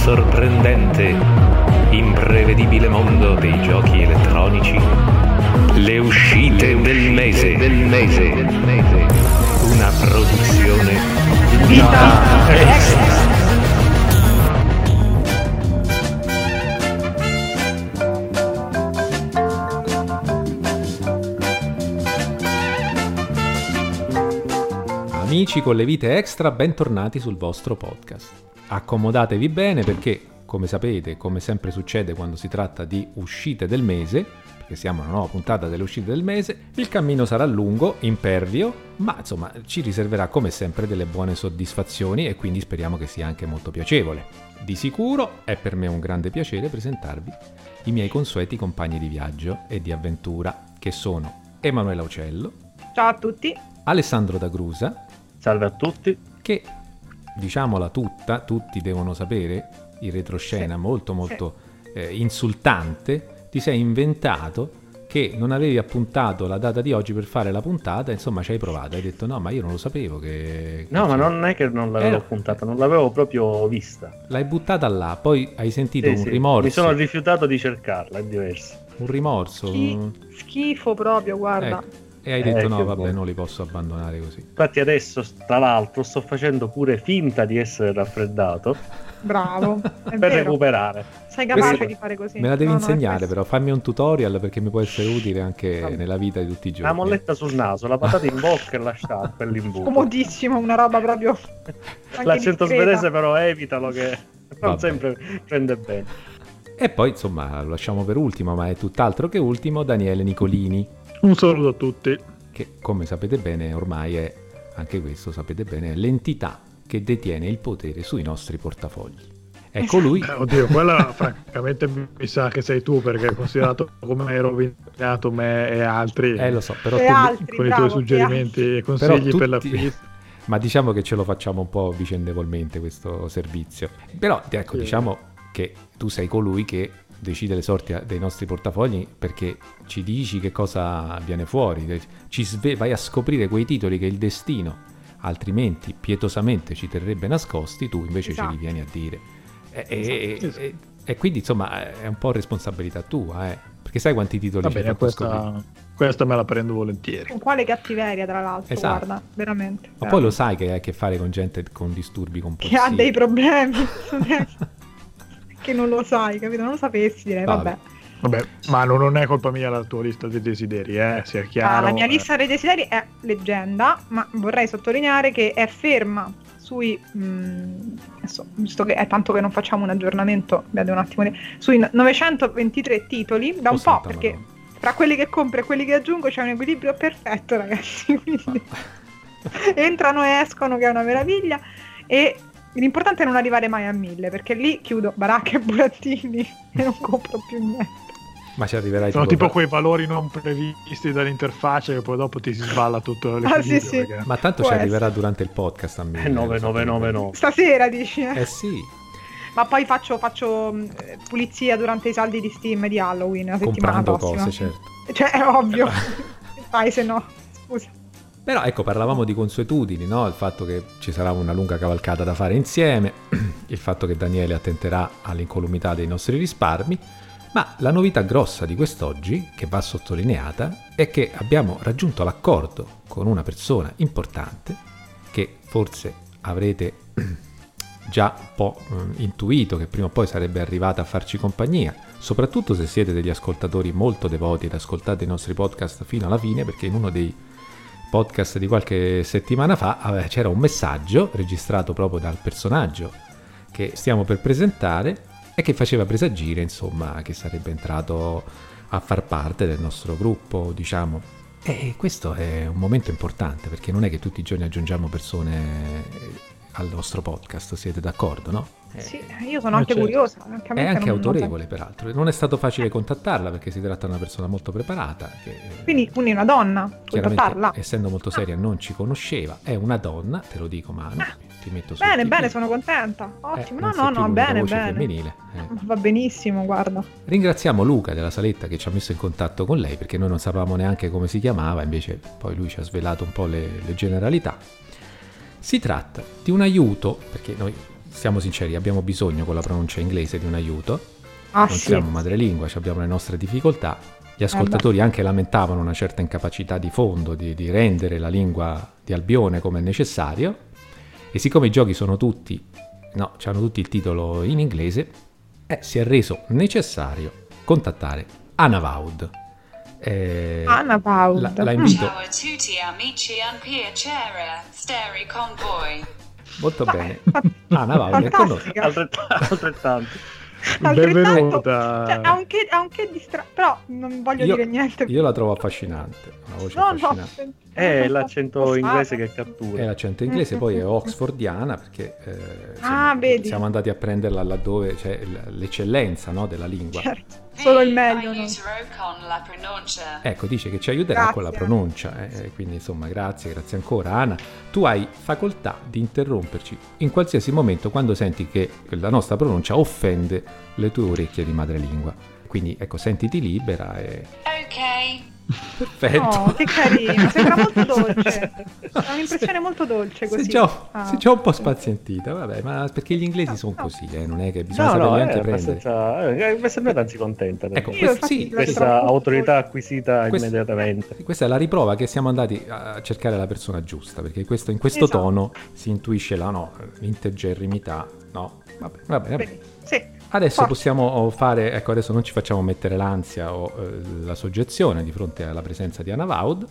sorprendente, imprevedibile mondo dei giochi elettronici, le uscite del mese. Una produzione Vita Extra. Amici con le vite extra, bentornati sul vostro podcast. Accomodatevi bene perché, come sapete, come sempre succede quando si tratta di uscite del mese, perché siamo a una nuova puntata delle uscite del mese, il cammino sarà lungo, impervio, ma insomma ci riserverà come sempre delle buone soddisfazioni e quindi speriamo che sia anche molto piacevole. Di sicuro è per me un grande piacere presentarvi i miei consueti compagni di viaggio e di avventura, che sono Emanuela Uccello. Ciao a tutti. Alessandro D'Agrusa. Salve a tutti. Che, diciamola tutta, tutti devono sapere, in retroscena molto insultante, ti sei inventato che non avevi appuntato la data di oggi per fare la puntata, insomma ci hai provato, hai detto no ma io non lo sapevo che... No, ma non è che non l'avevo appuntata, non l'avevo proprio vista. L'hai buttata là, poi hai sentito un rimorso. Mi sono rifiutato di cercarla, è diverso. Un rimorso. Schifo proprio, guarda. E hai detto no vabbè, non li posso abbandonare così. Infatti adesso, tra l'altro, sto facendo pure finta di essere raffreddato. Bravo, per recuperare. Sei capace di fare così. Me la devi insegnare però, fammi un tutorial perché mi può essere utile anche nella vita di tutti i giorni. La molletta sul naso, la patata in bocca e la sciarpa e l'imbuto. Comodissimo, una roba proprio... L'accento svedese però evitalo che non sempre prende bene. E poi insomma lo lasciamo per ultimo, ma è tutt'altro che ultimo, Daniele Nicolini. Un saluto a tutti. Che come sapete bene ormai è, anche questo sapete bene, è l'entità che detiene il potere sui nostri portafogli. Ecco lui. Oddio, quella francamente mi sa che sei tu, perché considerato come hai rovinato me e altri. Lo so, però con i tuoi suggerimenti e consigli per l'acquisto. Ma diciamo che ce lo facciamo un po' vicendevolmente questo servizio. Però ecco, diciamo che tu sei colui che decide le sorti dei nostri portafogli perché ci dici che cosa viene fuori, vai a scoprire quei titoli che il destino altrimenti pietosamente ci terrebbe nascosti, tu invece ce li vieni a dire. E quindi insomma è un po' responsabilità tua, perché sai quanti titoli c'è fatto scoprire. Questa me la prendo volentieri. Con quale cattiveria, tra l'altro, guarda, veramente. Ma poi lo sai che hai a che fare con gente con disturbi compulsivi. Che ha dei problemi. Che non lo sai, capito? Non lo sapessi, direi, vabbè, ma non è colpa mia la tua lista dei desideri, sia chiaro. La mia lista dei desideri è leggenda, ma vorrei sottolineare che è ferma sui adesso, visto che è tanto che non facciamo un aggiornamento, un attimo sui 923 titoli da un po', perché fra quelli che compro e quelli che aggiungo c'è un equilibrio perfetto, ragazzi, quindi entrano e escono, che è una meraviglia. E l'importante è non arrivare mai a 1000, perché lì chiudo baracche e burattini e non compro più niente. Ma ci arriverai. Sono tipo quei valori non previsti dall'interfaccia che poi dopo ti si sballa tutto l'equilibrio. Sì. Perché... Ma tanto ci arriverà durante il podcast a 1000. 999. Stasera dici? Sì. Ma poi faccio pulizia durante i saldi di Steam di Halloween la settimana prossima. Cose, certo. Cioè è ovvio. Fai se no, scusa. Però ecco, parlavamo di consuetudini, no? Il fatto che ci sarà una lunga cavalcata da fare insieme, il fatto che Daniele attenterà all'incolumità dei nostri risparmi, ma la novità grossa di quest'oggi, che va sottolineata, è che abbiamo raggiunto l'accordo con una persona importante, che forse avrete già un po' intuito che prima o poi sarebbe arrivata a farci compagnia, soprattutto se siete degli ascoltatori molto devoti ed ascoltate i nostri podcast fino alla fine, perché in uno dei podcast di qualche settimana fa c'era un messaggio registrato proprio dal personaggio che stiamo per presentare e che faceva presagire insomma che sarebbe entrato a far parte del nostro gruppo, diciamo. E questo è un momento importante, perché non è che tutti i giorni aggiungiamo persone al nostro podcast, siete d'accordo, no? Sì, io sono anche curiosa. È anche autorevole, peraltro. Non è stato facile contattarla perché si tratta di una persona molto preparata. Quindi una donna, chiaramente, essendo molto seria, non ci conosceva. È una donna, te lo dico, Manu. Ti metto su. Bene, sono contenta. Ottimo. No, bene. Femminile. Va benissimo, guarda. Ringraziamo Luca della Saletta che ci ha messo in contatto con lei, perché noi non sapevamo neanche come si chiamava, invece poi lui ci ha svelato un po' le generalità. Si tratta di un aiuto, perché noi siamo sinceri, abbiamo bisogno con la pronuncia inglese di un aiuto. Ah, Non sì. siamo madrelingua, abbiamo le nostre difficoltà. Gli ascoltatori anche lamentavano una certa incapacità di fondo di rendere la lingua di Albione come è necessario. E siccome i giochi sono tutti, hanno tutti il titolo in inglese, si è reso necessario contattare Anavaud. Anavaud. La invito. Ciao a tutti amici and piacere, Steri con voi. Molto bene. Anavaud è con noi. Fantastica. Altrettanto. Benvenuta. Cioè, ha un che però non voglio dire niente. Io la trovo affascinante, una voce No, affascinante. È l'accento inglese che cattura. È l'accento inglese, poi è oxfordiana perché vedi. siamo andati a prenderla laddove c'è l'eccellenza, no, della lingua. Certo, solo il meglio. no? Aiuterò con la pronuncia. Ecco, dice che ci aiuterà Grazie. con la pronuncia, quindi insomma grazie ancora Ana. Tu hai facoltà di interromperci in qualsiasi momento quando senti che la nostra pronuncia offende le tue orecchie di madrelingua. Quindi ecco, sentiti libera e... Ok. Perfetto. Oh, che carino, sembra molto dolce. Ha un'impressione molto dolce così. Sei già un po' spazientita, vabbè, ma perché gli inglesi sono così, non è che bisogna No, saperli è anche prendere. abbastanza. Mi è sembrata anzi contenta. Ecco, Io infatti la Questa trovo molto autorità dolce. acquisita immediatamente. Questa è la riprova che siamo andati a cercare la persona giusta, perché in questo Esatto. tono si intuisce l'integerrimità, no? Vabbè. Bene, sì. Adesso Forza. possiamo fare, ecco, adesso non ci facciamo mettere l'ansia o la soggezione di fronte alla presenza di Anavaud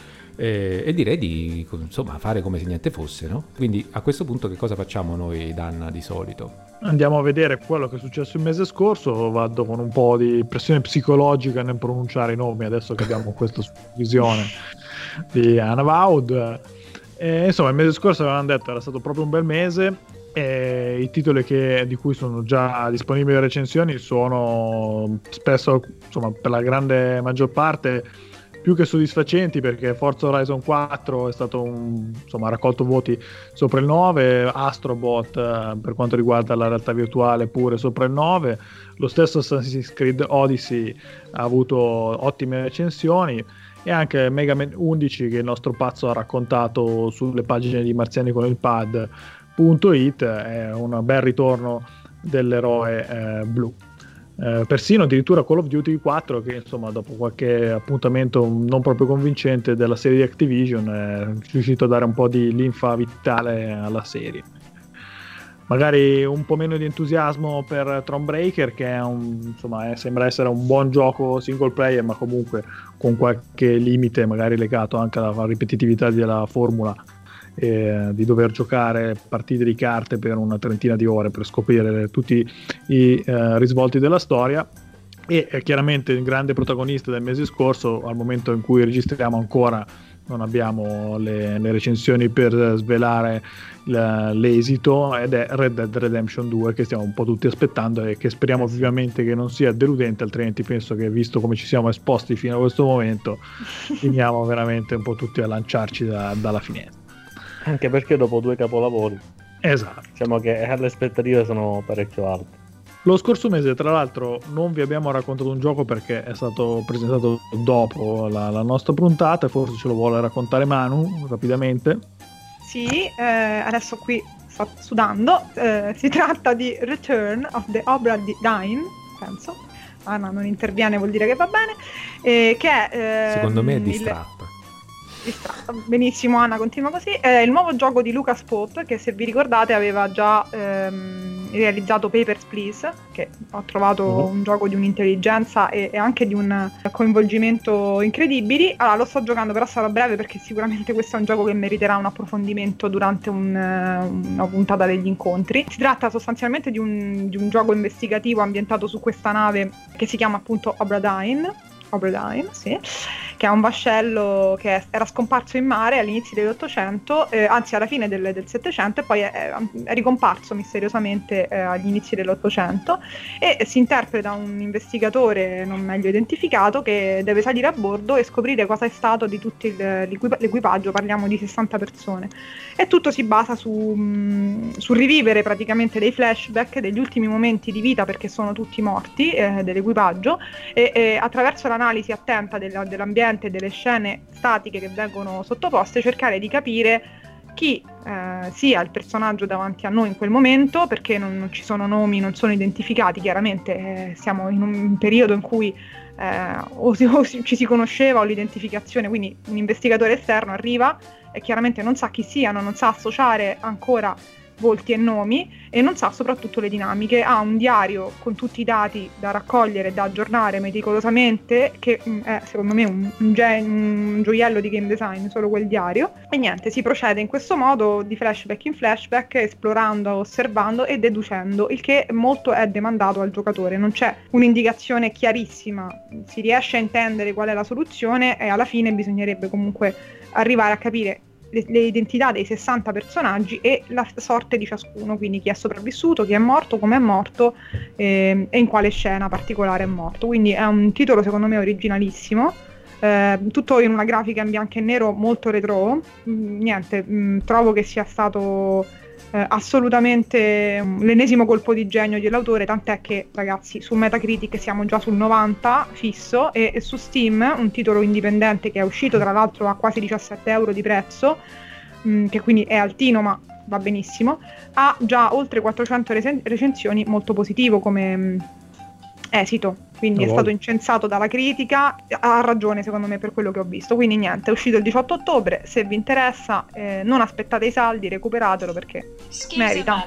e direi di insomma fare come se niente fosse, no? Quindi a questo punto che cosa facciamo noi, Danna, di solito? Andiamo a vedere quello che è successo il mese scorso. Vado con un po' di pressione psicologica nel pronunciare i nomi adesso che abbiamo questa visione di Anavaud. Insomma, il mese scorso avevamo detto era stato proprio un bel mese. I titoli di cui sono già disponibili le recensioni sono spesso, insomma, per la grande maggior parte più che soddisfacenti, perché Forza Horizon 4 è stato ha raccolto voti sopra il 9, Astrobot per quanto riguarda la realtà virtuale pure sopra il 9, lo stesso Assassin's Creed Odyssey ha avuto ottime recensioni, e anche Mega Man 11 che il nostro pazzo ha raccontato sulle pagine di Marziani con il Pad.it è un bel ritorno dell'eroe blu. Persino addirittura Call of Duty 4 che insomma dopo qualche appuntamento non proprio convincente della serie di Activision è riuscito a dare un po' di linfa vitale alla serie. Magari un po' meno di entusiasmo per Thronebreaker, che è sembra essere un buon gioco single player, ma comunque con qualche limite magari legato anche alla ripetitività della formula, di dover giocare partite di carte per una trentina di ore per scoprire tutti i risvolti della storia. E chiaramente il grande protagonista del mese scorso, al momento in cui registriamo ancora non abbiamo le recensioni per svelare l'esito, ed è Red Dead Redemption 2, che stiamo un po' tutti aspettando e che speriamo vivamente che non sia deludente, altrimenti penso che, visto come ci siamo esposti fino a questo momento, finiamo veramente un po' tutti a lanciarci dalla finestra. Anche perché dopo 2 capolavori, Esatto. diciamo che le aspettative sono parecchio alte. Lo scorso mese, tra l'altro, non vi abbiamo raccontato un gioco perché è stato presentato dopo la nostra puntata, forse ce lo vuole raccontare Manu rapidamente. Sì, adesso qui sto sudando. Si tratta di Return of the Obra Dinn, penso. Anna non interviene, vuol dire che va bene. Che è, Secondo me è distratta. Distratta. Benissimo, Anna, continua così. È il nuovo gioco di Lucas Pope, che se vi ricordate aveva già realizzato Papers, Please, che ho trovato un gioco di un'intelligenza e anche di un coinvolgimento incredibili. Allora, lo sto giocando, però sarà breve perché sicuramente questo è un gioco che meriterà un approfondimento durante una puntata degli incontri. Si tratta sostanzialmente di un gioco investigativo ambientato su questa nave che si chiama appunto Obra Dinn, sì, che è un vascello che era scomparso in mare all'inizio dell'Ottocento, anzi alla fine del Settecento, e poi è ricomparso misteriosamente agli inizi dell'Ottocento, e si interpreta un investigatore non meglio identificato che deve salire a bordo e scoprire cosa è stato di tutto l'equipaggio, parliamo di 60 persone, e tutto si basa su rivivere praticamente dei flashback degli ultimi momenti di vita, perché sono tutti morti, dell'equipaggio, e attraverso l'analisi attenta dell'ambiente e delle scene statiche che vengono sottoposte cercare di capire chi sia il personaggio davanti a noi in quel momento, perché non ci sono nomi, non sono identificati, chiaramente siamo in un periodo in cui o ci si conosceva o l'identificazione, quindi un investigatore esterno arriva e chiaramente non sa chi siano, non sa associare ancora volti e nomi e non sa soprattutto le dinamiche. Ha un diario con tutti i dati da raccogliere e da aggiornare meticolosamente, che è secondo me un gioiello di game design, solo quel diario. E niente, si procede in questo modo di flashback in flashback, esplorando, osservando e deducendo, il che molto è demandato al giocatore. Non c'è un'indicazione chiarissima, si riesce a intendere qual è la soluzione e alla fine bisognerebbe comunque arrivare a capire le identità dei 60 personaggi e la sorte di ciascuno, quindi chi è sopravvissuto, chi è morto, come è morto e in quale scena particolare è morto. Quindi è un titolo secondo me originalissimo, tutto in una grafica in bianco e nero molto retro. Trovo che sia stato assolutamente l'ennesimo colpo di genio dell'autore, tant'è che ragazzi su Metacritic siamo già sul 90 fisso e su Steam, un titolo indipendente che è uscito tra l'altro a quasi 17 euro di prezzo, che quindi è altino ma va benissimo, ha già oltre 400 recensioni, molto positivo come esito, quindi è stato incensato dalla critica, ha ragione secondo me per quello che ho visto. Quindi niente, è uscito il 18 ottobre, se vi interessa non aspettate i saldi, recuperatelo perché merita.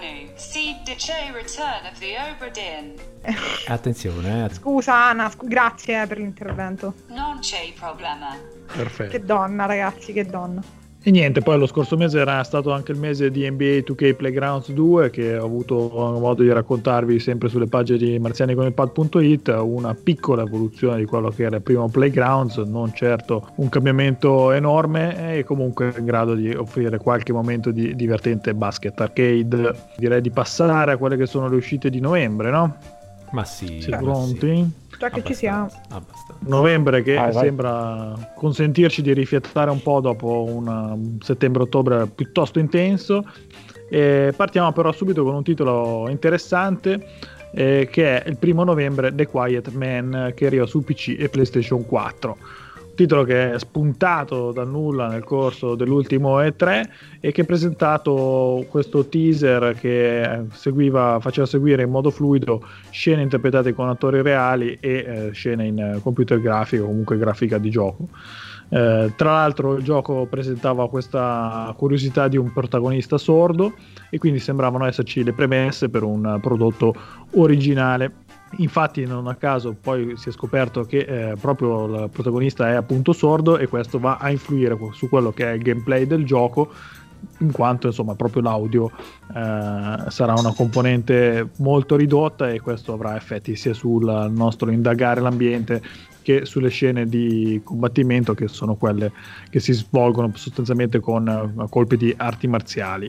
Attenzione, Scusa Anna, grazie per l'intervento. Non c'è problema. Perfetto. Che donna ragazzi, che donna. E niente, poi lo scorso mese era stato anche il mese di NBA 2K Playgrounds 2, che ho avuto modo di raccontarvi sempre sulle pagine di marzianiconilpad.it, una piccola evoluzione di quello che era il primo Playgrounds, non certo un cambiamento enorme, e comunque in grado di offrire qualche momento di divertente basket arcade. Direi di passare a quelle che sono le uscite di novembre, no? Ma sì. Siete pronti? Già che ci siamo. Abbastanza. Novembre che sembra consentirci di rifiatare un po' dopo un settembre-ottobre piuttosto intenso. Partiamo però subito con un titolo interessante, che è il 1 novembre The Quiet Man, che arriva su PC e PlayStation 4. Titolo che è spuntato dal nulla nel corso dell'ultimo E3 e che ha presentato questo teaser che faceva seguire in modo fluido scene interpretate con attori reali e scene in computer grafico, comunque grafica di gioco. Tra l'altro il gioco presentava questa curiosità di un protagonista sordo e quindi sembravano esserci le premesse per un prodotto originale. Infatti non a caso poi si è scoperto che proprio il protagonista è appunto sordo, e questo va a influire su quello che è il gameplay del gioco, in quanto insomma proprio l'audio sarà una componente molto ridotta, e questo avrà effetti sia sul nostro indagare l'ambiente che sulle scene di combattimento, che sono quelle che si svolgono sostanzialmente con colpi di arti marziali.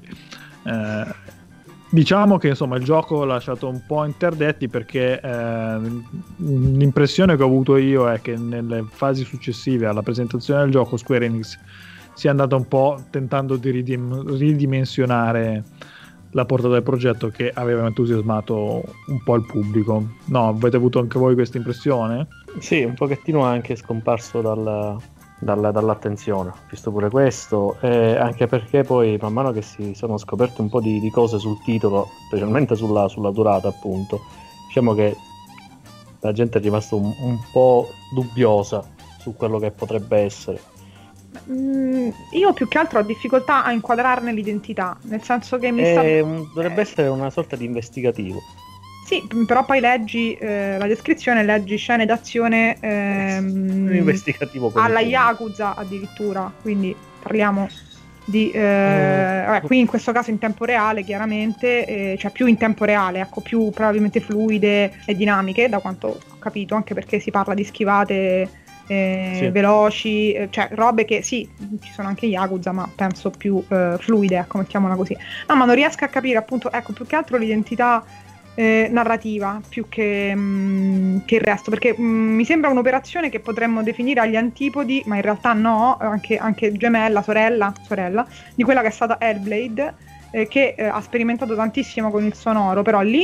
Diciamo che insomma il gioco ha lasciato un po' interdetti, perché l'impressione che ho avuto io è che nelle fasi successive alla presentazione del gioco Square Enix sia andata un po' tentando di ridimensionare la portata del progetto, che aveva entusiasmato un po' il pubblico. No, avete avuto anche voi questa impressione? Sì, un pochettino anche scomparso dall'attenzione, visto pure questo, anche perché poi man mano che si sono scoperte un po' di cose sul titolo, specialmente sulla durata appunto, diciamo che la gente è rimasta un po' dubbiosa su quello che potrebbe essere. Io più che altro ho difficoltà a inquadrarne l'identità, nel senso che dovrebbe essere una sorta di investigativo. Sì, però poi leggi la descrizione, leggi scene d'azione investigativo alla Yakuza addirittura, quindi parliamo di qui in questo caso in tempo reale chiaramente, cioè più in tempo reale, ecco, più probabilmente fluide e dinamiche da quanto ho capito, anche perché si parla di schivate veloci, cioè robe che sì, ci sono anche Yakuza, ma penso più fluide, ecco, mettiamola così. No, ma non riesco a capire appunto, ecco, più che altro l'identità narrativa più che il resto, perché mi sembra un'operazione che potremmo definire agli antipodi, ma in realtà no, anche gemella, sorella di quella che è stata Hellblade, che ha sperimentato tantissimo con il sonoro, però lì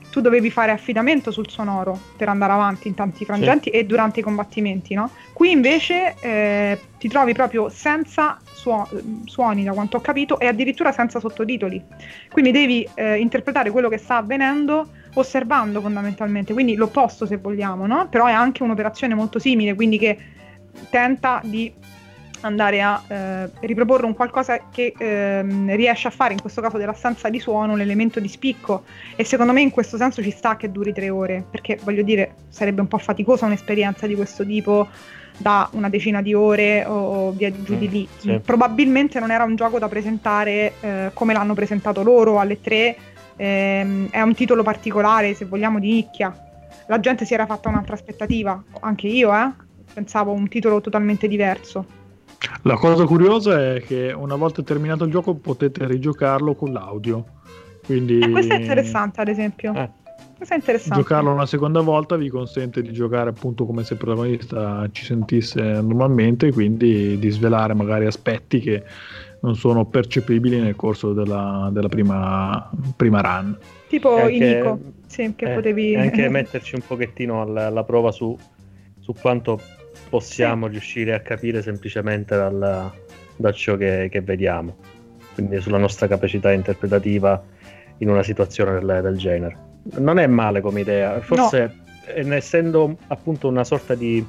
tu dovevi fare affidamento sul sonoro per andare avanti in tanti frangenti e durante i combattimenti, no? Qui invece ti trovi proprio senza suoni, da quanto ho capito, e addirittura senza sottotitoli. Quindi devi interpretare quello che sta avvenendo osservando fondamentalmente, quindi l'opposto se vogliamo, no? Però è anche un'operazione molto simile, quindi che tenta di andare a riproporre un qualcosa che riesce a fare, in questo caso dell'assenza di suono, un elemento di spicco, e secondo me in questo senso ci sta che duri 3 ore, perché voglio dire sarebbe un po' faticosa un'esperienza di questo tipo da una decina di ore o via giù di lì. Sì. Probabilmente non era un gioco da presentare come l'hanno presentato loro alle 3. È un titolo particolare, se vogliamo, di nicchia. La gente si era fatta un'altra aspettativa, anche io pensavo un titolo totalmente diverso. La cosa curiosa è che una volta terminato il gioco potete rigiocarlo con l'audio, quindi Questo è interessante, ad esempio. Questo è interessante. Giocarlo una seconda volta vi consente di giocare appunto come se il protagonista ci sentisse normalmente, quindi di svelare magari aspetti che non sono percepibili nel corso della prima run. Tipo anche, Inico, sì, che potevi anche metterci un pochettino alla prova su quanto possiamo riuscire a capire semplicemente da ciò che vediamo, quindi sulla nostra capacità interpretativa in una situazione del genere. Non è male come idea, forse essendo appunto una sorta di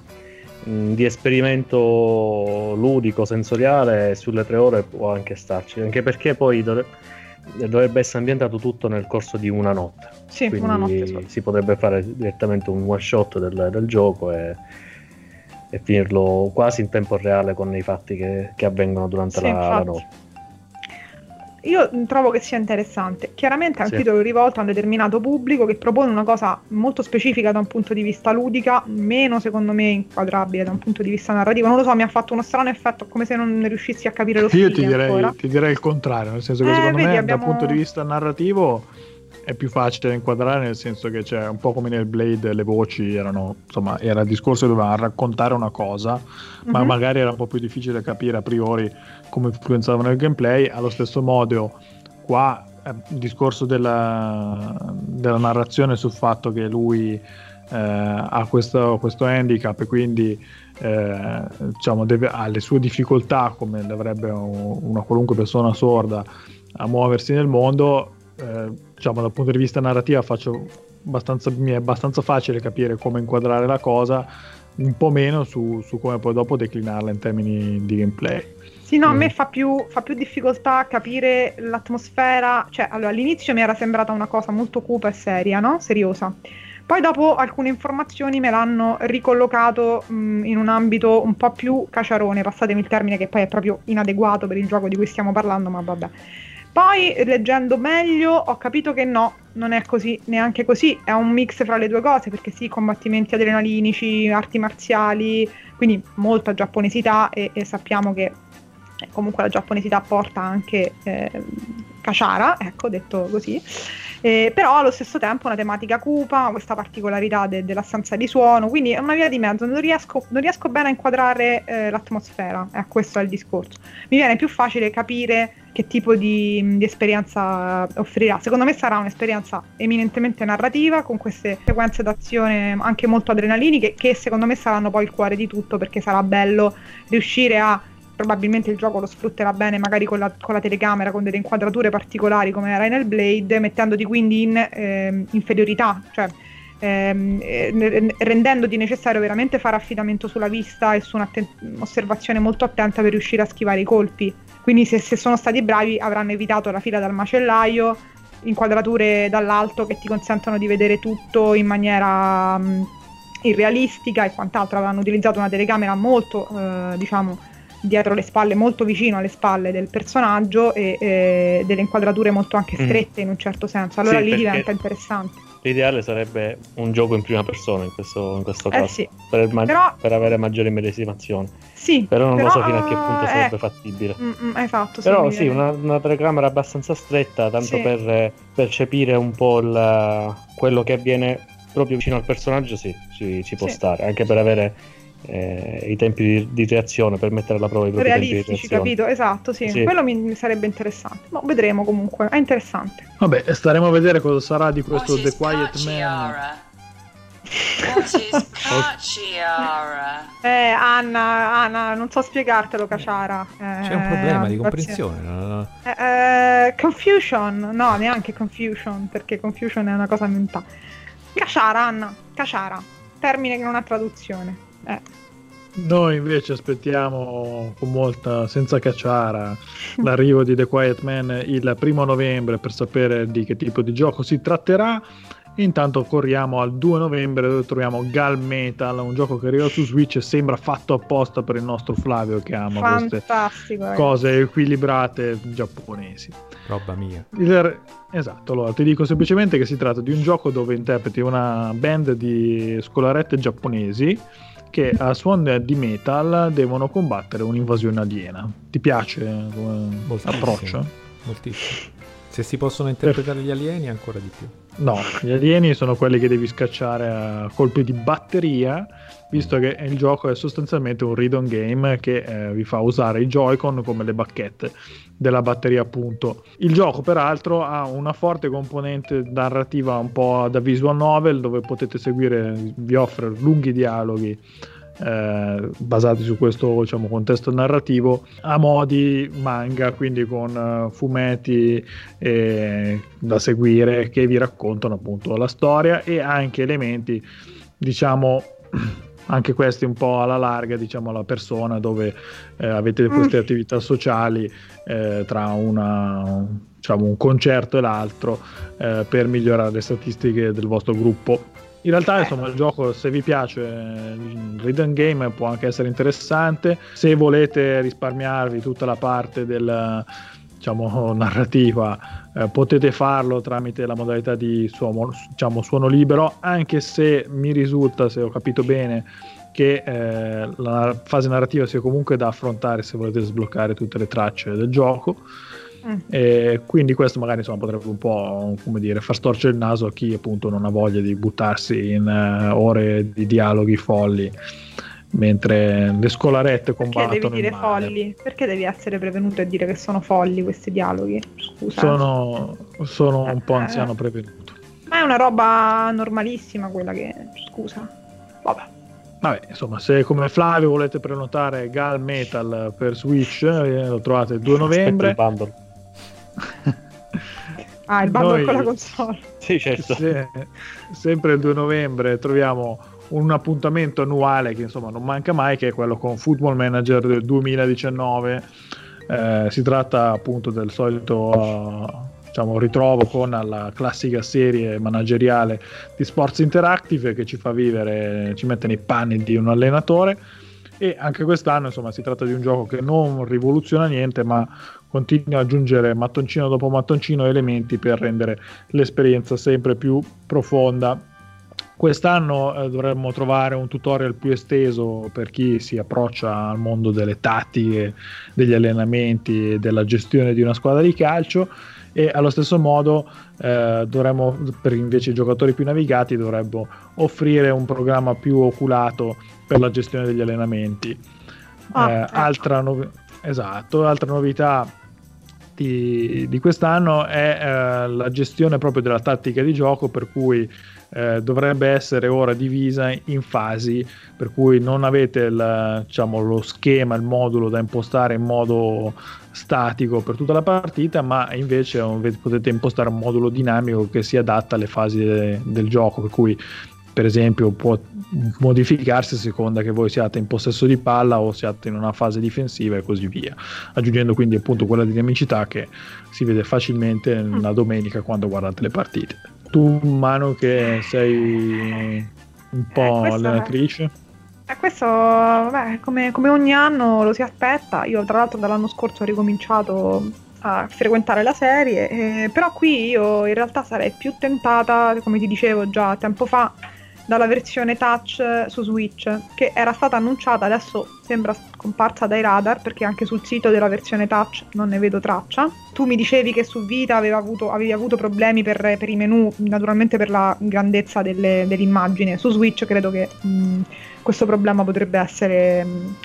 esperimento ludico, sensoriale, sulle 3 ore può anche starci, anche perché poi dovrebbe essere ambientato tutto nel corso di una notte. Sì, quindi una notte solo. Si potrebbe fare direttamente un one shot del gioco e finirlo quasi in tempo reale con i fatti che avvengono durante la notte. Io trovo che sia interessante. Chiaramente è un titolo rivolto a un determinato pubblico che propone una cosa molto specifica da un punto di vista ludica, meno secondo me inquadrabile da un punto di vista narrativo. Non lo so, mi ha fatto uno strano effetto, come se non riuscissi a capire lo stile. Io ti direi il contrario, nel senso che secondo me dal punto di vista narrativo è più facile da inquadrare, nel senso che c'è un po' come nel Blade, le voci erano, insomma, era il discorso che doveva raccontare una cosa, ma magari era un po' più difficile capire a priori come influenzavano il gameplay. Allo stesso modo qua il discorso della narrazione sul fatto che lui ha questo handicap e quindi diciamo ha le sue difficoltà come le avrebbe una qualunque persona sorda a muoversi nel mondo. Diciamo dal punto di vista narrativo mi è abbastanza facile capire come inquadrare la cosa, un po' meno su come poi dopo declinarla in termini di gameplay. Sì, no, a me fa più difficoltà a capire l'atmosfera, cioè allora all'inizio mi era sembrata una cosa molto cupa e seria, no? Seriosa. Poi dopo alcune informazioni me l'hanno ricollocato in un ambito un po' più caciarone, passatemi il termine che poi è proprio inadeguato per il gioco di cui stiamo parlando, ma vabbè. Poi leggendo meglio ho capito che no, non è così, neanche così, è un mix fra le due cose, perché sì, combattimenti adrenalinici, arti marziali, quindi molta giapponesità e sappiamo che comunque la giapponesità porta anche caciara, ecco, detto così, però allo stesso tempo una tematica cupa, questa particolarità dell'assenza di suono, quindi è una via di mezzo, non riesco bene a inquadrare l'atmosfera, questo è il discorso. Mi viene più facile capire che tipo di esperienza offrirà. Secondo me sarà un'esperienza eminentemente narrativa, con queste sequenze d'azione anche molto adrenaliniche, che secondo me saranno poi il cuore di tutto, perché sarà bello riuscire a, probabilmente il gioco lo sfrutterà bene magari con la telecamera, con delle inquadrature particolari come era nel Blade, mettendoti quindi in inferiorità, cioè rendendoti necessario veramente fare affidamento sulla vista e su un'osservazione molto attenta per riuscire a schivare i colpi. Quindi se sono stati bravi avranno evitato la fila dal macellaio, inquadrature dall'alto che ti consentono di vedere tutto in maniera irrealistica e quant'altro. Avranno utilizzato una telecamera molto diciamo dietro le spalle, molto vicino alle spalle del personaggio e delle inquadrature molto anche strette in un certo senso. Allora lì diventa interessante. L'ideale sarebbe un gioco in prima persona in questo caso, sì. per avere maggiore immedesimazione. Sì, però non lo so fino a che punto sarebbe fattibile. Esatto. Però sì, una telecamera abbastanza stretta, tanto per percepire un po' quello che avviene proprio vicino al personaggio, ci può stare, anche per avere i tempi di reazione, per mettere alla prova i propri tempi di realistici, reazione. capito? Esatto, sì. Sì. Quello mi sarebbe interessante. Ma vedremo comunque, è interessante. Vabbè, staremo a vedere cosa sarà di questo What The is Quiet Man. Kachiara? What is Kachiara? Anna, non so spiegartelo, Caciara. C'è un problema di comprensione. No? Confusion, no, neanche confusion, perché confusion è una cosa mentale. Caciara, Anna, Caciara, termine che non ha traduzione. Noi invece aspettiamo con molta, senza cacciara, l'arrivo di The Quiet Man il 1° novembre per sapere di che tipo di gioco si tratterà. Intanto corriamo al 2 novembre dove troviamo Gal Metal, un gioco che arriva su Switch e sembra fatto apposta per il nostro Flavio che ama Fantastico, queste cose equilibrate giapponesi. Roba mia. Esatto, allora ti dico semplicemente che si tratta di un gioco dove interpreti una band di scolarette giapponesi che a suon di metal devono combattere un'invasione aliena. Ti piace come approccio? Moltissimo. Se si possono interpretare gli alieni ancora di più. No, gli alieni sono quelli che devi scacciare a colpi di batteria, visto che il gioco è sostanzialmente un read-on game che vi fa usare i Joy-Con come le bacchette della batteria, appunto. Il gioco peraltro ha una forte componente narrativa un po' da visual novel, dove potete seguire, vi offre lunghi dialoghi basati su questo, diciamo, contesto narrativo a modi manga, quindi con fumetti da seguire che vi raccontano appunto la storia e anche elementi, diciamo, anche questi un po' alla larga, diciamo, la persona, dove avete queste attività sociali tra diciamo, un concerto e l'altro per migliorare le statistiche del vostro gruppo. In realtà, insomma, il gioco, se vi piace il read game, può anche essere interessante. Se volete risparmiarvi tutta la parte del, diciamo, narrativa, potete farlo tramite la modalità di suono libero, anche se mi risulta, se ho capito bene, che la fase narrativa sia comunque da affrontare se volete sbloccare tutte le tracce del gioco. E quindi questo magari, insomma, potrebbe un po', come dire, far storcere il naso a chi appunto non ha voglia di buttarsi in ore di dialoghi folli mentre le scolarette combattono. Perché devi dire folli? Perché devi essere prevenuto e dire che sono folli questi dialoghi? Scusa. Sono un po' anziano prevenuto. Ma è una roba normalissima quella che... Scusa. Vabbè, insomma, se come Flavio volete prenotare Gal Metal per Switch, lo trovate il 2 novembre. Il bundle. Il bundle con la console. Sì, certo. Sempre il 2 novembre troviamo un appuntamento annuale che, insomma, non manca mai, che è quello con Football Manager del 2019. Si tratta appunto del solito diciamo ritrovo con la classica serie manageriale di Sports Interactive che ci fa vivere, ci mette nei panni di un allenatore. E anche quest'anno, insomma, si tratta di un gioco che non rivoluziona niente, ma continua ad aggiungere mattoncino dopo mattoncino elementi per rendere l'esperienza sempre più profonda. Quest'anno dovremmo trovare un tutorial più esteso per chi si approccia al mondo delle tattiche, degli allenamenti e della gestione di una squadra di calcio, e allo stesso modo dovremmo, per invece i giocatori più navigati, dovrebbe offrire un programma più oculato per la gestione degli allenamenti. Altra novità di quest'anno è la gestione proprio della tattica di gioco, per cui dovrebbe essere ora divisa in fasi, per cui non avete lo schema, il modulo da impostare in modo statico per tutta la partita, ma invece potete impostare un modulo dinamico che si adatta alle fasi del gioco, per cui per esempio può modificarsi a seconda che voi siate in possesso di palla o siate in una fase difensiva e così via, aggiungendo quindi appunto quella dinamicità che si vede facilmente la domenica quando guardate le partite. Tu, Manu, che sei un po' allenatrice? Questo, vabbè, come ogni anno lo si aspetta. Io tra l'altro dall'anno scorso ho ricominciato a frequentare la serie, però qui io in realtà sarei più tentata, come ti dicevo già tempo fa, dalla versione touch su Switch, che era stata annunciata, adesso sembra scomparsa dai radar, perché anche sul sito della versione touch non ne vedo traccia. Tu mi dicevi che su Vita avevi avuto problemi per i menu, naturalmente per la grandezza dell'immagine. Su Switch credo che questo problema potrebbe essere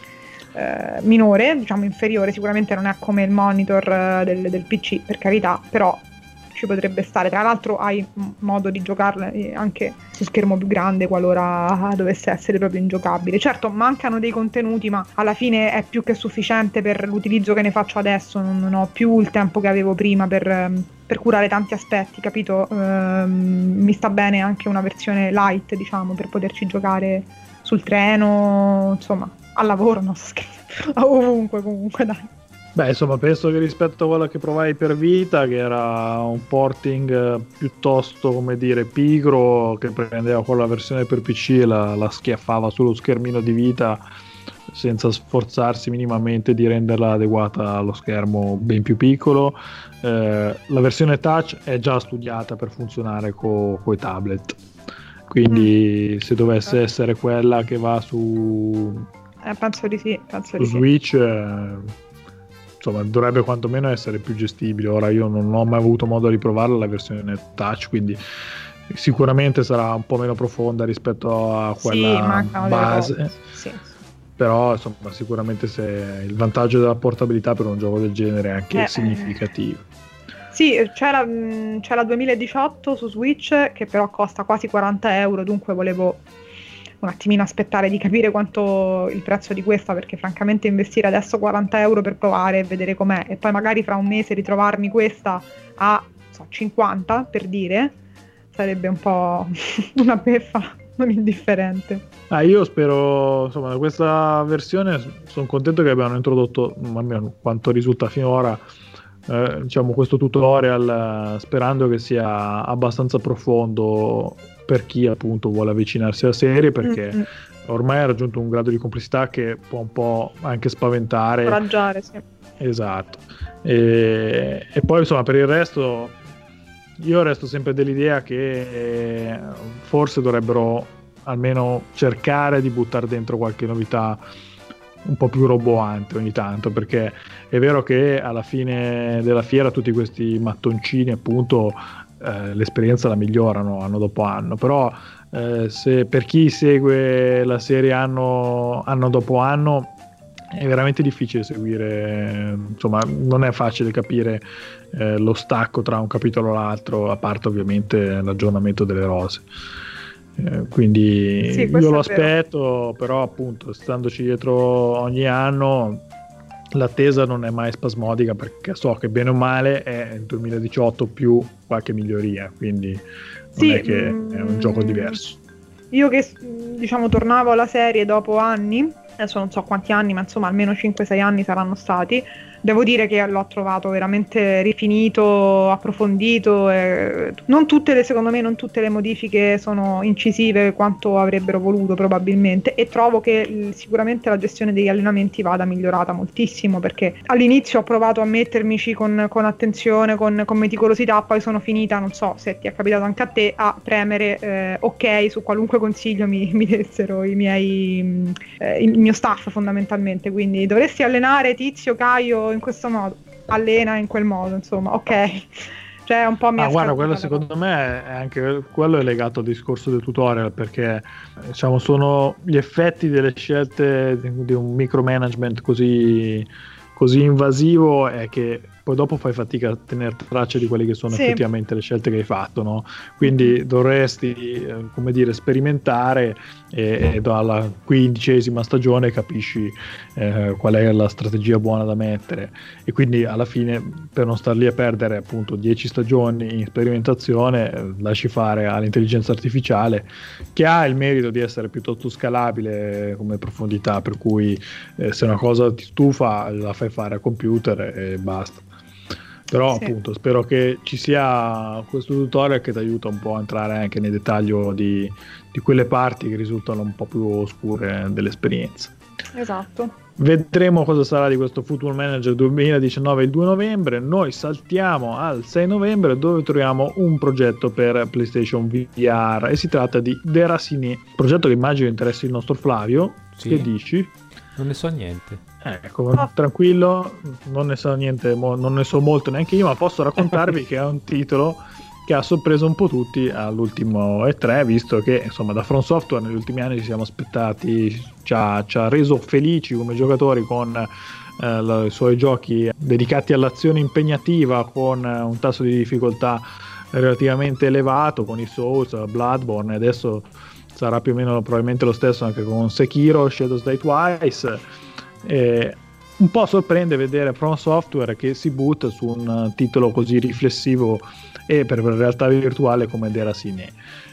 minore, diciamo inferiore, sicuramente non è come il monitor del PC, per carità, però ci potrebbe stare. Tra l'altro hai modo di giocarla anche su schermo più grande qualora dovesse essere proprio ingiocabile. Certo, mancano dei contenuti, ma alla fine è più che sufficiente per l'utilizzo che ne faccio adesso. Non ho più il tempo che avevo prima per curare tanti aspetti, capito? Mi sta bene anche una versione light, diciamo, per poterci giocare sul treno, insomma, al lavoro, no, ovunque, comunque, dai. Beh, insomma, penso che rispetto a quello che provai per Vita, che era un porting piuttosto, come dire, pigro, che prendeva quella versione per PC e la schiaffava sullo schermino di Vita senza sforzarsi minimamente di renderla adeguata allo schermo ben più piccolo. La versione touch è già studiata per funzionare con i tablet, quindi se dovesse essere quella che va su penso di sì, Switch, insomma, dovrebbe quantomeno essere più gestibile. Ora io non ho mai avuto modo di provarla la versione touch, quindi sicuramente sarà un po' meno profonda rispetto a quella base. Sì. Però insomma, sicuramente se il vantaggio della portabilità per un gioco del genere è anche significativo. Sì, c'è la 2018 su Switch, che però costa quasi 40 euro, dunque volevo un attimino aspettare di capire quanto il prezzo di questa, perché francamente investire adesso 40 euro per provare e vedere com'è, e poi magari fra un mese ritrovarmi questa a 50, per dire, sarebbe un po' una beffa non indifferente. Io spero, insomma, da questa versione sono contento che abbiano introdotto, almeno quanto risulta finora, diciamo, questo tutorial, sperando che sia abbastanza profondo per chi appunto vuole avvicinarsi alla serie, perché ormai ha raggiunto un grado di complessità che può un po' anche spaventare, incoraggiare, sì. Esatto. E poi insomma, per il resto io resto sempre dell'idea che forse dovrebbero almeno cercare di buttare dentro qualche novità un po' più roboante ogni tanto, perché è vero che alla fine della fiera tutti questi mattoncini appunto l'esperienza la migliorano anno dopo anno, però se per chi segue la serie anno dopo anno è veramente difficile seguire, insomma non è facile capire lo stacco tra un capitolo e l'altro, a parte ovviamente l'aggiornamento delle rose. Quindi sì, io lo aspetto, però appunto standoci dietro ogni anno l'attesa non è mai spasmodica, perché so che bene o male è il 2018 più qualche miglioria, quindi non è che è un gioco diverso. Io che diciamo tornavo alla serie dopo anni, adesso non so quanti anni, ma insomma almeno 5-6 anni saranno stati, devo dire che l'ho trovato veramente rifinito, approfondito, secondo me non tutte le modifiche sono incisive quanto avrebbero voluto probabilmente, e trovo che sicuramente la gestione degli allenamenti vada migliorata moltissimo, perché all'inizio ho provato a mettermici con attenzione, con meticolosità, poi sono finita, non so se ti è capitato anche a te, a premere ok su qualunque consiglio mi dessero il mio staff fondamentalmente, quindi dovresti allenare Tizio, Caio in questo modo, allena in quel modo, insomma, ok, cioè un po' mi guarda, quello secondo me è anche quello è legato al discorso del tutorial, perché diciamo sono gli effetti delle scelte di un micromanagement così invasivo, è che poi dopo fai fatica a tenere traccia di quelle che sono effettivamente le scelte che hai fatto, no? Quindi dovresti come dire sperimentare e dalla 15ª stagione capisci qual è la strategia buona da mettere, e quindi alla fine, per non star lì a perdere appunto 10 stagioni in sperimentazione, lasci fare all'intelligenza artificiale, che ha il merito di essere piuttosto scalabile come profondità, per cui se una cosa ti stufa la fai fare a computer e basta. Però appunto spero che ci sia questo tutorial che ti aiuta un po' a entrare anche nei dettagli di quelle parti che risultano un po' più oscure dell'esperienza. Esatto. Vedremo cosa sarà di questo Football Manager 2019 il 2 novembre. Noi saltiamo al 6 novembre dove troviamo un progetto per PlayStation VR e si tratta di Déraciné, progetto che immagino interessi il nostro Flavio. Sì. Che dici? Non ne so niente. Ecco, tranquillo, non ne so niente, non ne so molto neanche io, ma posso raccontarvi che è un titolo che ha sorpreso un po' tutti all'ultimo E3, visto che insomma da From Software negli ultimi anni ci siamo aspettati, ci ha reso felici come giocatori con i suoi giochi dedicati all'azione impegnativa, con un tasso di difficoltà relativamente elevato, con i Souls, Bloodborne, e adesso sarà più o meno probabilmente lo stesso anche con Sekiro, Shadows Die Twice. Un po' sorprende vedere From Software che si butta su un titolo così riflessivo e per realtà virtuale come Déraciné.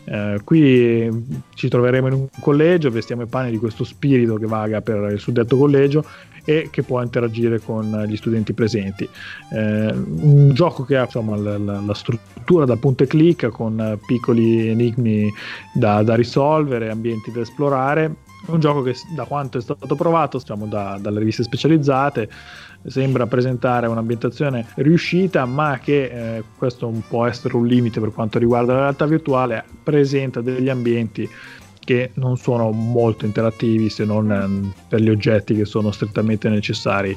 Qui ci troveremo in un collegio, vestiamo i panni di questo spirito che vaga per il suddetto collegio e che può interagire con gli studenti presenti. Un gioco che ha insomma la struttura da punto e clic, con piccoli enigmi da risolvere, ambienti da esplorare. Un gioco che, da quanto è stato provato, diciamo dalle riviste specializzate, sembra presentare un'ambientazione riuscita, ma che questo può essere un limite per quanto riguarda la realtà virtuale. Presenta degli ambienti che non sono molto interattivi, se non per gli oggetti che sono strettamente necessari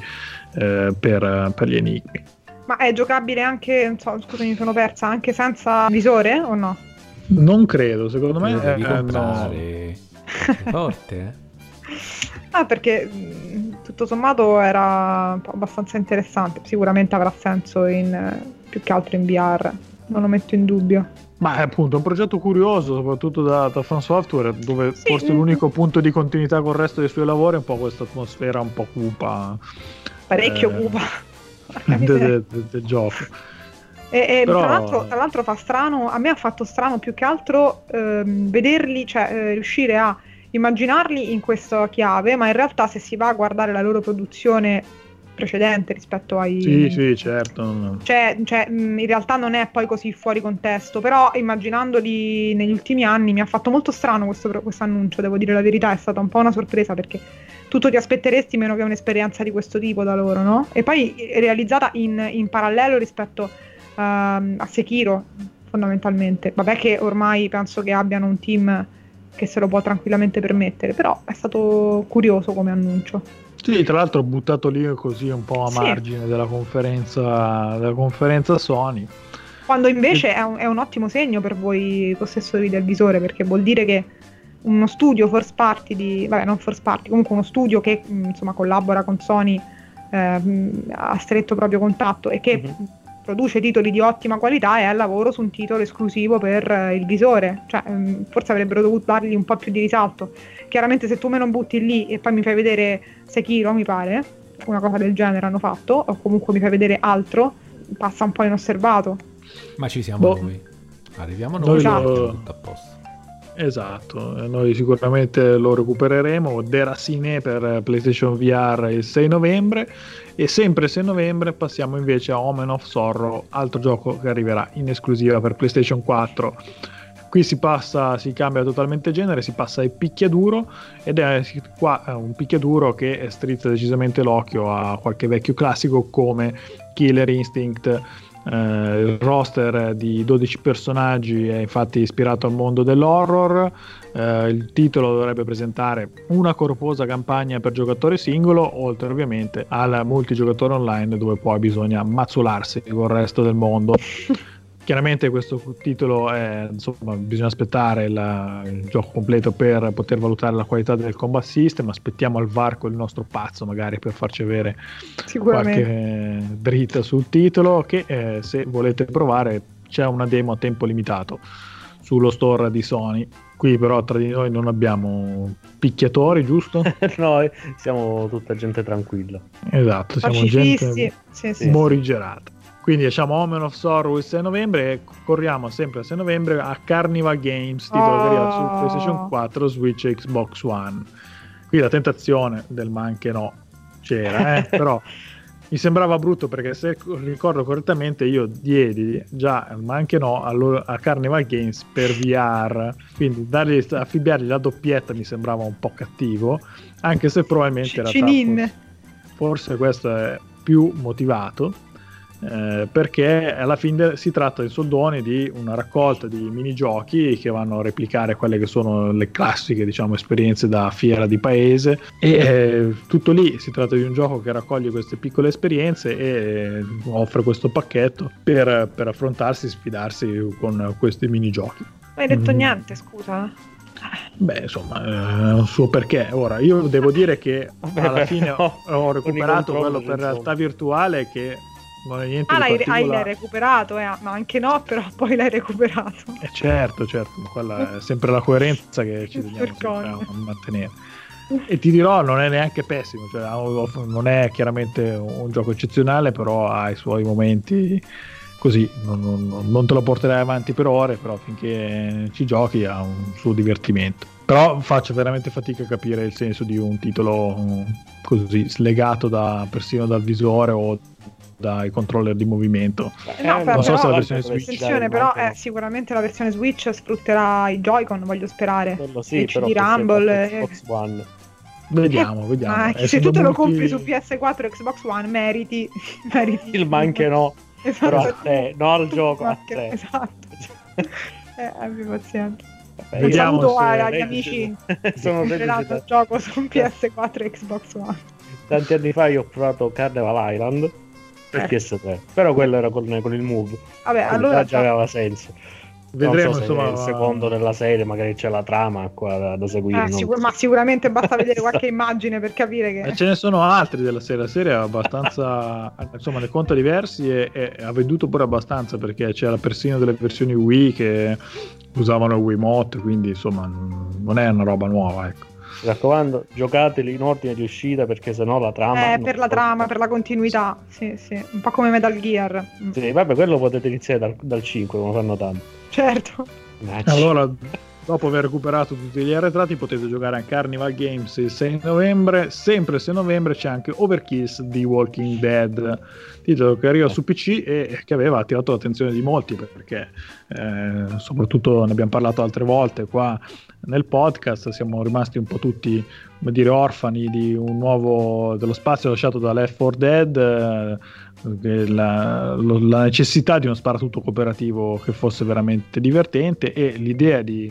per gli enigmi. Ma è giocabile anche, scusami, mi sono persa, anche senza visore o no? Non credo, secondo me devi comprare. No. È forte, perché tutto sommato era abbastanza interessante. Sicuramente avrà senso più che altro in VR, non lo metto in dubbio. Ma è appunto un progetto curioso, soprattutto da From Software, dove forse l'unico punto di continuità con il resto dei suoi lavori è un po' questa atmosfera un po' cupa, parecchio cupa del gioco. Però... tra l'altro fa strano, a me ha fatto strano più che altro vederli, riuscire a immaginarli in questa chiave, ma in realtà se si va a guardare la loro produzione precedente rispetto ai... Sì, certo. In realtà non è poi così fuori contesto, però immaginandoli negli ultimi anni mi ha fatto molto strano questo annuncio, devo dire la verità, è stata un po' una sorpresa, perché tu ti aspetteresti meno che un'esperienza di questo tipo da loro, no? E poi realizzata in parallelo rispetto a Sekiro, fondamentalmente. Vabbè che ormai penso che abbiano un team che se lo può tranquillamente permettere, però è stato curioso come annuncio. Sì, tra l'altro buttato lì così un po' a margine della conferenza Sony. Quando invece è un ottimo segno per voi possessori del visore, perché vuol dire che uno studio first party comunque uno studio che insomma collabora con Sony a stretto proprio contatto e che produce titoli di ottima qualità e al lavoro su un titolo esclusivo per il visore, forse avrebbero dovuto dargli un po' più di risalto. Chiaramente se tu me lo butti lì e poi mi fai vedere Sekiro, mi pare, una cosa del genere hanno fatto, o comunque mi fai vedere altro, passa un po' inosservato. Ma ci siamo noi, arriviamo noi, tutto a posto. Esatto, noi sicuramente lo recupereremo. Déraciné per PlayStation VR il 6 novembre. E sempre il 6 novembre passiamo invece a Omen of Sorrow, altro gioco che arriverà in esclusiva per PlayStation 4. Qui si cambia totalmente genere, si passa ai picchiaduro, ed è un picchiaduro che strizza decisamente l'occhio a qualche vecchio classico come Killer Instinct. Il roster di 12 personaggi è infatti ispirato al mondo dell'horror. Il titolo dovrebbe presentare una corposa campagna per giocatore singolo, oltre ovviamente al multigiocatore online dove poi bisogna mazzolarsi con il resto del mondo. Chiaramente questo titolo bisogna aspettare il gioco completo per poter valutare la qualità del combat system. Aspettiamo al varco il nostro pazzo magari per farci avere qualche dritta sul titolo, che se volete provare c'è una demo a tempo limitato sullo store di Sony. Qui però tra di noi non abbiamo picchiatori, giusto? No, siamo tutta gente tranquilla. Esatto, siamo pacifisti. Gente morigerata. Quindi diciamo Omen of Sorrow il 6 novembre e corriamo sempre il 6 novembre a Carnival Games, titolo che arriva su PlayStation 4, Switch e Xbox One. Qui la tentazione del ma anche no c'era, però Mi sembrava brutto perché se ricordo correttamente io diedi già, ma anche no, a Carnival Games per VR, quindi affibbiargli la doppietta mi sembrava un po' cattivo, anche se probabilmente in realtà forse questo è più motivato, perché alla fine si tratta in soldoni di una raccolta di minigiochi che vanno a replicare quelle che sono le classiche, diciamo, esperienze da fiera di paese, e tutto lì. Si tratta di un gioco che raccoglie queste piccole esperienze e offre questo pacchetto per affrontarsi, sfidarsi con questi minigiochi. Non hai detto niente, scusa. Beh, insomma, un suo perché. Ora, io devo dire che alla fine ho recuperato quello per realtà virtuale, che non è niente di particolare. L'hai recuperato, ma anche no, però poi l'hai recuperato. Certo, ma quella è sempre la coerenza che ci dobbiamo mantenere. E ti dirò, non è neanche pessimo, cioè, non è chiaramente un gioco eccezionale, però ha i suoi momenti così, non te lo porterai avanti per ore, però finché ci giochi ha un suo divertimento. Però faccio veramente fatica a capire il senso di un titolo così slegato persino dal visore o dai controller di movimento. Non so se la versione Switch, però sicuramente la versione Switch sfrutterà i Joy-Con, voglio sperare. Quello sì, CD Rumble, Xbox One. Vediamo. Se tu te lo compri su PS4 e Xbox One meriti il ma anche no. Esatto. Però a te, no al gioco, a te. Esatto. Abbi pazienza. Vediamo saluto agli amici sono il gioco su PS4 e Xbox One. Tanti anni fa io ho provato Carnival Island per PS3, però quello era con il Move. Vabbè, allora già aveva senso. Vedremo, non so se il secondo della serie magari c'è la trama qua da seguire. Ma sicuramente basta vedere qualche immagine per capire che ce ne sono altri della serie. La serie è abbastanza, insomma, ne conta diversi e ha venduto pure abbastanza, perché c'era persino delle versioni Wii che usavano il Wiimote, quindi insomma non è una roba nuova, ecco. Mi raccomando, giocateli in ordine di uscita, perché sennò la trama per la trama, per la continuità, sì, un po' come Metal Gear. Sì, vabbè, quello potete iniziare dal 5, come fanno tanto. Certo. Allora, dopo aver recuperato tutti gli arretrati, potete giocare a Carnival Games il 6 novembre. Sempre il 6 novembre c'è anche Overkill The Walking Dead, titolo che arriva su PC e che aveva attirato l'attenzione di molti, perché soprattutto ne abbiamo parlato altre volte qua nel podcast, siamo rimasti un po' tutti, come dire, orfani di dello spazio lasciato da Left 4 Dead, la necessità di uno sparatutto cooperativo che fosse veramente divertente, e l'idea di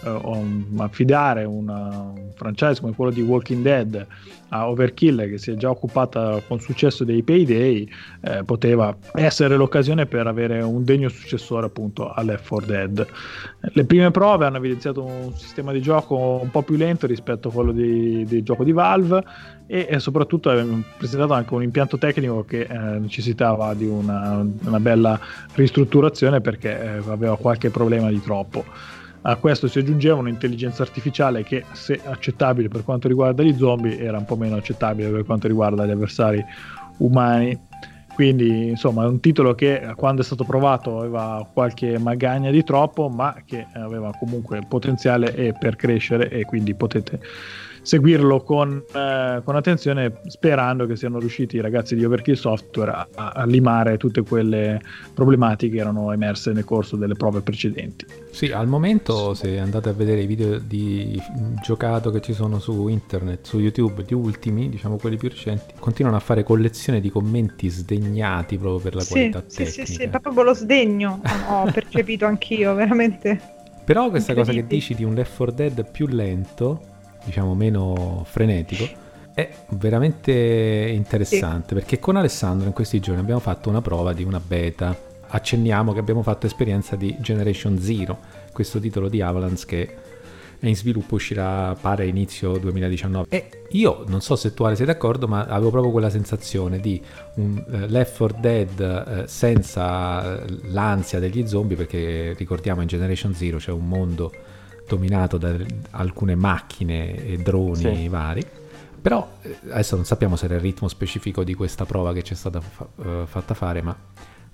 affidare un franchise come quello di Walking Dead a Overkill, che si è già occupata con successo dei Payday, poteva essere l'occasione per avere un degno successore appunto a Left 4 Dead. Le prime prove hanno evidenziato un sistema di gioco un po' più lento rispetto a quello di gioco di Valve, e soprattutto ha presentato anche un impianto tecnico che necessitava di una bella ristrutturazione, perché aveva qualche problema di troppo. A questo si aggiungeva un'intelligenza artificiale che, se accettabile per quanto riguarda gli zombie, era un po' meno accettabile per quanto riguarda gli avversari umani. Quindi insomma è un titolo che, quando è stato provato, aveva qualche magagna di troppo, ma che aveva comunque potenziale per crescere, e quindi potete seguirlo con attenzione, sperando che siano riusciti i ragazzi di Overkill Software a limare tutte quelle problematiche che erano emerse nel corso delle prove precedenti. Sì, al momento, se andate a vedere i video di giocato che ci sono su internet, su YouTube, gli ultimi, diciamo quelli più recenti, continuano a fare collezione di commenti sdegnati proprio per la qualità tecnica. Sì, proprio lo sdegno ho percepito anch'io, veramente. Però questa cosa che dici di un Left 4 Dead più lento, diciamo meno frenetico, è veramente interessante, perché con Alessandro in questi giorni abbiamo fatto una prova di una beta. Accenniamo che abbiamo fatto esperienza di Generation Zero, questo titolo di Avalanche che è in sviluppo, uscirà pare inizio 2019, e io non so se tu Ale sei d'accordo, ma avevo proprio quella sensazione di un Left 4 Dead senza l'ansia degli zombie, perché ricordiamo in Generation Zero c'è un mondo dominato da alcune macchine e droni vari, però adesso non sappiamo se era il ritmo specifico di questa prova che ci è stata fatta fare, ma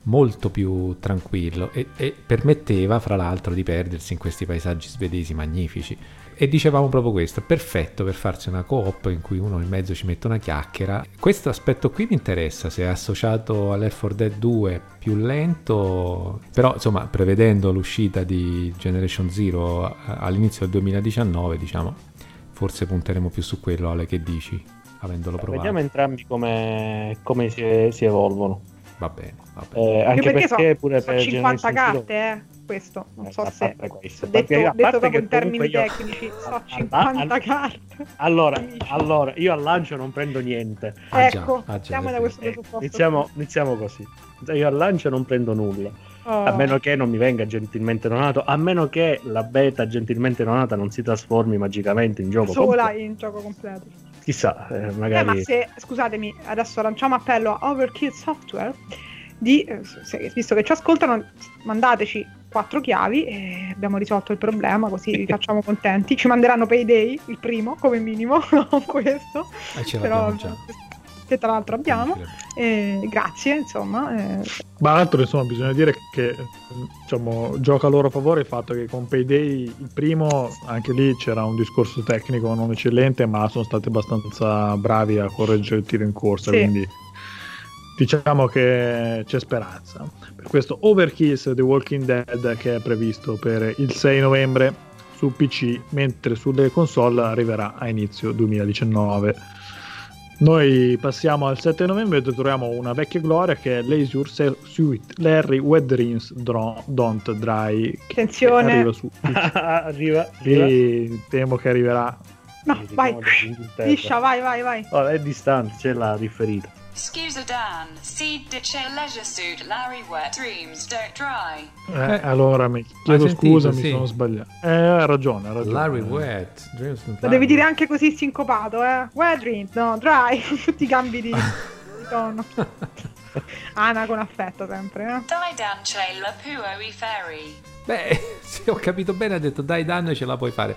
molto più tranquillo e permetteva fra l'altro di perdersi in questi paesaggi svedesi magnifici. E dicevamo proprio questo, perfetto per farsi una coop in cui uno in mezzo ci mette una chiacchiera. Questo aspetto qui mi interessa, se è associato all'Left 4 Dead 2 più lento, però insomma prevedendo l'uscita di Generation Zero all'inizio del 2019, diciamo, forse punteremo più su quello. Ale, che dici, avendolo provato? Vediamo entrambi come si evolvono. Va bene, va bene. Anche perché so, pure so per 50 Generation carte, questo, non so a se parte questo, detto a parte proprio che in termini comunque io- tecnici, so 50 carte. Allora, Amici. io al lancio non prendo niente. Ah, già, Ecco, ah, già, siamo è da vero. questo presupposto. Iniziamo così. Io al lancio non prendo nulla. Oh. A meno che non mi venga gentilmente donato, a meno che la beta gentilmente donata non si trasformi magicamente in gioco sola completo. in gioco completo. Chissà, Ma magari se, scusatemi, adesso lanciamo appello a Overkill Software di, visto che ci ascoltano, mandateci 4 chiavi e abbiamo risolto il problema, così vi facciamo contenti. Ci manderanno Payday, il primo, come minimo, non questo. Ce Però l'abbiamo già. che tra l'altro abbiamo. Grazie, insomma. Ma l'altro, insomma, bisogna dire che diciamo, gioca a loro favore il fatto che con Payday il primo, anche lì c'era un discorso tecnico non eccellente, ma sono stati abbastanza bravi a correggere il tiro in corsa, Sì. quindi diciamo che c'è speranza. Per questo Overkill The Walking Dead, che è previsto per il 6 novembre su PC, mentre sulle console arriverà a inizio 2019. Noi passiamo al 7 novembre e troviamo una vecchia gloria che è Leisure Suite Larry Wet Dreams Don't Dry, che Attenzione. arriva su arriva. e temo che arriverà. No, vai. Inghilterra. Liscia, vai. Oh, è distante, c'è la differita. Scusa Dan, Seed dice leisure suit Larry Wet Dreams Don't Dry. Allora mi chiedo sentito, scusa, sì. mi sono sbagliato. Ha ragione. Larry Wet Dreams Don't Lo Dry. devi dire anche così sincopato, Wet Dreams, no, dry. Tutti i cambi di tono. Ana con affetto sempre, Dai Dan c'è la pua i ferry. Beh, se ho capito bene ha detto dai danno ce la puoi fare.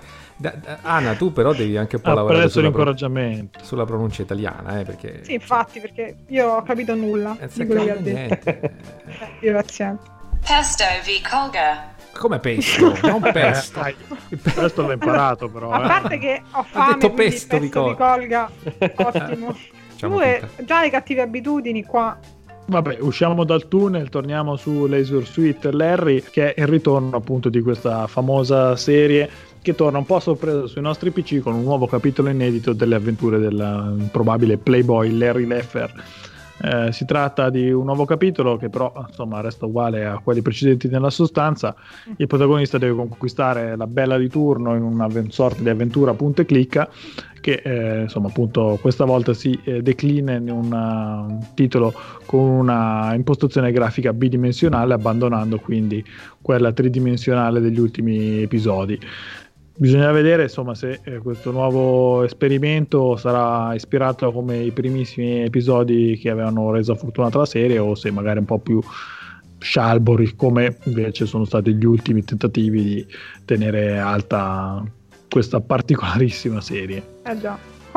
Ana, tu però devi anche un po' lavorare Apprezzo l'incoraggiamento. sulla pronuncia italiana, perché Sì, infatti, perché io ho capito nulla di quello che ha detto. niente. Io paziente. Pesto v Colga. Come pesto, non pesto. Questo l'ho imparato però. A parte che ho fame, detto quindi pesto vi vi colga. Ottimo. Facciamo Due, finta. già le cattive abitudini qua. Vabbè, usciamo dal tunnel, torniamo su Leisure Suite Larry, che è il ritorno appunto di questa famosa serie che torna un po' a sorpresa sui nostri PC con un nuovo capitolo inedito delle avventure del improbabile playboy Larry Leffer. Si tratta di un nuovo capitolo che però insomma resta uguale a quelli precedenti nella sostanza. Il protagonista deve conquistare la bella di turno in una sorta di avventura punta e clicca che insomma appunto questa volta si declina in un titolo con una impostazione grafica bidimensionale, abbandonando quindi quella tridimensionale degli ultimi episodi. Bisogna vedere insomma se questo nuovo esperimento sarà ispirato come i primissimi episodi che avevano reso fortunata la serie o se magari un po' più scialbori come invece sono stati gli ultimi tentativi di tenere alta questa particolarissima serie. Già.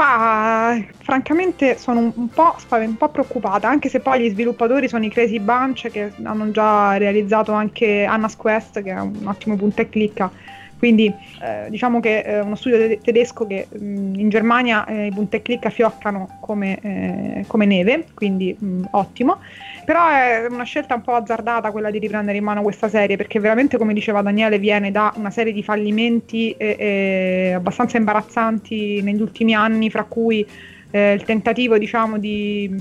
Qua francamente sono un po' preoccupata, anche se poi gli sviluppatori sono i Crazy Bunch che hanno già realizzato anche Anna's Quest, che è un ottimo punta e clicca. Quindi diciamo che è uno studio tedesco che in Germania i punta e clicca fioccano come neve, quindi ottimo. Però è una scelta un po' azzardata quella di riprendere in mano questa serie, perché veramente, come diceva Daniele, viene da una serie di fallimenti abbastanza imbarazzanti negli ultimi anni, fra cui il tentativo diciamo di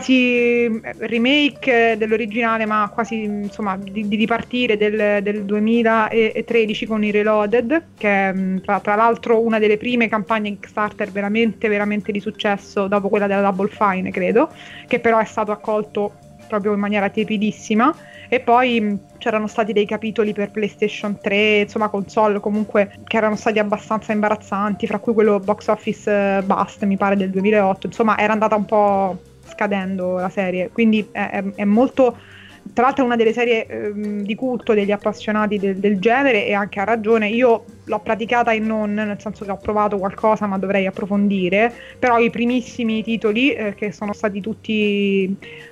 quasi remake dell'originale, ma quasi insomma di ripartire del 2013 con i Reloaded, che è tra l'altro una delle prime campagne Kickstarter veramente veramente di successo dopo quella della Double Fine, credo, che però è stato accolto proprio in maniera tiepidissima. E poi c'erano stati dei capitoli per PlayStation 3, insomma console comunque, che erano stati abbastanza imbarazzanti, fra cui quello Box Office Bust, mi pare del 2008, insomma era andata un po' scadendo la serie, quindi è molto, tra l'altro è una delle serie di culto degli appassionati del genere, e anche a ragione. Io l'ho praticata e non, nel senso che ho provato qualcosa ma dovrei approfondire, però i primissimi titoli che sono stati tutti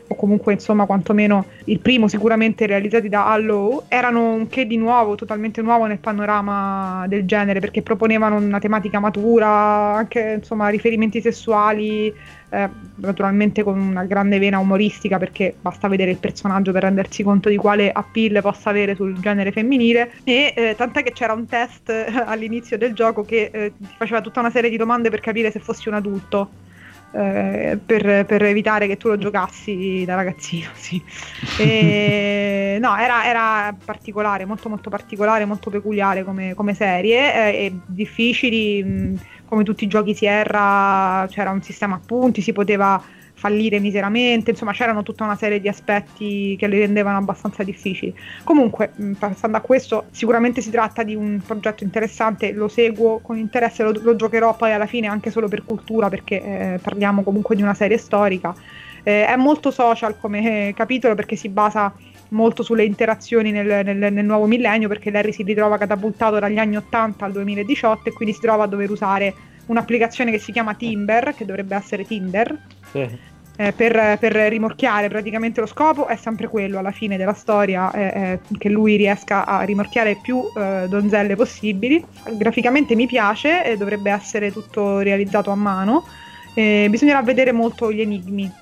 o comunque insomma quantomeno il primo sicuramente realizzati da Allow, erano un che di nuovo, totalmente nuovo nel panorama del genere, perché proponevano una tematica matura, anche insomma riferimenti sessuali, naturalmente con una grande vena umoristica, perché basta vedere il personaggio per rendersi conto di quale appeal possa avere sul genere femminile, e tant'è che c'era un test all'inizio del gioco che ti faceva tutta una serie di domande per capire se fossi un adulto, per evitare che tu lo giocassi da ragazzino, sì. No, era particolare, molto molto particolare, molto peculiare come serie, e difficili, come tutti i giochi Sierra. C'era un sistema a punti, si poteva fallire miseramente, insomma c'erano tutta una serie di aspetti che li rendevano abbastanza difficili. Comunque, passando a questo, sicuramente si tratta di un progetto interessante, lo seguo con interesse, lo giocherò poi alla fine anche solo per cultura, perché parliamo comunque di una serie storica. È molto social come capitolo, perché si basa molto sulle interazioni nel nuovo millennio, perché Larry si ritrova catapultato dagli anni 80 al 2018 e quindi si trova a dover usare un'applicazione che si chiama Timber, che dovrebbe essere Tinder, sì. Per rimorchiare. Praticamente lo scopo è sempre quello alla fine della storia, che lui riesca a rimorchiare più donzelle possibili. Graficamente mi piace, dovrebbe essere tutto realizzato a mano. Bisognerà vedere molto gli enigmi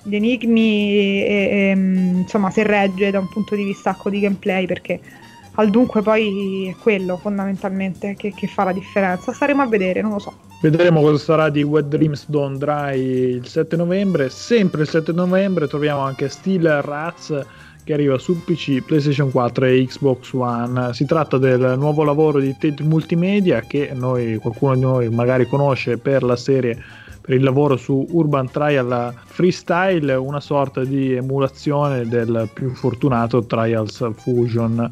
insomma, se regge da un punto di vista di gameplay, perché al dunque poi è quello fondamentalmente che fa la differenza. Staremo a vedere, non lo so. Vedremo cosa sarà di Wet Dreams Don't Dry il 7 novembre. Sempre il 7 novembre troviamo anche Steel Rats, che arriva su PC, PlayStation 4 e Xbox One. Si tratta del nuovo lavoro di Tate Multimedia, che qualcuno di noi magari conosce per la serie, per il lavoro su Urban Trial Freestyle, una sorta di emulazione del più fortunato Trials Fusion.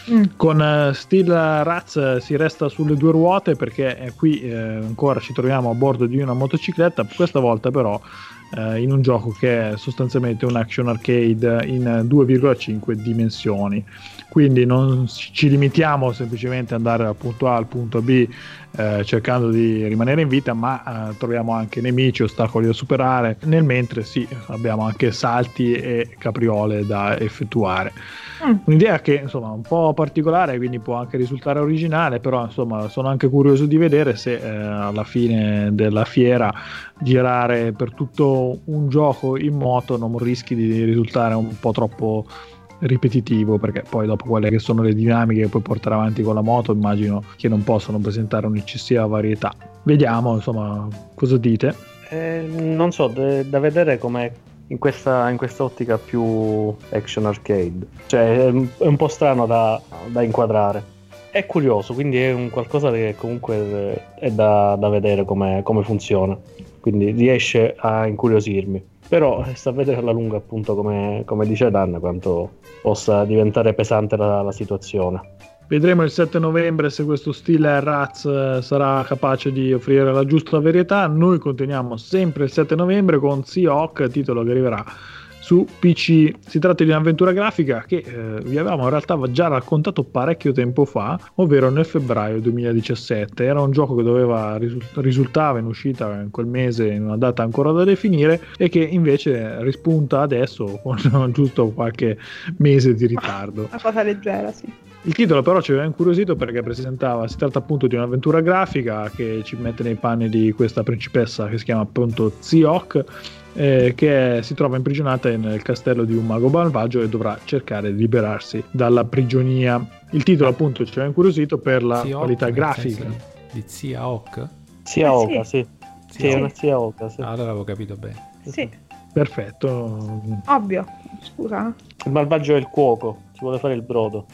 Con Steel Rats si resta sulle due ruote, perché qui ancora ci troviamo a bordo di una motocicletta, questa volta però in un gioco che è sostanzialmente un action arcade in 2,5 dimensioni. Quindi non ci limitiamo semplicemente ad andare dal punto A al punto B cercando di rimanere in vita, ma troviamo anche nemici, ostacoli da superare, nel mentre sì, abbiamo anche salti e capriole da effettuare. Un'idea che insomma un po' particolare, quindi può anche risultare originale, però insomma sono anche curioso di vedere se alla fine della fiera girare per tutto un gioco in moto non rischi di risultare un po' troppo ripetitivo, perché poi dopo quelle che sono le dinamiche che puoi portare avanti con la moto immagino che non possono presentare un'eccessiva varietà. Vediamo insomma cosa dite. Non so, da vedere com'è in questa ottica più action arcade, cioè è un po' strano da inquadrare. È curioso, quindi è un qualcosa che comunque è da vedere come funziona, quindi riesce a incuriosirmi. Però sta a vedere alla lunga, appunto, come dice Dan, quanto possa diventare pesante la situazione. Vedremo il 7 novembre se questo Steel Rats sarà capace di offrire la giusta varietà. Noi continuiamo sempre il 7 novembre con Seahawk, titolo che arriverà su PC. Si tratta di un'avventura grafica che vi avevamo in realtà già raccontato parecchio tempo fa, ovvero nel febbraio 2017. Era un gioco che risultava in uscita in quel mese, in una data ancora da definire, e che invece rispunta adesso con giusto qualche mese di ritardo. Una cosa leggera, sì. Il titolo però ci aveva incuriosito perché si tratta appunto di un'avventura grafica che ci mette nei panni di questa principessa che si chiama appunto Seahawk, che si trova imprigionata nel castello di un mago malvagio e dovrà cercare di liberarsi dalla prigionia. Il titolo appunto ci aveva incuriosito per la qualità grafica. Di Seahawk? Seahawk, sì. Sì, una Seahawk, sì. Allora avevo capito bene. Sì. Perfetto. Ovvio, scusa. Il malvagio è il cuoco, ci vuole fare il brodo.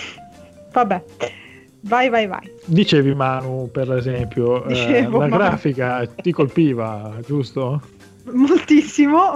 Vabbè, vai. Dicevi Manu, per esempio, la grafica ti colpiva, giusto? Moltissimo,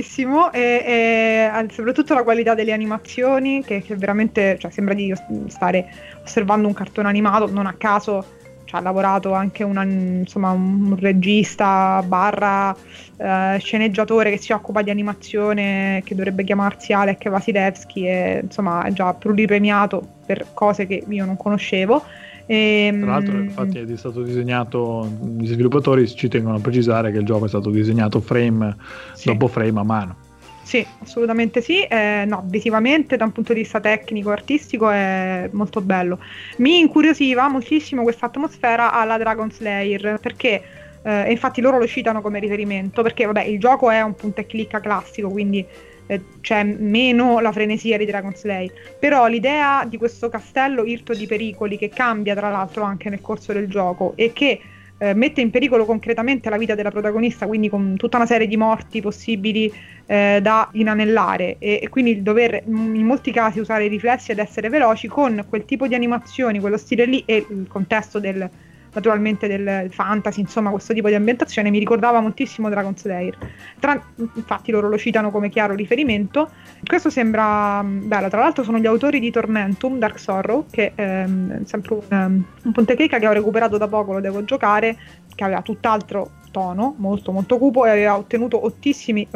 e soprattutto la qualità delle animazioni che veramente, cioè, sembra di stare osservando un cartone animato. Non a caso ha lavorato anche un regista / sceneggiatore che si occupa di animazione, che dovrebbe chiamarsi Alek Vasilevsky, e insomma è già pluripremiato per cose che io non conoscevo. Tra l'altro infatti è stato disegnato, gli sviluppatori ci tengono a precisare che il gioco è stato disegnato frame dopo frame a mano. Sì, assolutamente sì. No, visivamente, da un punto di vista tecnico, artistico, è molto bello. Mi incuriosiva moltissimo questa atmosfera alla Dragon Slayer, perché e infatti loro lo citano come riferimento, perché vabbè, il gioco è un punta e clicca classico, quindi c'è meno la frenesia di Dragon Slayer, però l'idea di questo castello irto di pericoli, che cambia tra l'altro anche nel corso del gioco e che mette in pericolo concretamente la vita della protagonista, quindi con tutta una serie di morti possibili da inanellare, e quindi il dover in molti casi usare i riflessi ed essere veloci, con quel tipo di animazioni, quello stile lì, e il contesto naturalmente del fantasy, insomma questo tipo di ambientazione mi ricordava moltissimo Dragon Slayer. Infatti loro lo citano come chiaro riferimento. Questo sembra bello, tra l'altro sono gli autori di Tormentum, Dark Sorrow, che è sempre un puntecheca che ho recuperato da poco, lo devo giocare, che aveva tutt'altro tono, molto molto cupo, e aveva ottenuto ottimissimi,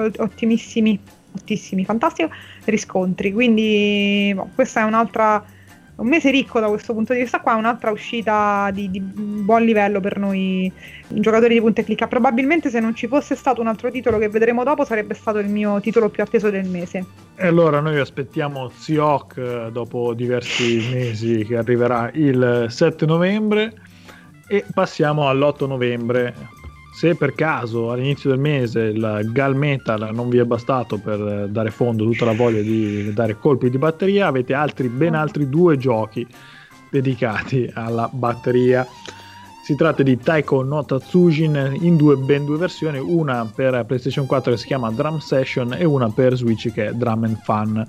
fantastico riscontri, quindi questa è un mese ricco da questo punto di vista qua, un'altra uscita di buon livello per noi giocatori di punta e clicca. Probabilmente se non ci fosse stato un altro titolo che vedremo dopo, sarebbe stato il mio titolo più atteso del mese. E allora noi aspettiamo Seahawk dopo diversi mesi, che arriverà il 7 novembre, e passiamo all'8 novembre. Se per caso all'inizio del mese il Gal Metal non vi è bastato per dare fondo tutta la voglia di dare colpi di batteria, avete ben altri 2 giochi dedicati alla batteria. Si tratta di Taiko no Tatsujin in ben due versioni, una per PlayStation 4 che si chiama Drum Session e una per Switch che è Drum and Fun.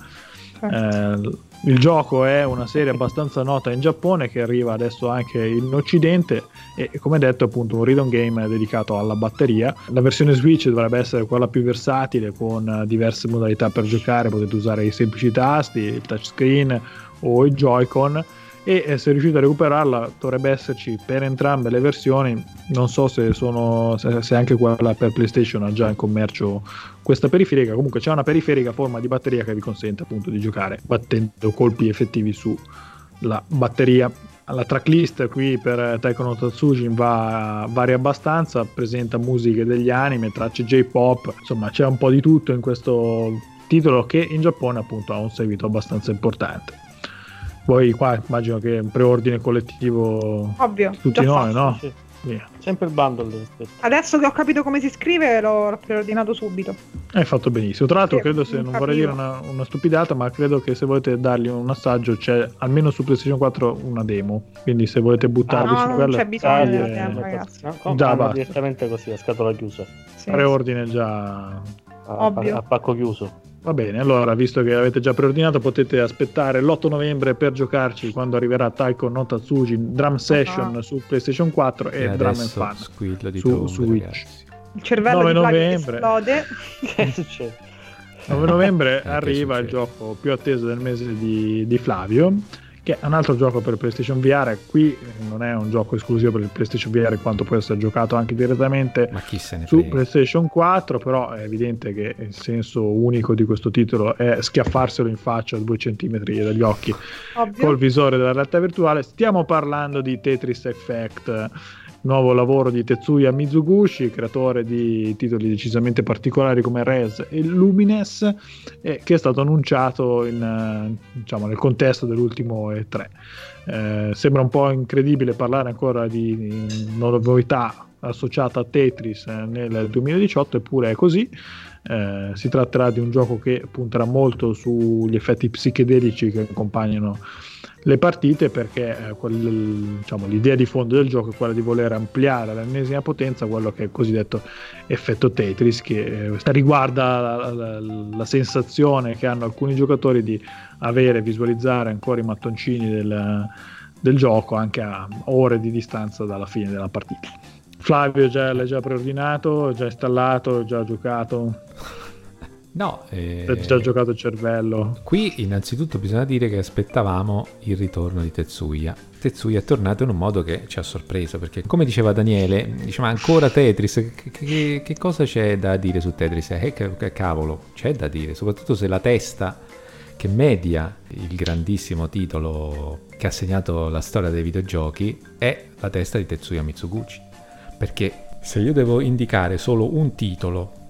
Il gioco è una serie abbastanza nota in Giappone, che arriva adesso anche in Occidente, e come detto è appunto un rhythm game dedicato alla batteria. La versione Switch dovrebbe essere quella più versatile, con diverse modalità per giocare, potete usare i semplici tasti, il touchscreen o i Joy-Con, e se riuscite a recuperarla dovrebbe esserci per entrambe le versioni. Non so se anche quella per PlayStation ha già in commercio questa periferica. Comunque c'è una periferica a forma di batteria che vi consente appunto di giocare battendo colpi effettivi sulla batteria. La tracklist qui per Taiko no Tatsujin varia abbastanza, presenta musiche degli anime, tracce J-pop, insomma c'è un po' di tutto in questo titolo, che in Giappone appunto ha un seguito abbastanza importante. Poi qua immagino che è un preordine collettivo. Ovvio, tutti noi, no? Sì. Sempre il bundle. Adesso che ho capito come si scrive, l'ho preordinato subito. Hai fatto benissimo. Tra l'altro, Sì, credo, se non vorrei dire una stupidata, ma credo che se volete dargli un assaggio, c'è almeno su PlayStation 4 una demo. Quindi se volete buttarvi su quella, non c'è bisogno della demo, ragazzi. Già direttamente così, a scatola chiusa. Sì. Preordine già Ovvio. A pacco chiuso. Va bene, allora, visto che avete già preordinato, potete aspettare l'8 novembre per giocarci, quando arriverà Taiko no Tatsujin Drum Session su PlayStation 4 e Drum and Fun squillo di su tombe, Switch. ragazzi. Il cervello 9 di Flavio novembre. esplode. Che succede? 9 novembre Che arriva il succede? gioco più atteso del mese di Flavio, che è un altro gioco per PlayStation VR. Qui non è un gioco esclusivo per il PlayStation VR, in quanto può essere giocato anche direttamente Ma chi se ne su frega? PlayStation 4, però è evidente che il senso unico di questo titolo è schiaffarselo in faccia a 2 centimetri dagli occhi Ovvio. col visore della realtà virtuale. Stiamo parlando di Tetris Effect, nuovo lavoro di Tetsuya Mizuguchi, creatore di titoli decisamente particolari come Rez e Lumines, che è stato annunciato nel contesto dell'ultimo E3. Sembra un po' incredibile parlare ancora di novità associata a Tetris nel 2018, eppure è così. Si tratterà di un gioco che punterà molto sugli effetti psichedelici che accompagnano le partite, perché l'idea di fondo del gioco è quella di voler ampliare all'ennesima potenza quello che è il cosiddetto effetto Tetris, che riguarda la sensazione che hanno alcuni giocatori di visualizzare ancora i mattoncini del gioco anche a ore di distanza dalla fine della partita. Flavio, l'hai già preordinato, già installato, già giocato? No, Hai già giocato il cervello? qui innanzitutto bisogna dire che aspettavamo il ritorno di Tetsuya. Tetsuya è tornato in un modo che ci ha sorpreso, perché come diceva Daniele, diceva ancora Tetris, che cosa c'è da dire su Tetris? Che cavolo, c'è da dire, soprattutto se la testa che media il grandissimo titolo che ha segnato la storia dei videogiochi è la testa di Tetsuya Mizuguchi. Perché se io devo indicare solo un titolo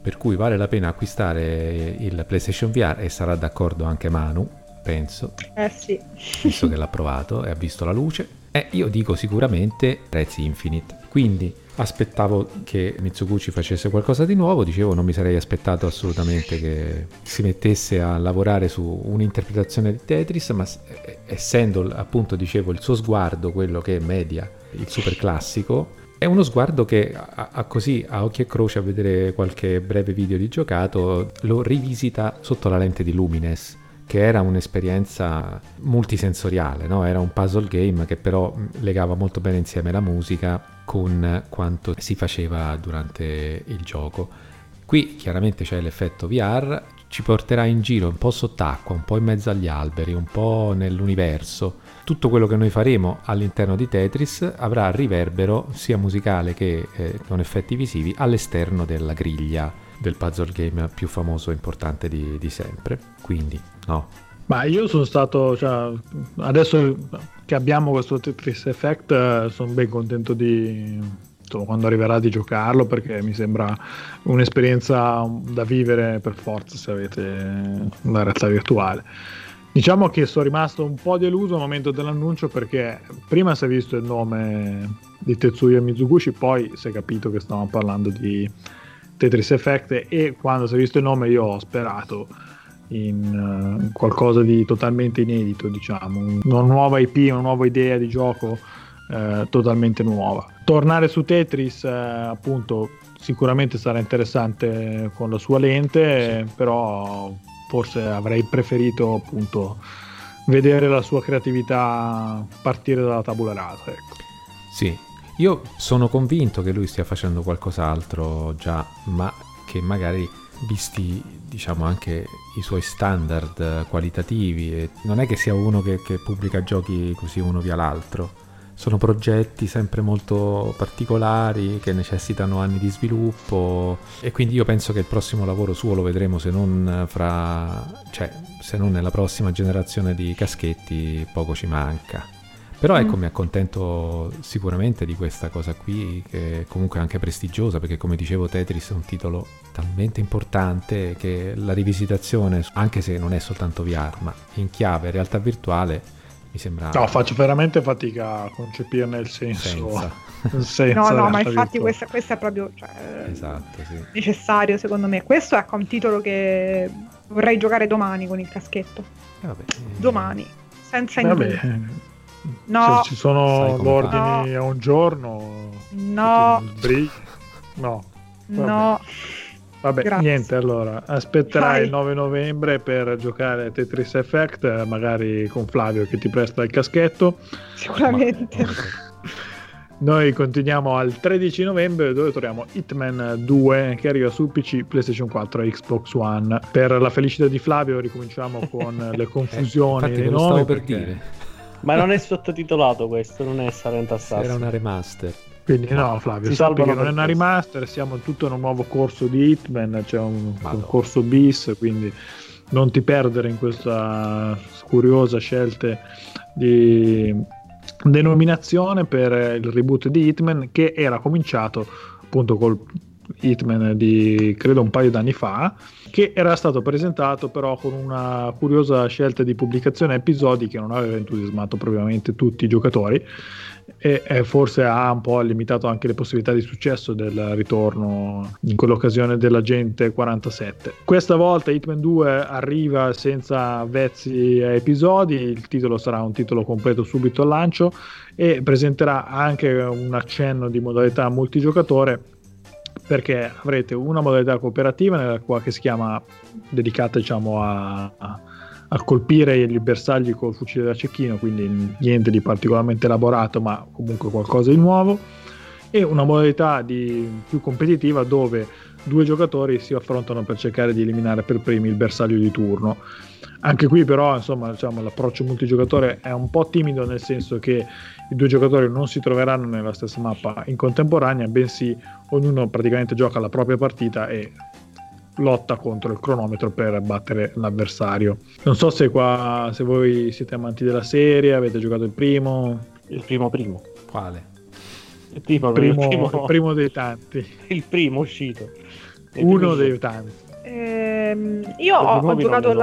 per cui vale la pena acquistare il PlayStation VR, e sarà d'accordo anche Manu, penso, Sì. visto che l'ha provato e ha visto la luce. Io dico sicuramente Rezi Infinite. Quindi aspettavo che Mizuguchi facesse qualcosa di nuovo, dicevo non mi sarei aspettato assolutamente che si mettesse a lavorare su un'interpretazione di Tetris, ma essendo appunto, dicevo, il suo sguardo quello che media il super classico, è uno sguardo che così a occhio e croce, a vedere qualche breve video di giocato, lo rivisita sotto la lente di Lumines, che era un'esperienza multisensoriale, no? Era un puzzle game che però legava molto bene insieme la musica con quanto si faceva durante il gioco. Qui chiaramente c'è l'effetto VR, ci porterà in giro un po' sott'acqua, un po' in mezzo agli alberi, un po' nell'universo. Tutto quello che noi faremo all'interno di Tetris avrà riverbero sia musicale che con effetti visivi all'esterno della griglia del puzzle game più famoso e importante di sempre. Quindi no. Ma io sono stato, cioè, adesso che abbiamo questo Tetris Effect, sono ben contento quando arriverà di giocarlo, perché mi sembra un'esperienza da vivere per forza se avete la realtà virtuale. Diciamo che sono rimasto un po' deluso al momento dell'annuncio, perché prima si è visto il nome di Tetsuya Mizuguchi, poi si è capito che stavamo parlando di Tetris Effect, e quando si è visto il nome io ho sperato in qualcosa di totalmente inedito, diciamo, una nuova IP, una nuova idea di gioco totalmente nuova. Tornare su Tetris appunto sicuramente sarà interessante con la sua lente, però forse avrei preferito appunto vedere la sua creatività partire dalla tabula rasa, ecco. Sì, io sono convinto che lui stia facendo qualcos'altro già, ma che magari, visti diciamo anche i suoi standard qualitativi, e non è che sia uno che pubblica giochi così uno via l'altro. Sono progetti sempre molto particolari che necessitano anni di sviluppo, e quindi io penso che il prossimo lavoro suo lo vedremo se non se non nella prossima generazione di caschetti, poco ci manca. Però ecco, mi accontento sicuramente di questa cosa qui, che è comunque anche prestigiosa, perché come dicevo Tetris è un titolo talmente importante che la rivisitazione, anche se non è soltanto VR, ma in chiave realtà virtuale, mi sembra... No, faccio veramente fatica a concepirne il senso. No, ma infatti questa è proprio esatto, sì, necessario secondo me. Questo è un titolo che vorrei giocare domani con il caschetto. Domani, senza indubbio. No, se ci sono l'ordini a un giorno, no. Vabbè, Grazie. niente, allora aspetterai Vai. il 9 novembre per giocare Tetris Effect, magari con Flavio che ti presta il caschetto. Sicuramente. Noi continuiamo al 13 novembre, dove troviamo Hitman 2 che arriva su PC, PlayStation 4 e Xbox One. Per la felicità di Flavio ricominciamo con le confusioni infatti dei lo stavo nomi, per perché... dire. Ma non è sottotitolato questo, non è Silent Assassin. Era una remaster. Quindi no, Flavio, si sappi che salvano non è per una questo. remaster, siamo tutto in un nuovo corso di Hitman, c'è un corso bis, quindi non ti perdere in questa curiosa scelta di denominazione per il reboot di Hitman, che era cominciato appunto col Hitman di credo un paio d'anni fa, che era stato presentato però con una curiosa scelta di pubblicazione a episodi che non aveva entusiasmato propriamente tutti i giocatori, e forse ha un po' limitato anche le possibilità di successo del ritorno in quell'occasione dell'agente 47. Questa volta Hitman 2 arriva senza vezzi a episodi, il titolo sarà un titolo completo subito al lancio e presenterà anche un accenno di modalità multigiocatore, perché avrete una modalità cooperativa che si chiama, dedicata diciamo a colpire gli bersagli col fucile da cecchino, quindi niente di particolarmente elaborato ma comunque qualcosa di nuovo, e una modalità più competitiva dove due giocatori si affrontano per cercare di eliminare per primi il bersaglio di turno. Anche qui però insomma diciamo, l'approccio multigiocatore è un po' timido, nel senso che i due giocatori non si troveranno nella stessa mappa in contemporanea, bensì ognuno praticamente gioca la propria partita e lotta contro il cronometro per battere l'avversario. Non so se voi siete amanti della serie, avete giocato il primo. Quale? Il primo Primo dei tanti. Il primo uscito. Uno dei tanti. Io ho nuovi non giocato ne so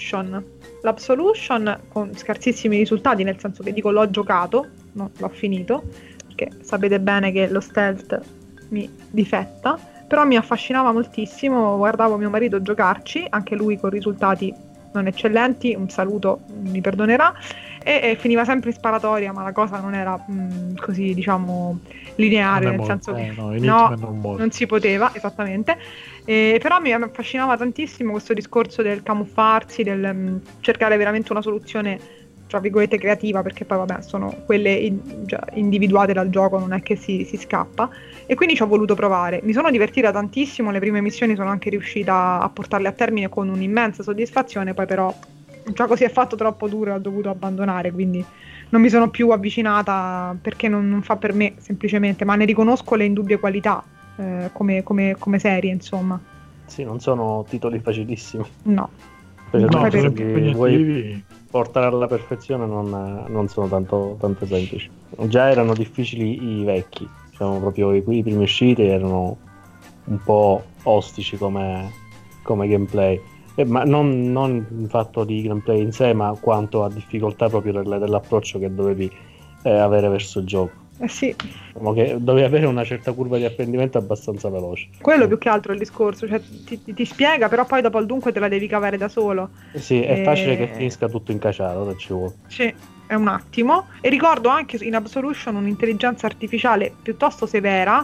l'Absolution con scarsissimi risultati, nel senso che dico l'ho giocato, non l'ho finito, perché sapete bene che lo stealth mi difetta, però mi affascinava moltissimo, guardavo mio marito giocarci, anche lui con risultati non eccellenti, un saluto, mi perdonerà, e finiva sempre in sparatoria, ma la cosa non era così, diciamo, lineare, nel senso che non si poteva, esattamente. Però mi affascinava tantissimo questo discorso del camuffarsi, del cercare veramente una soluzione, tra virgolette, creativa, perché poi vabbè sono quelle già individuate dal gioco, non è che si scappa, e quindi ci ho voluto provare. Mi sono divertita tantissimo, le prime missioni sono anche riuscita a portarle a termine con un'immensa soddisfazione, poi però il gioco si è fatto troppo duro e ho dovuto abbandonare, quindi non mi sono più avvicinata perché non fa per me semplicemente, ma ne riconosco le indubbie qualità come serie, insomma. Sì, non sono titoli facilissimi. No. Specialmente se vuoi portare alla perfezione non sono tanto semplici. Già erano difficili i vecchi, diciamo proprio i primi usciti erano un po' ostici come gameplay. Ma non in fatto di gameplay in sé, ma quanto a difficoltà proprio dell'approccio che dovevi avere verso il gioco. Sì. Diciamo che dovevi avere una certa curva di apprendimento abbastanza veloce. Quello più che altro è il discorso, cioè ti spiega, però poi dopo il dunque te la devi cavare da solo. Sì, è facile che finisca tutto incacciato, se ci vuole. Sì, è un attimo. E ricordo anche in Absolution un'intelligenza artificiale piuttosto severa,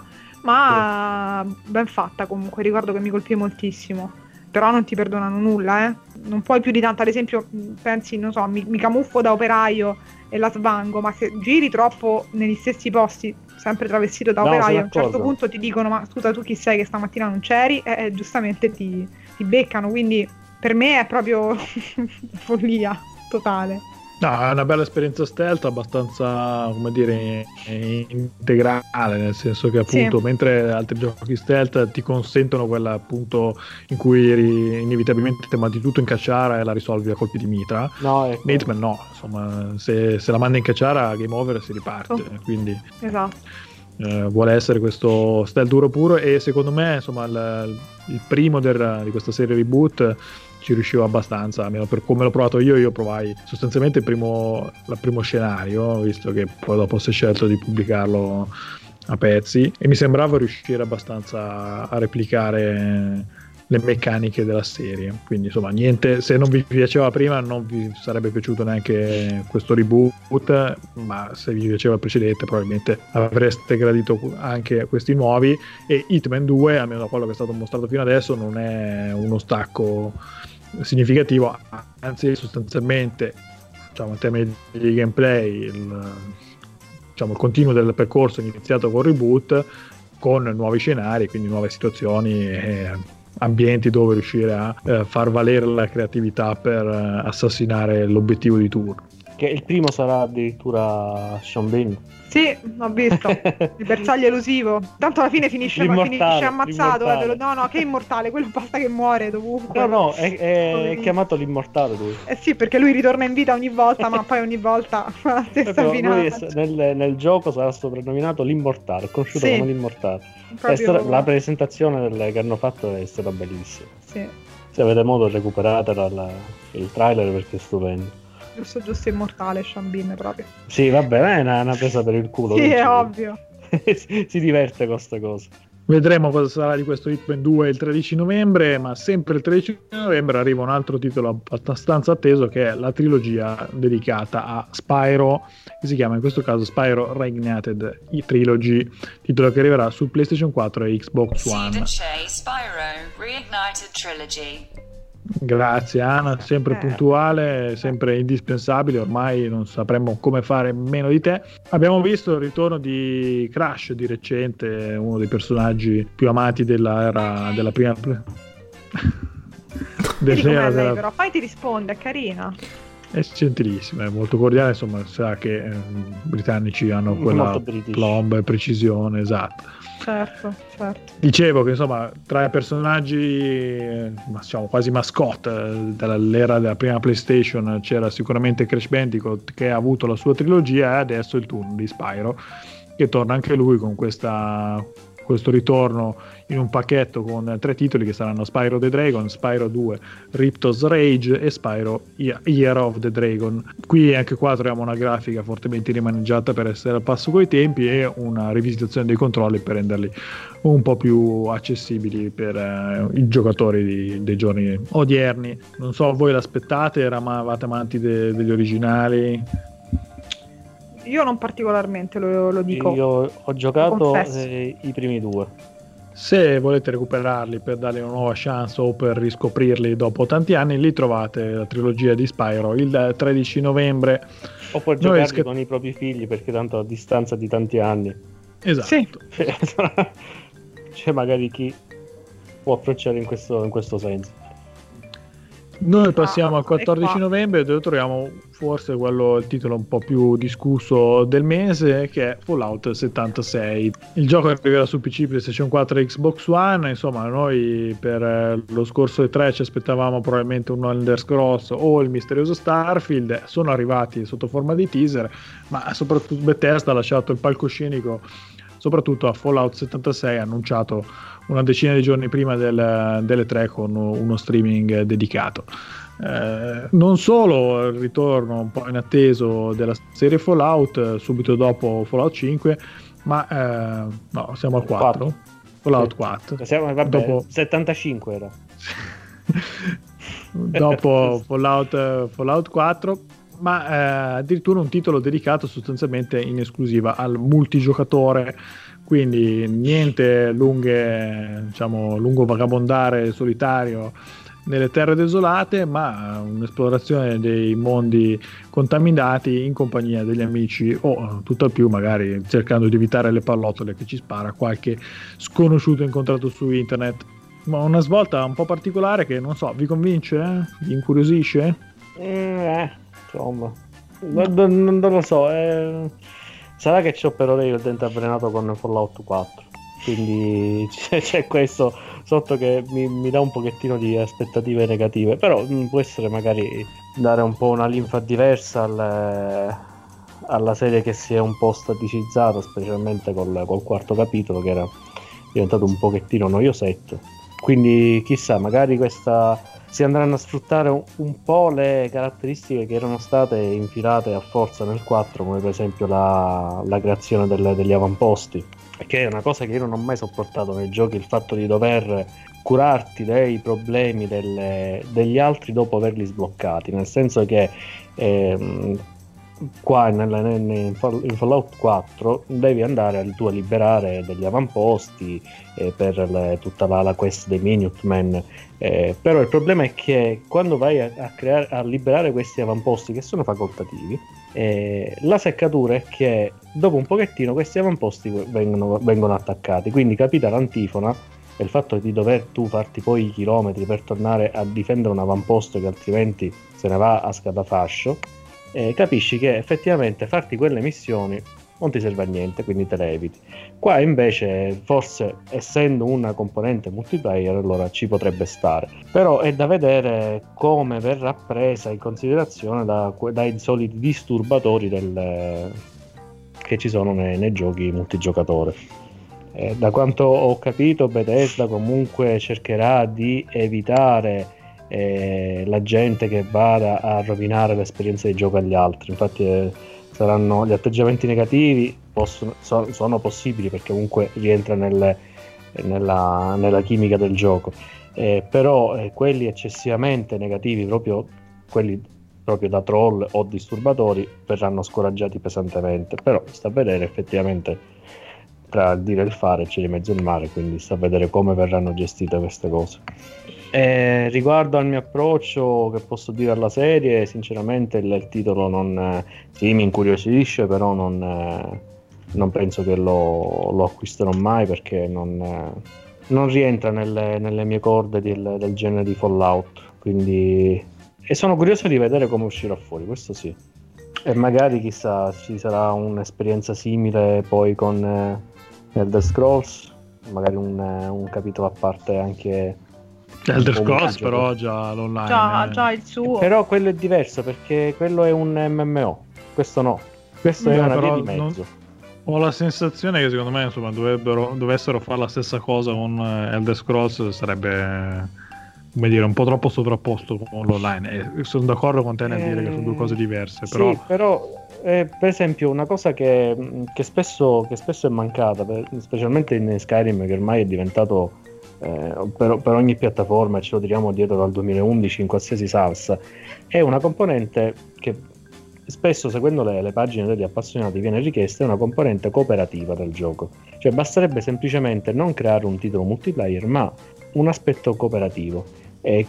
ma ben fatta comunque, ricordo che mi colpì moltissimo. Però non ti perdonano nulla, eh. Non puoi più di tanto, ad esempio, pensi, non so, mi camuffo da operaio e la svango, ma se giri troppo negli stessi posti, sempre travestito da operaio, a un certo punto ti dicono, ma scusa, tu chi sei che stamattina non c'eri? E giustamente ti beccano, quindi per me è proprio follia totale. No, è una bella esperienza stealth, abbastanza, come dire, integrale, nel senso che appunto mentre altri giochi stealth ti consentono quella appunto in cui eri inevitabilmente mandi tutto in cacciara e la risolvi a colpi di mitra. No, ecco. Hitman no, insomma, se la manda in cacciara, game over, si riparte, quindi esatto. Vuole essere questo stealth duro puro, e secondo me insomma il primo di questa serie reboot ci riuscivo abbastanza, almeno per come l'ho provato io provai sostanzialmente il primo scenario, visto che poi dopo si è scelto di pubblicarlo a pezzi, e mi sembrava riuscire abbastanza a replicare le meccaniche della serie, quindi insomma niente, se non vi piaceva prima non vi sarebbe piaciuto neanche questo reboot, ma se vi piaceva il precedente probabilmente avreste gradito anche questi nuovi. E Hitman 2, almeno da quello che è stato mostrato fino adesso, non è uno stacco significativo, anzi sostanzialmente, diciamo, in termini di gameplay il continuo del percorso iniziato con reboot, con nuovi scenari, quindi nuove situazioni e ambienti dove riuscire a far valere la creatività per assassinare l'obiettivo di turno. Che il primo sarà addirittura Sean Bean. Sì, ho visto il bersaglio elusivo. Tanto alla fine finisce ammazzato. No, che immortale, quello basta che muore dovunque. No, è chiamato l'immortale lui. Sì, perché lui ritorna in vita ogni volta, ma poi ogni volta fa la stessa finale. Nel gioco sarà soprannominato l'immortale, conosciuto come l'immortale. La presentazione che hanno fatto è stata bellissima. Sì. Se avete modo recuperate il trailer, perché è stupendo. Giusto immortale Sean Bean proprio. Sì, vabbè, è una presa per il culo. Sì, è ovvio. Si diverte con questa cosa. Vedremo cosa sarà di questo Hitman 2 il 13 novembre, ma sempre il 13 novembre arriva un altro titolo abbastanza atteso, che è la trilogia dedicata a Spyro, che si chiama in questo caso Spyro Reignited Trilogy, titolo che arriverà su PlayStation 4 e Xbox One. Spyro Reignited Trilogy. Grazie Anna, sempre puntuale, sempre indispensabile, ormai non sapremmo come fare meno di te. Abbiamo visto il ritorno di Crash di recente, uno dei personaggi più amati della prima dell'era della... Però poi ti risponde, è carina. È gentilissima, è molto cordiale, insomma, sa che i britannici hanno quella plomba e precisione, esatto. Certo. Dicevo che insomma tra i personaggi diciamo quasi mascotte dell'era della prima PlayStation c'era sicuramente Crash Bandicoot, che ha avuto la sua trilogia, e adesso il turno di Spyro, che torna anche lui con questa questo ritorno in un pacchetto con 3 titoli che saranno Spyro the Dragon, Spyro 2, Ripto's Rage e Spyro Year of the Dragon. Qui anche qua troviamo una grafica fortemente rimaneggiata per essere al passo coi tempi e una rivisitazione dei controlli per renderli un po' più accessibili per i giocatori dei giorni odierni. Non so, voi l'aspettate? Eravate amanti degli originali? Io non particolarmente, lo dico. Io ho giocato confesso. i primi 2. Se volete recuperarli per dargli una nuova chance o per riscoprirli dopo tanti anni, lì trovate la trilogia di Spyro il 13 novembre. O puoi giocarli con i propri figli, perché tanto a distanza di tanti anni. Esatto. Sì. C'è magari chi può approcciare in questo senso. Noi passiamo al e 14 qua. novembre, dove troviamo forse il titolo un po' più discusso del mese, che è Fallout 76. Il gioco arriverà su PC, PlayStation 4 e Xbox One. Insomma, noi per lo scorso E3 ci aspettavamo probabilmente un Elder Scrolls o il misterioso Starfield. Sono arrivati sotto forma di teaser, ma soprattutto Bethesda ha lasciato il palcoscenico soprattutto a Fallout 76, annunciato una decina di giorni prima delle 3 con uno streaming dedicato. Non solo il ritorno un po' inatteso della serie Fallout subito dopo Fallout 5, ma no, siamo al 4. Fallout 4. Vabbè, Dopo 75 era. dopo Fallout 4, ma addirittura un titolo dedicato sostanzialmente in esclusiva al multigiocatore, quindi niente lungo vagabondare solitario nelle terre desolate, ma un'esplorazione dei mondi contaminati in compagnia degli amici o tutt'al più magari cercando di evitare le pallottole che ci spara qualche sconosciuto incontrato su internet. Ma una svolta un po' particolare che, non so, vi convince? Vi incuriosisce? Insomma, non lo so. Sarà che ci ho per ora io il dente avvelenato con Fallout 4, quindi c'è questo sotto che mi dà un pochettino di aspettative negative, però può essere magari dare un po' una linfa diversa alla serie che si è un po' staticizzata, specialmente col quarto capitolo, che era diventato un pochettino noiosetto. Quindi chissà, magari si andranno a sfruttare un po' le caratteristiche che erano state infilate a forza nel 4, come per esempio la creazione degli avamposti, che è una cosa che io non ho mai sopportato nei giochi, il fatto di dover curarti dei problemi degli altri dopo averli sbloccati, nel senso che qua in Fallout 4 devi andare tu a liberare degli avamposti per tutta la quest dei Minutemen, però il problema è che quando vai a liberare questi avamposti, che sono facoltativi, la seccatura è che dopo un pochettino questi avamposti vengono attaccati, quindi capita l'antifona e il fatto di dover tu farti poi i chilometri per tornare a difendere un avamposto che altrimenti se ne va a scatafascio. Capisci che effettivamente farti quelle missioni non ti serve a niente, quindi te le eviti. Qua invece, forse essendo una componente multiplayer, allora ci potrebbe stare, però è da vedere come verrà presa in considerazione dai soliti disturbatori che ci sono nei giochi multigiocatore. Da quanto ho capito, Bethesda comunque cercherà di evitare la gente che vada a rovinare l'esperienza di gioco agli altri. Infatti gli atteggiamenti negativi sono possibili, perché comunque rientra nella chimica del gioco, però quelli eccessivamente negativi, quelli proprio da troll o disturbatori, verranno scoraggiati pesantemente. Però sta a vedere effettivamente, tra il dire e il fare c'è di mezzo il mare, quindi sta a vedere come verranno gestite queste cose. Riguardo al mio approccio, che posso dire alla serie, sinceramente il titolo sì, mi incuriosisce, però non penso che lo acquisterò mai, perché non rientra nelle mie corde del genere di Fallout, quindi, e sono curioso di vedere come uscirà fuori, questo sì, e magari chissà ci sarà un'esperienza simile poi con Elder Scrolls, magari un capitolo a parte anche. Elder Scrolls però già l'online, già il suo, però quello è diverso, perché quello è un MMO, questo no, questo è una via di mezzo. Ho la sensazione che secondo me insomma dovessero fare la stessa cosa con Elder Scrolls, sarebbe, come dire, un po' troppo sovrapposto con l'online. E sono d'accordo con te nel dire che sono due cose diverse. Però... Sì, però per esempio una cosa che spesso è mancata, specialmente in Skyrim, che ormai è diventato per ogni piattaforma, ce lo tiriamo dietro dal 2011 in qualsiasi salsa, è una componente che spesso, seguendo le pagine degli appassionati, viene richiesta, è una componente cooperativa del gioco. Cioè basterebbe semplicemente non creare un titolo multiplayer, ma un aspetto cooperativo. E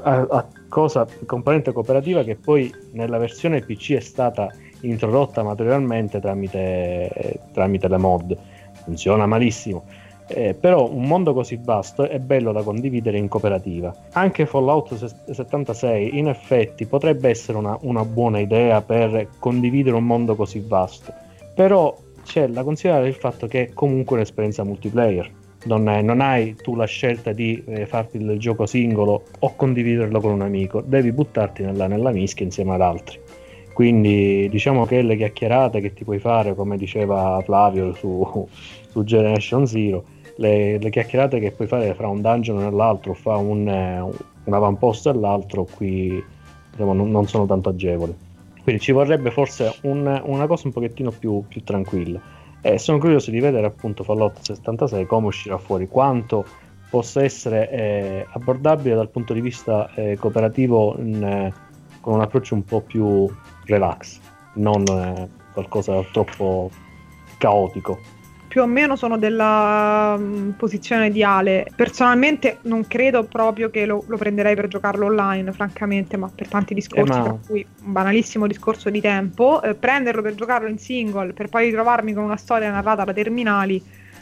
componente cooperativa che poi nella versione PC è stata introdotta materialmente tramite le mod. Funziona malissimo. Però un mondo così vasto è bello da condividere in cooperativa. Anche Fallout 76 in effetti potrebbe essere una buona idea per condividere un mondo così vasto, però c'è da considerare il fatto che è comunque un'esperienza multiplayer. Non hai tu la scelta di farti il gioco singolo o condividerlo con un amico, devi buttarti nella mischia insieme ad altri. Quindi diciamo che le chiacchierate che ti puoi fare, come diceva Flavio su Generation Zero, le chiacchierate che puoi fare fra un dungeon e l'altro, fra un avamposto e l'altro, qui diciamo, non sono tanto agevoli. Quindi ci vorrebbe forse una cosa un pochettino più tranquilla. Sono curioso di vedere appunto Fallout 76 come uscirà fuori, quanto possa essere abbordabile dal punto di vista cooperativo con un approccio un po' più relax, non qualcosa troppo caotico. Più o meno sono della posizione di Ale. Personalmente non credo proprio che lo prenderei per giocarlo online, francamente, ma per tanti discorsi, tra cui un banalissimo discorso di tempo. Prenderlo per giocarlo in single, per poi ritrovarmi con una storia narrata da terminali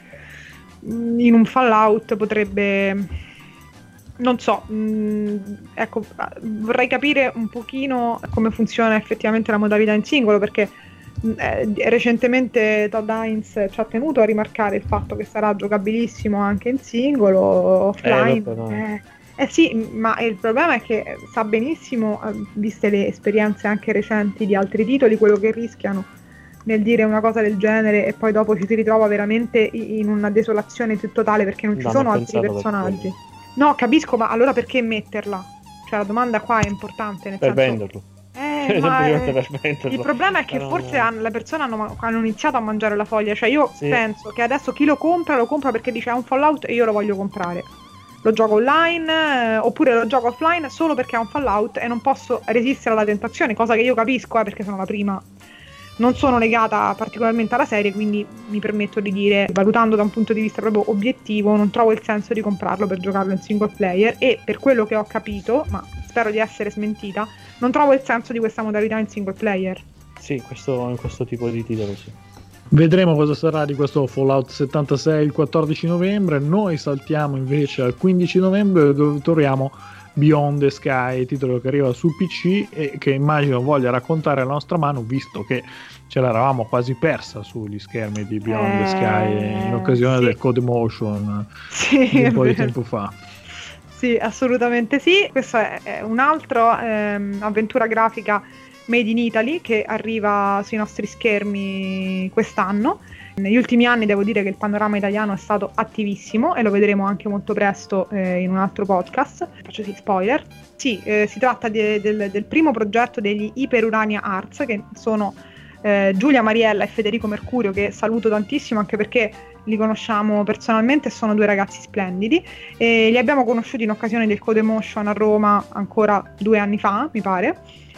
in un Fallout potrebbe... non so, ecco, vorrei capire un pochino come funziona effettivamente la modalità in singolo, perché recentemente Todd Haynes ci ha tenuto a rimarcare il fatto che sarà giocabilissimo anche in singolo, offline. Sì, ma il problema è che sa benissimo, viste le esperienze anche recenti di altri titoli, quello che rischiano nel dire una cosa del genere e poi dopo ci si ritrova veramente in una desolazione più totale perché non ci sono altri personaggi. No, capisco, ma allora perché metterla? Cioè la domanda qua è importante, nel senso... venderlo. Il problema è che forse le persone hanno iniziato a mangiare la foglia. Cioè io penso che adesso chi lo compra perché dice è un Fallout e io lo voglio comprare. Lo gioco online oppure lo gioco offline solo perché è un Fallout e non posso resistere alla tentazione, cosa che io capisco perché sono la prima. Non sono legata particolarmente alla serie, quindi mi permetto di dire, valutando da un punto di vista proprio obiettivo, non trovo il senso di comprarlo per giocarlo in single player e per quello che ho capito, ma spero di essere smentita, non trovo il senso di questa modalità in single player. Sì, in questo tipo di titolo sì. Vedremo cosa sarà di questo Fallout 76 il 14 novembre. Noi saltiamo invece al 15 novembre dove troviamo Beyond the Sky, titolo che arriva su PC e che immagino voglia raccontare la nostra mano, visto che ce l'eravamo quasi persa sugli schermi di Beyond the Sky in occasione del Codemotion un po' di tempo fa. Sì, assolutamente sì. Questo è un altro avventura grafica made in Italy che arriva sui nostri schermi quest'anno. Negli ultimi anni devo dire che il panorama italiano è stato attivissimo e lo vedremo anche molto presto in un altro podcast. Faccio spoiler. Sì, si tratta del primo progetto degli Iperurania Arts, che sono Giulia Mariella e Federico Mercurio, che saluto tantissimo anche perché li conosciamo personalmente e sono due ragazzi splendidi e li abbiamo conosciuti in occasione del Codemotion a Roma ancora 2 anni fa, mi pare.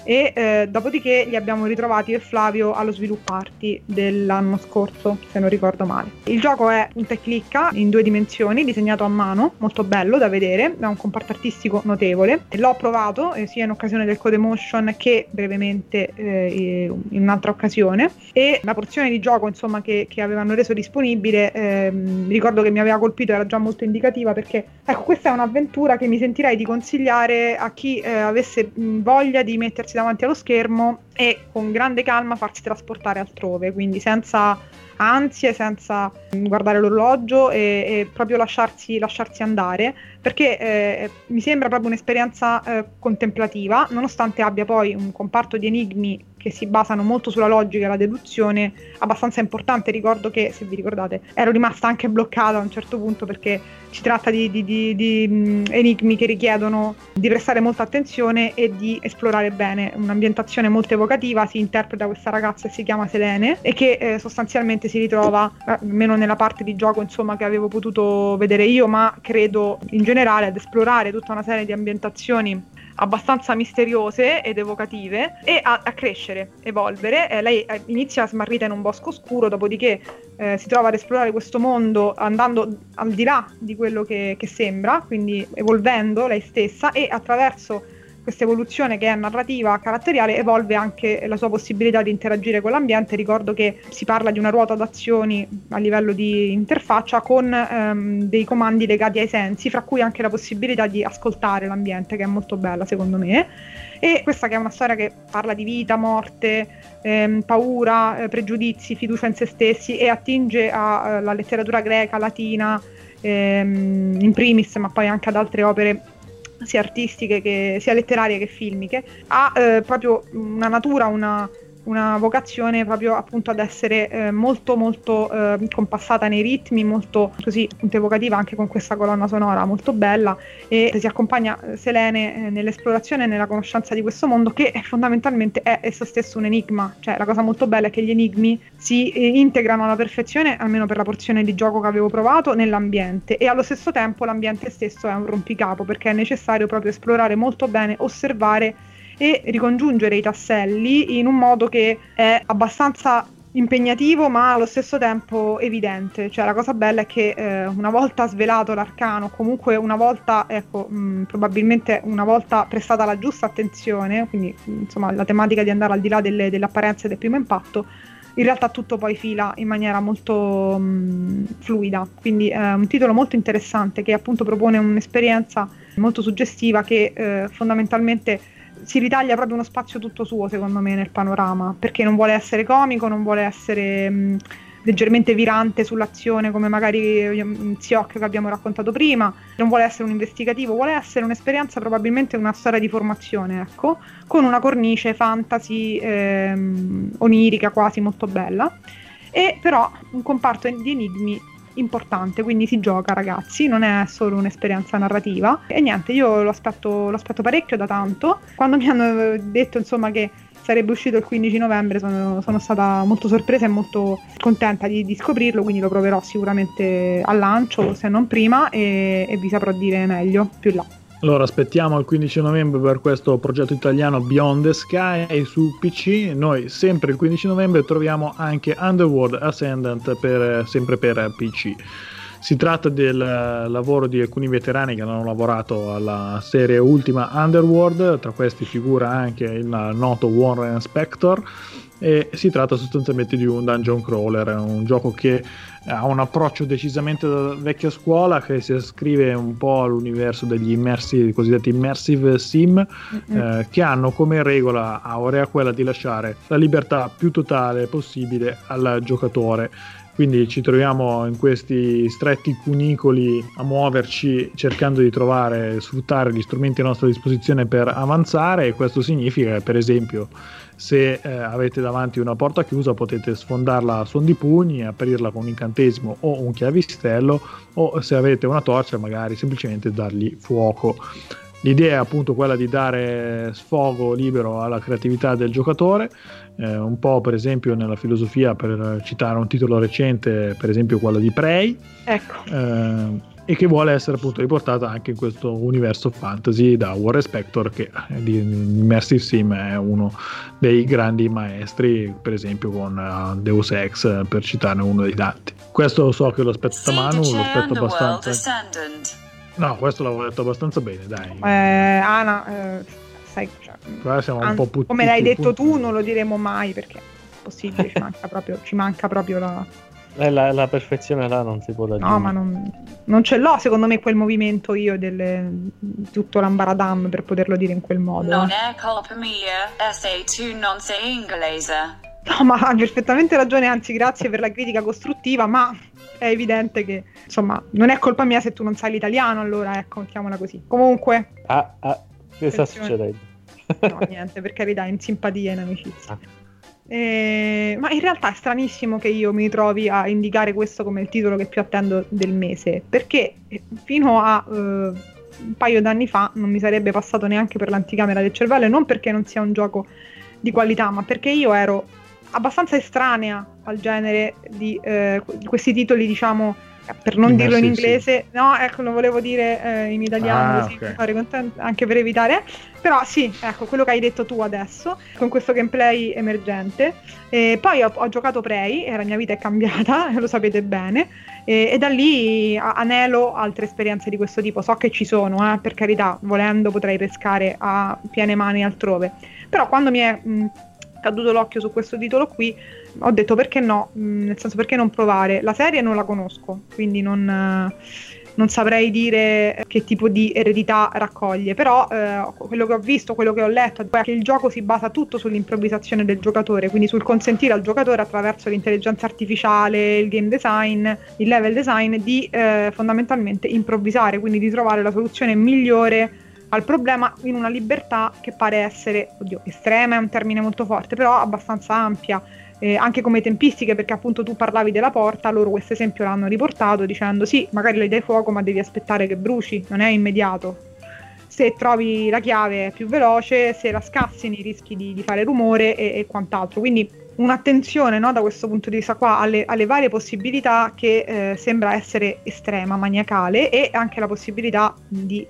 E dopodiché li abbiamo ritrovati e Flavio allo Sviluppo Party dell'anno scorso, se non ricordo male. Il gioco è punta e clicca in 2 dimensioni, disegnato a mano, molto bello da vedere, da un comparto artistico notevole. L'ho provato sia in occasione del Codemotion che brevemente in un'altra occasione e la porzione di gioco insomma che avevano reso disponibile ricordo che mi aveva colpito, era già molto indicativa perché ecco, questa è un'avventura che mi sentirei di consigliare a chi avesse voglia di mettersi davanti allo schermo e con grande calma farsi trasportare altrove, quindi senza ansie, senza guardare l'orologio e proprio lasciarsi andare, perché mi sembra proprio un'esperienza contemplativa, nonostante abbia poi un comparto di enigmi che si basano molto sulla logica e la deduzione abbastanza importante. Ricordo che, se vi ricordate, ero rimasta anche bloccata a un certo punto, perché si tratta di enigmi che richiedono di prestare molta attenzione e di esplorare bene. Un'ambientazione molto evocativa, si interpreta questa ragazza che si chiama Selene e che sostanzialmente si ritrova, almeno nella parte di gioco insomma che avevo potuto vedere io, ma credo in generale, ad esplorare tutta una serie di ambientazioni abbastanza misteriose ed evocative e a crescere, evolvere. Lei inizia smarrita in un bosco oscuro, dopodiché si trova ad esplorare questo mondo andando al di là di quello che sembra, quindi evolvendo lei stessa, e attraverso questa evoluzione che è narrativa, caratteriale, evolve anche la sua possibilità di interagire con l'ambiente. Ricordo che si parla di una ruota d'azioni a livello di interfaccia con dei comandi legati ai sensi, fra cui anche la possibilità di ascoltare l'ambiente, che è molto bella secondo me. E questa che è una storia che parla di vita, morte, paura, pregiudizi, fiducia in se stessi, e attinge alla letteratura greca, latina, in primis, ma poi anche ad altre opere sia artistiche sia letterarie che filmiche. Ha proprio una natura, una vocazione proprio appunto ad essere molto molto compassata nei ritmi, molto così appunto evocativa, anche con questa colonna sonora molto bella, e si accompagna Selene nell'esplorazione e nella conoscenza di questo mondo, che fondamentalmente è esso stesso un enigma. Cioè, la cosa molto bella è che gli enigmi si integrano alla perfezione, almeno per la porzione di gioco che avevo provato, nell'ambiente, e allo stesso tempo l'ambiente stesso è un rompicapo, perché è necessario proprio esplorare molto bene, osservare e ricongiungere i tasselli in un modo che è abbastanza impegnativo ma allo stesso tempo evidente. Cioè, la cosa bella è che una volta svelato l'arcano, comunque una volta, probabilmente una volta prestata la giusta attenzione, quindi insomma la tematica di andare al di là delle apparenze del primo impatto, in realtà tutto poi fila in maniera molto fluida. Quindi è un titolo molto interessante, che appunto propone un'esperienza molto suggestiva, che fondamentalmente si ritaglia proprio uno spazio tutto suo, secondo me, nel panorama, perché non vuole essere comico, non vuole essere leggermente virante sull'azione come magari Ziok che abbiamo raccontato prima, non vuole essere un investigativo, vuole essere un'esperienza, probabilmente una storia di formazione, ecco, con una cornice fantasy onirica quasi, molto bella, e però un comparto di enigmi importante. Quindi si gioca, ragazzi, non è solo un'esperienza narrativa. E niente, io lo aspetto parecchio da tanto. Quando mi hanno detto insomma che sarebbe uscito il 15 novembre sono stata molto sorpresa e molto contenta di scoprirlo, quindi lo proverò sicuramente al lancio, se non prima, e vi saprò dire meglio più in là. Allora aspettiamo il 15 novembre per questo progetto italiano Beyond the Sky su PC. Noi sempre il 15 novembre troviamo anche Underworld Ascendant sempre per PC. Si tratta del lavoro di alcuni veterani che hanno lavorato alla serie ultima Underworld, tra questi figura anche il noto Warren Spector, e si tratta sostanzialmente di un dungeon crawler, un gioco che ha un approccio decisamente da vecchia scuola, che si ascrive un po' all'universo degli cosiddetti immersive sim, che hanno come regola aurea quella di lasciare la libertà più totale possibile al giocatore. Quindi ci troviamo in questi stretti cunicoli a muoverci, cercando di trovare e sfruttare gli strumenti a nostra disposizione per avanzare, e questo significa che, per esempio, se avete davanti una porta chiusa, potete sfondarla a suon di pugni, aprirla con un incantesimo o un chiavistello, o se avete una torcia magari semplicemente dargli fuoco. L'idea è appunto quella di dare sfogo libero alla creatività del giocatore, un po' per esempio nella filosofia, per citare un titolo recente, per esempio quello di Prey, ecco. E che vuole essere appunto riportata anche in questo universo fantasy da Warren Spector, che di Immersive Sim è uno dei grandi maestri, per esempio con Deus Ex, per citarne uno dei tanti. Questo so che lo aspetta Manu, lo aspetto abbastanza. No, questo l'avevo detto abbastanza bene, dai. Ana, sai, qua siamo un po' come l'hai detto tu, non lo diremo mai, perché è possibile, ci manca proprio La perfezione là non si può raggiungere. No, ma non ce l'ho secondo me quel movimento io tutto l'ambaradam per poterlo dire in quel modo. Non è colpa mia, se tu non sei inglese. No, ma hai perfettamente ragione, anzi grazie per la critica costruttiva, ma è evidente che, insomma, non è colpa mia se tu non sai l'italiano, allora ecco, mettiamola così. Comunque... che sta succedendo? No, niente, per carità, in simpatia e in amicizia. Ma in realtà è stranissimo che io mi trovi a indicare questo come il titolo che più attendo del mese, perché fino a un paio d'anni fa non mi sarebbe passato neanche per l'anticamera del cervello, e non perché non sia un gioco di qualità, ma perché io ero abbastanza estranea al genere di questi titoli, diciamo, per non dirlo in inglese, no, ecco, lo volevo dire in italiano, così okay. fare anche per evitare, però sì, ecco, quello che hai detto tu adesso, con questo gameplay emergente. Poi ho giocato Prey e la mia vita è cambiata, lo sapete bene, e da lì anelo altre esperienze di questo tipo. So che ci sono, per carità, volendo potrei pescare a piene mani altrove, però quando mi è caduto l'occhio su questo titolo qui ho detto perché no, nel senso, perché non provare. La serie non la conosco, quindi non saprei dire che tipo di eredità raccoglie, però quello che ho visto, quello che ho letto è che il gioco si basa tutto sull'improvvisazione del giocatore, quindi sul consentire al giocatore, attraverso l'intelligenza artificiale, il game design, il level design, di fondamentalmente improvvisare, quindi di trovare la soluzione migliore al problema in una libertà che pare essere, oddio, estrema è un termine molto forte, però abbastanza ampia, anche come tempistiche, perché appunto tu parlavi della porta, loro questo esempio l'hanno riportato dicendo sì, magari le dai fuoco ma devi aspettare che bruci, non è immediato, se trovi la chiave è più veloce, se la scassini rischi di fare rumore e quant'altro, quindi un'attenzione, no, da questo punto di vista qua alle varie possibilità che sembra essere estrema, maniacale, e anche la possibilità di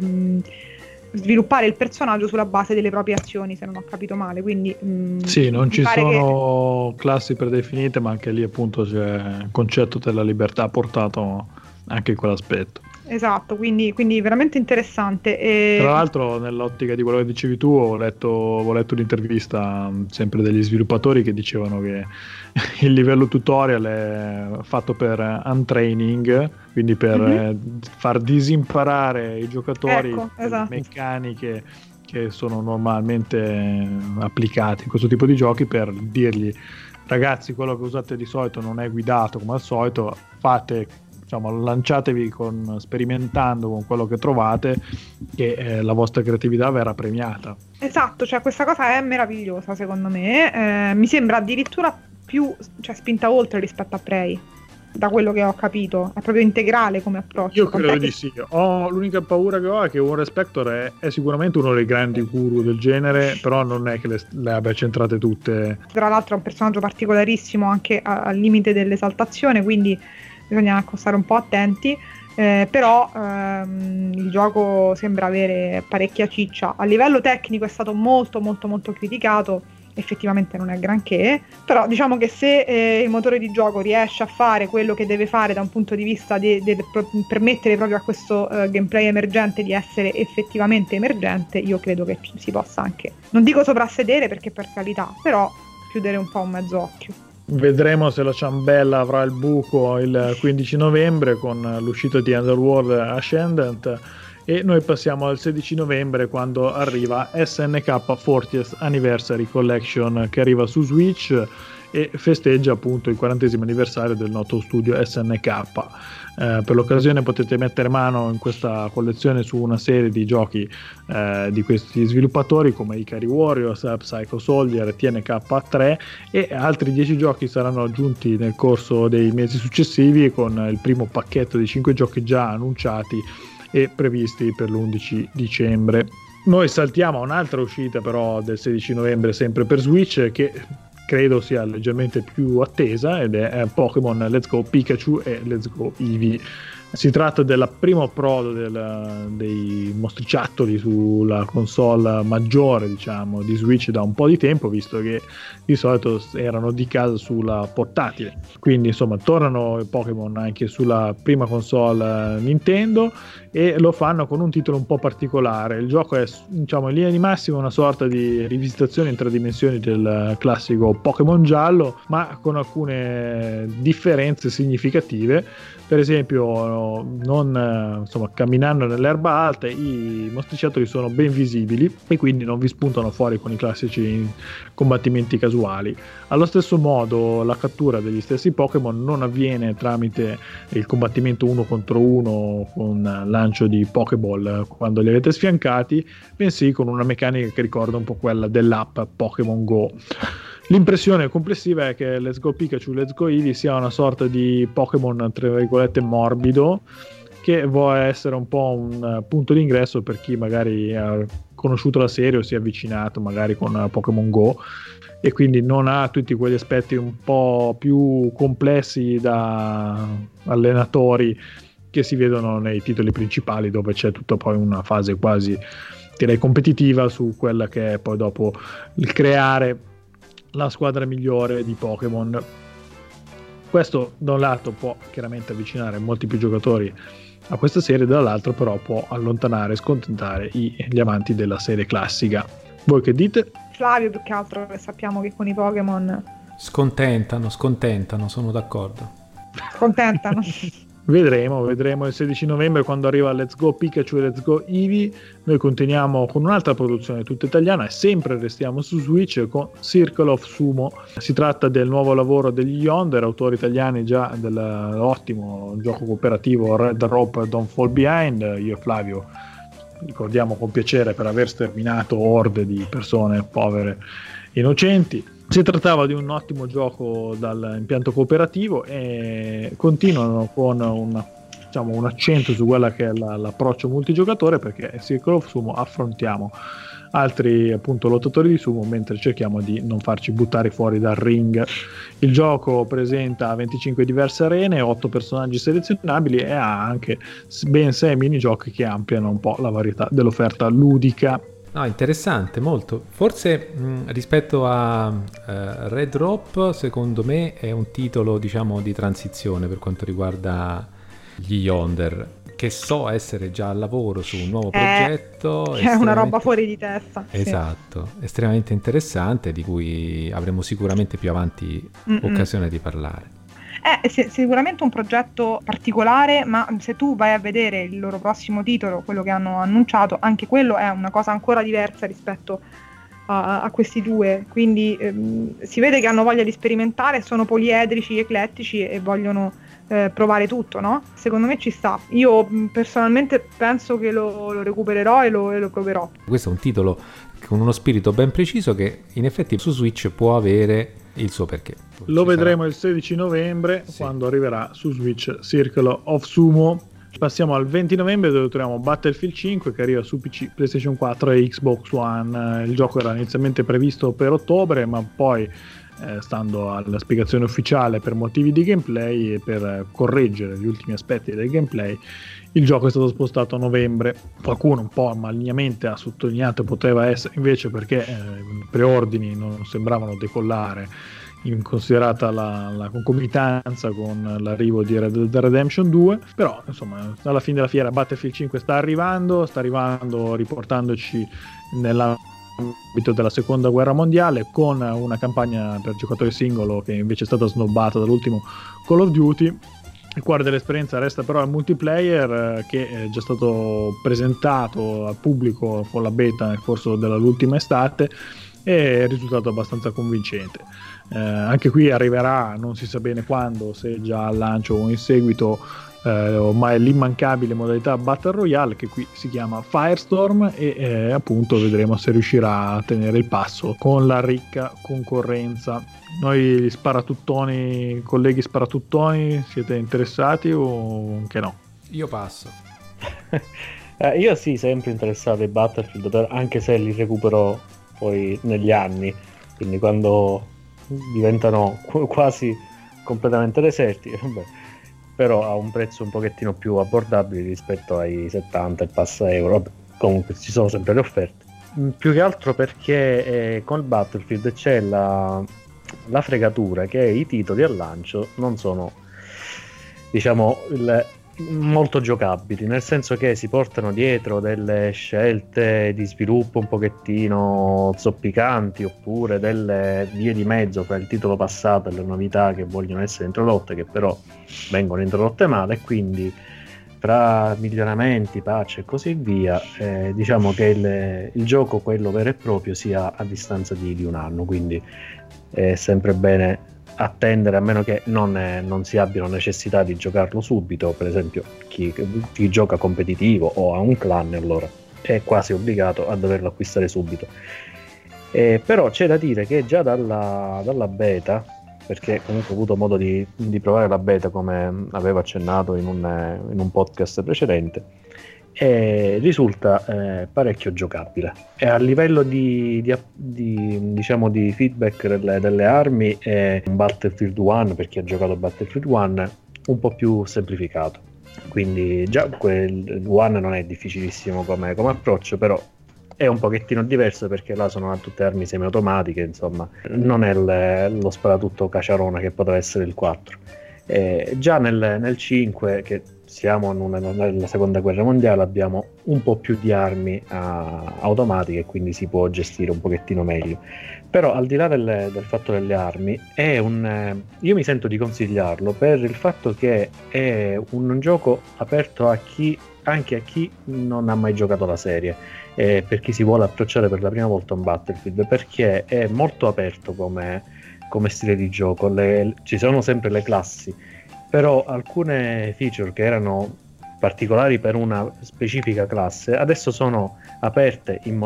sviluppare il personaggio sulla base delle proprie azioni, se non ho capito male, quindi sì, non ci sono classi predefinite, ma anche lì appunto c'è il concetto della libertà portato anche in quell'aspetto. Esatto, quindi veramente interessante. Tra l'altro, nell'ottica di quello che dicevi tu, ho letto un'intervista sempre degli sviluppatori che dicevano che il livello tutorial è fatto per untraining, quindi per far disimparare i giocatori, ecco, le esatto, meccaniche che sono normalmente applicate in questo tipo di giochi, per dirgli: ragazzi, quello che usate di solito non è guidato come al solito, fate, diciamo, lanciatevi sperimentando con quello che trovate, che la vostra creatività verrà premiata. Esatto, cioè questa cosa è meravigliosa secondo me, mi sembra addirittura più, cioè, spinta oltre rispetto a Prey, da quello che ho capito, è proprio integrale come approccio. Io credo di sì. L'unica paura che ho è che War Spector è sicuramente uno dei grandi guru del genere, però non è che le abbia centrate tutte. Tra l'altro è un personaggio particolarissimo, anche al limite dell'esaltazione, quindi bisogna stare un po' attenti, però il gioco sembra avere parecchia ciccia. A livello tecnico è stato molto molto molto criticato, effettivamente non è granché, però diciamo che se il motore di gioco riesce a fare quello che deve fare da un punto di vista di permettere proprio a questo gameplay emergente di essere effettivamente emergente, io credo che si possa anche, non dico soprassedere perché per carità, però chiudere un po' un mezzo occhio. Vedremo se la ciambella avrà il buco il 15 novembre con l'uscita di Underworld Ascendant, e noi passiamo al 16 novembre quando arriva SNK 40th Anniversary Collection, che arriva su Switch e festeggia appunto il 40° anniversario del noto studio SNK. Per l'occasione potete mettere mano in questa collezione su una serie di giochi di questi sviluppatori come Ikari Warriors, Psycho Soldier, TNK3, e altri 10 giochi saranno aggiunti nel corso dei mesi successivi, con il primo pacchetto di 5 giochi già annunciati e previsti per l'11 dicembre. Noi saltiamo a un'altra uscita però del 16 novembre sempre per Switch, che credo sia leggermente più attesa, ed è Pokémon Let's Go Pikachu e Let's Go Eevee. Si tratta del primo approdo dei mostriciattoli sulla console maggiore, diciamo, di Switch da un po' di tempo, visto che di solito erano di casa sulla portatile. Quindi insomma tornano i Pokémon anche sulla prima console Nintendo, e lo fanno con un titolo un po' particolare. Il gioco è, diciamo, in linea di massima una sorta di rivisitazione in 3 dimensioni del classico Pokémon giallo, ma con alcune differenze significative. Per esempio, insomma, camminando nell'erba alta i mostriciattoli sono ben visibili e quindi non vi spuntano fuori con i classici combattimenti casuali. Allo stesso modo, la cattura degli stessi Pokémon non avviene tramite il combattimento uno contro uno con lancio di Pokéball quando li avete sfiancati, bensì con una meccanica che ricorda un po' quella dell'app Pokémon Go. L'impressione complessiva è che Let's Go Pikachu, Let's Go Eevee sia una sorta di Pokémon tra virgolette morbido, che vuole essere un po' un punto d'ingresso per chi magari ha conosciuto la serie o si è avvicinato magari con Pokémon Go e quindi non ha tutti quegli aspetti un po' più complessi da allenatori che si vedono nei titoli principali, dove c'è tutta poi una fase quasi, direi, competitiva su quella che è poi dopo il creare la squadra migliore di Pokémon. Questo da un lato può chiaramente avvicinare molti più giocatori a questa serie, dall'altro però può allontanare e scontentare gli amanti della serie classica. Voi che dite? Flavio, più che altro, che sappiamo che con i Pokémon Scontentano, sono d'accordo. scontentano. Vedremo il 16 novembre quando arriva Let's Go Pikachu e Let's Go Eevee. Noi continuiamo con un'altra produzione tutta italiana e sempre restiamo su Switch con Circle of Sumo. Si tratta del nuovo lavoro degli Yonder, autori italiani già dell'ottimo gioco cooperativo Red Rope Don't Fall Behind. Io e Flavio ricordiamo con piacere per aver sterminato orde di persone povere innocenti. Si trattava di un ottimo gioco dall'impianto cooperativo e continuano con un accento su quella che è l'approccio multigiocatore, perché in Circle of Sumo affrontiamo altri appunto lottatori di sumo mentre cerchiamo di non farci buttare fuori dal ring. Il gioco presenta 25 diverse arene, 8 personaggi selezionabili e ha anche ben 6 minigiochi che ampliano un po' la varietà dell'offerta ludica. No, interessante, molto. Forse rispetto a Red Rope, secondo me è un titolo, diciamo, di transizione per quanto riguarda gli Yonder, che so essere già al lavoro su un nuovo progetto. È una roba fuori di testa. Esatto, sì. Estremamente interessante, di cui avremo sicuramente più avanti occasione di parlare. È sicuramente un progetto particolare, ma se tu vai a vedere il loro prossimo titolo, quello che hanno annunciato, anche quello è una cosa ancora diversa rispetto a questi due, quindi si vede che hanno voglia di sperimentare, sono poliedrici, eclettici e vogliono provare tutto, no? Secondo me ci sta. Io personalmente penso che lo recupererò e lo proverò. Questo è un titolo con uno spirito ben preciso che in effetti su Switch può avere il suo perché. Lo vedremo il 16 novembre, sì, quando arriverà su Switch Circle of Sumo. Passiamo al 20 novembre dove troviamo Battlefield 5 che arriva su PC, PlayStation 4 e Xbox One. Il gioco era inizialmente previsto per ottobre, ma poi stando alla spiegazione ufficiale per motivi di gameplay e per correggere gli ultimi aspetti del gameplay, il gioco è stato spostato a novembre. Qualcuno un po' malignamente ha sottolineato poteva essere invece perché i preordini non sembravano decollare, in considerata la concomitanza con l'arrivo di Red Dead Redemption 2, però insomma alla fine della fiera Battlefield 5 sta arrivando riportandoci nell'ambito della seconda guerra mondiale, con una campagna per giocatore singolo che invece è stata snobbata dall'ultimo Call of Duty. Il cuore dell'esperienza resta però il multiplayer, che è già stato presentato al pubblico con la beta nel corso dell'ultima estate e è risultato abbastanza convincente. Anche qui arriverà, non si sa bene quando, se già al lancio o in seguito, ormai l'immancabile modalità Battle Royale, che qui si chiama Firestorm, e appunto vedremo se riuscirà a tenere il passo con la ricca concorrenza. Noi colleghi sparatuttoni, siete interessati o anche no? Io passo. Io sì, sempre interessato ai Battlefield, anche se li recupero poi negli anni, quindi quando diventano quasi completamente deserti, vabbè, però a un prezzo un pochettino più abbordabile rispetto ai 70 e passa euro. Vabbè, comunque ci sono sempre le offerte, più che altro perché con il Battlefield c'è la fregatura che i titoli al lancio non sono, diciamo, molto giocabili, nel senso che si portano dietro delle scelte di sviluppo un pochettino zoppicanti, oppure delle vie di mezzo fra il titolo passato e le novità che vogliono essere introdotte, che però vengono introdotte male, e quindi tra miglioramenti, patch e così via, diciamo che il gioco, quello vero e proprio, sia a distanza di un anno, quindi è sempre bene attendere, a meno che non si abbiano necessità di giocarlo subito. Per esempio chi gioca competitivo o ha un clan, allora è quasi obbligato a doverlo acquistare subito. Però c'è da dire che già dalla beta, perché comunque ho avuto modo di provare la beta, come avevo accennato in un podcast precedente, risulta parecchio giocabile, e a livello di feedback delle armi è un Battlefield 1, per chi ha giocato Battlefield 1, un po' più semplificato. Quindi già quel One non è difficilissimo come approccio, però è un pochettino diverso, perché là sono tutte armi semiautomatiche, insomma non è lo sparatutto caciarona che poteva essere il 4. Già nel 5, che siamo nella seconda guerra mondiale, abbiamo un po' più di armi automatiche, quindi si può gestire un pochettino meglio. Però al di là del fatto delle armi, io mi sento di consigliarlo per il fatto che è un gioco aperto anche a chi non ha mai giocato la serie, per chi si vuole approcciare per la prima volta a un Battlefield, perché è molto aperto come stile di gioco. Ci sono sempre le classi, però alcune feature che erano particolari per una specifica classe adesso sono aperte in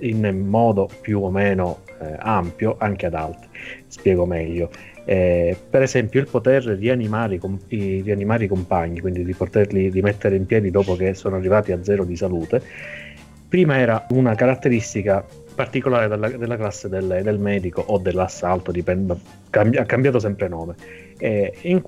modo più o meno ampio anche ad altri. Spiego meglio. Per esempio il poter rianimare i compagni, quindi di poterli rimettere in piedi dopo che sono arrivati a 0 di salute. Prima era una caratteristica particolare della classe del medico o dell'assalto, dipende, ha cambiato sempre nome. In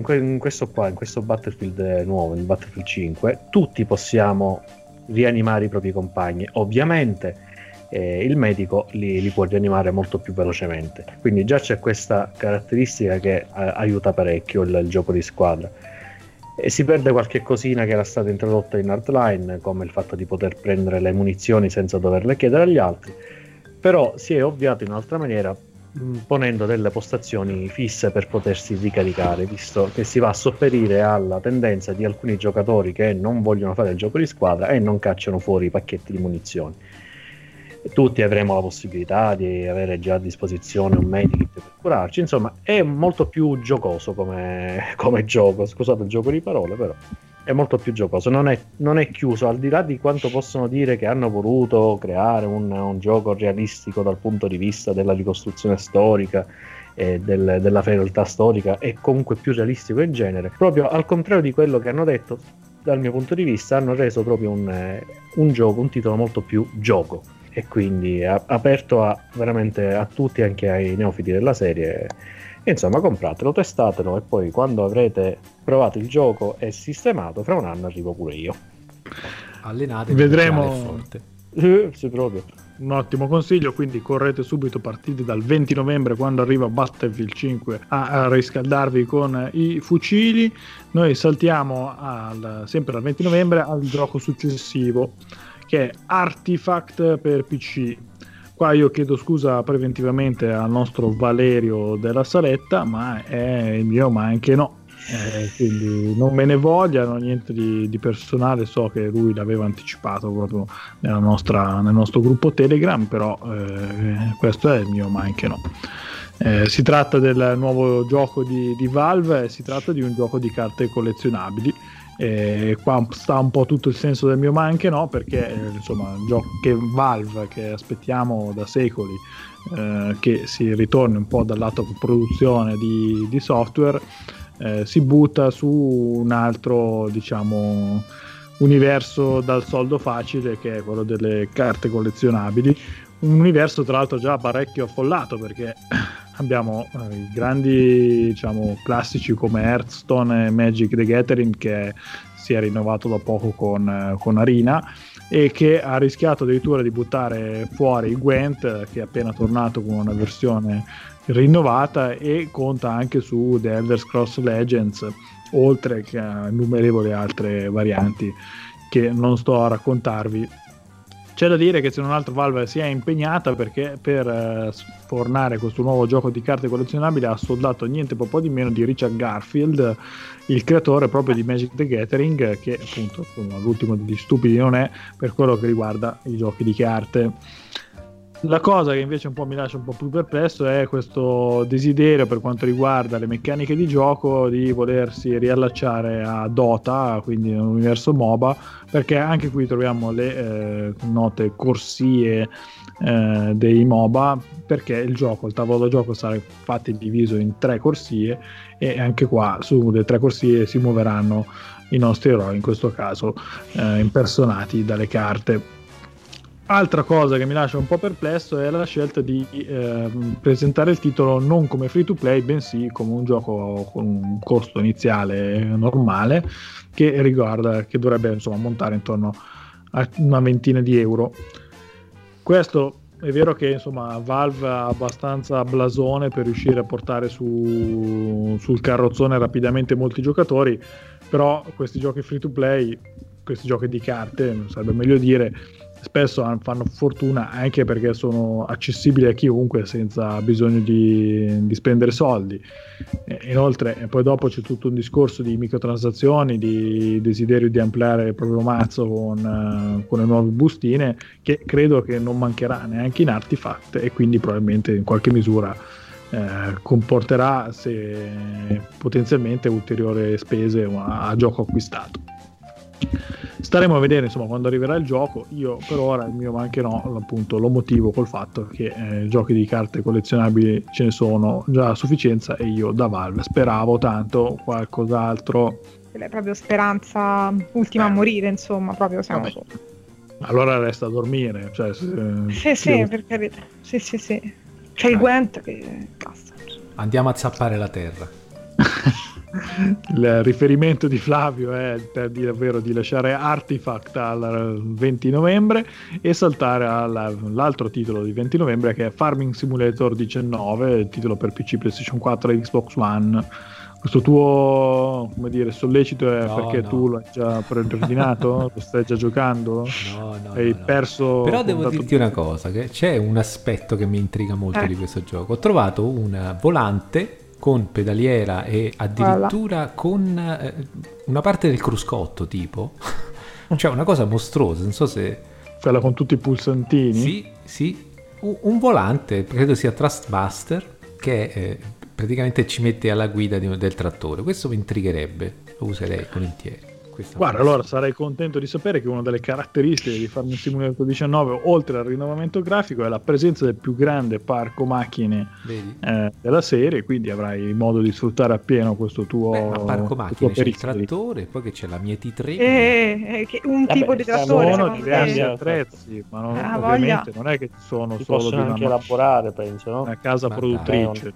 questo Battlefield nuovo, in Battlefield 5, tutti possiamo rianimare i propri compagni. Ovviamente il medico li può rianimare molto più velocemente, quindi già c'è questa caratteristica che aiuta parecchio il gioco di squadra. E si perde qualche cosina che era stata introdotta in Hardline, come il fatto di poter prendere le munizioni senza doverle chiedere agli altri, però si è ovviato in un'altra maniera, ponendo delle postazioni fisse per potersi ricaricare, visto che si va a sopperire alla tendenza di alcuni giocatori che non vogliono fare il gioco di squadra e non cacciano fuori i pacchetti di munizioni. Tutti avremo la possibilità di avere già a disposizione un medikit per curarci, insomma è molto più giocoso come gioco, scusate il gioco di parole, però è molto più giocoso, non è chiuso, al di là di quanto possono dire che hanno voluto creare un gioco realistico dal punto di vista della ricostruzione storica e della fedeltà storica, è comunque più realistico in genere. Proprio al contrario di quello che hanno detto, dal mio punto di vista hanno reso proprio un titolo molto più gioco, e quindi aperto veramente a tutti, anche ai neofiti della serie. E insomma, compratelo, testatelo, e poi quando avrete provato il gioco e sistemato, fra un anno arrivo pure io. Allenatevi, vedremo. Forte. Sì, proprio un ottimo consiglio, quindi correte subito, partite dal 20 novembre quando arriva Battlefield 5 a riscaldarvi con i fucili. Noi saltiamo sempre al 20 novembre al gioco successivo, che è Artifact per PC. Qua io chiedo scusa preventivamente al nostro Valerio della Saletta, ma è il mio ma anche no, quindi non me ne vogliano, niente di personale, so che lui l'aveva anticipato proprio nel nostro gruppo Telegram, però questo è il mio ma anche no. Si tratta del nuovo gioco di Valve, si tratta di un gioco di carte collezionabili. Qua sta un po' tutto il senso del mio ma anche no, perché insomma un gioco che Valve, che aspettiamo da secoli, che si ritorni un po' dal lato produzione di software, si butta su un altro, diciamo, universo dal soldo facile, che è quello delle carte collezionabili. Un universo tra l'altro già parecchio affollato, perché abbiamo i grandi, diciamo, classici come Hearthstone e Magic the Gathering, che si è rinnovato da poco con Arena, e che ha rischiato addirittura di buttare fuori il Gwent, che è appena tornato con una versione rinnovata, e conta anche su The Elder Scrolls Legends, oltre che a innumerevoli altre varianti che non sto a raccontarvi. C'è da dire che se non altro Valve si è impegnata perché per sfornare questo nuovo gioco di carte collezionabili ha soldato niente po' di meno di Richard Garfield, il creatore proprio di Magic the Gathering, che appunto l'ultimo degli stupidi non è per quello che riguarda i giochi di carte. La cosa che invece un po' mi lascia un po' più perplesso è questo desiderio per quanto riguarda le meccaniche di gioco di volersi riallacciare a Dota, quindi nell'universo MOBA, perché anche qui troviamo le note corsie dei MOBA, perché il tavolo da gioco sarà infatti diviso in 3 corsie e anche qua sulle 3 corsie si muoveranno i nostri eroi, in questo caso impersonati dalle carte. Altra cosa che mi lascia un po' perplesso è la scelta di presentare il titolo non come free to play, bensì come un gioco con un costo iniziale normale che dovrebbe insomma montare intorno a una ventina di euro. Questo è vero che insomma Valve ha abbastanza blasone per riuscire a portare sul carrozzone rapidamente molti giocatori, però questi giochi free to play, questi giochi di carte, sarebbe meglio dire, spesso fanno fortuna anche perché sono accessibili a chiunque senza bisogno di spendere soldi. Inoltre poi dopo c'è tutto un discorso di microtransazioni, di desiderio di ampliare il proprio mazzo con le nuove bustine, che credo che non mancherà neanche in Artifact, e quindi probabilmente in qualche misura comporterà potenzialmente ulteriori spese a gioco acquistato. Staremo a vedere insomma quando arriverà il gioco. Io per ora il mio anche no, appunto lo motivo col fatto che giochi di carte collezionabili ce ne sono già a sufficienza e io da Valve speravo tanto qualcos'altro. È proprio speranza ultima a morire, insomma, proprio siamo solo. Allora resta a dormire, cioè, sì, per carità. Sì. C'è il Gwent che basta. Andiamo a zappare la terra. Il riferimento di Flavio è per dire davvero di lasciare Artifact al 20 novembre e saltare all'altro titolo di 20 novembre che è Farming Simulator 19, il titolo per PC, PlayStation 4 e Xbox One. Questo tuo, come dire, sollecito è perché tu l'hai già preordinato? Lo stai già giocando? No. Hai perso. Però devo dirti una cosa, che c'è un aspetto che mi intriga molto di questo gioco. Ho trovato un volante con pedaliera e addirittura con una parte del cruscotto tipo, cioè una cosa mostruosa, non so se... Quella con tutti i pulsantini? Sì, un volante, credo sia Trustbuster, che praticamente ci mette alla guida del trattore. Questo mi intrigherebbe, lo userei volentieri. Guarda, allora sarei contento di sapere che una delle caratteristiche di Farming Simulator 19, oltre al rinnovamento grafico, è la presenza del più grande parco macchine della serie, quindi avrai modo di sfruttare appieno questo tuo parco macchine, c'è il trattore, poi che c'è la mia T3 che un tipo di trattore sono diversi attrezzi, ma ovviamente non è che sono solo possono anche elaborare, penso, no? Una casa produttrice.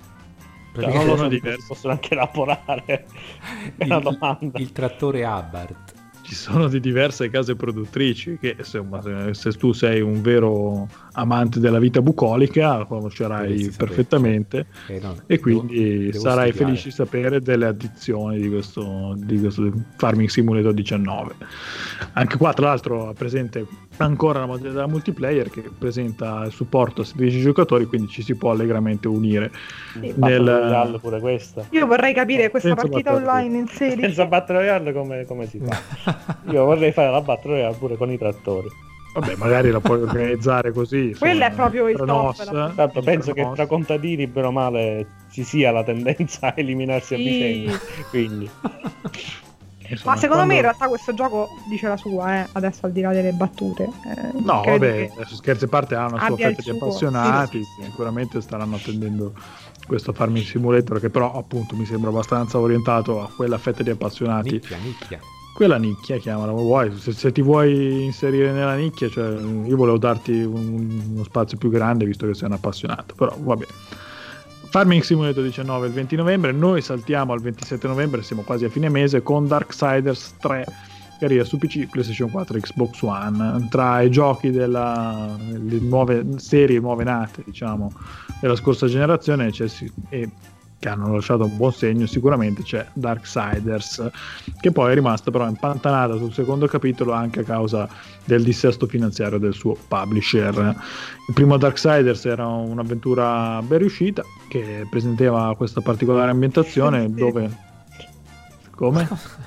Possono anche elaborare. È una domanda. Il trattore Abarth. Ci sono di diverse case produttrici che se tu sei un vero amante della vita bucolica conoscerai perfettamente e quindi sarai felice di sapere delle addizioni di questo Farming Simulator 19. Anche qua tra l'altro è presente ancora la modalità multiplayer che presenta il supporto a 16 giocatori, quindi ci si può allegramente unire pure questa. Io vorrei capire questa partita online in serie senza Battle Royale come si fa. Io vorrei fare la Battle Royale pure con i trattori. Vabbè, magari la puoi organizzare così. Quello è proprio il top. Tanto penso che tra contadini bene o male ci sia la tendenza a eliminarsi a vicenda. Quindi ma secondo me in realtà questo gioco dice la sua, adesso al di là delle battute. No, vabbè, scherzi a parte, ha una sua fetta di appassionati, sicuramente staranno attendendo questo Farming Simulator, che però appunto mi sembra abbastanza orientato a quella fetta di appassionati. Nicchia. Quella nicchia, chiamala, vuoi, se ti vuoi inserire nella nicchia, cioè io volevo darti uno spazio più grande visto che sei un appassionato, però va bene. Farming Simulator 19 il 20 novembre, noi saltiamo al 27 novembre, siamo quasi a fine mese, con Darksiders 3 che arriva su PC, PlayStation 4 e Xbox One. Tra i giochi delle nuove serie, nuove nate, diciamo, della scorsa generazione, e che hanno lasciato un buon segno. Sicuramente c'è Darksiders, che poi è rimasta però impantanata sul secondo capitolo anche a causa del dissesto finanziario del suo publisher. Il primo Darksiders era un'avventura ben riuscita che presentava questa particolare ambientazione dove... Come?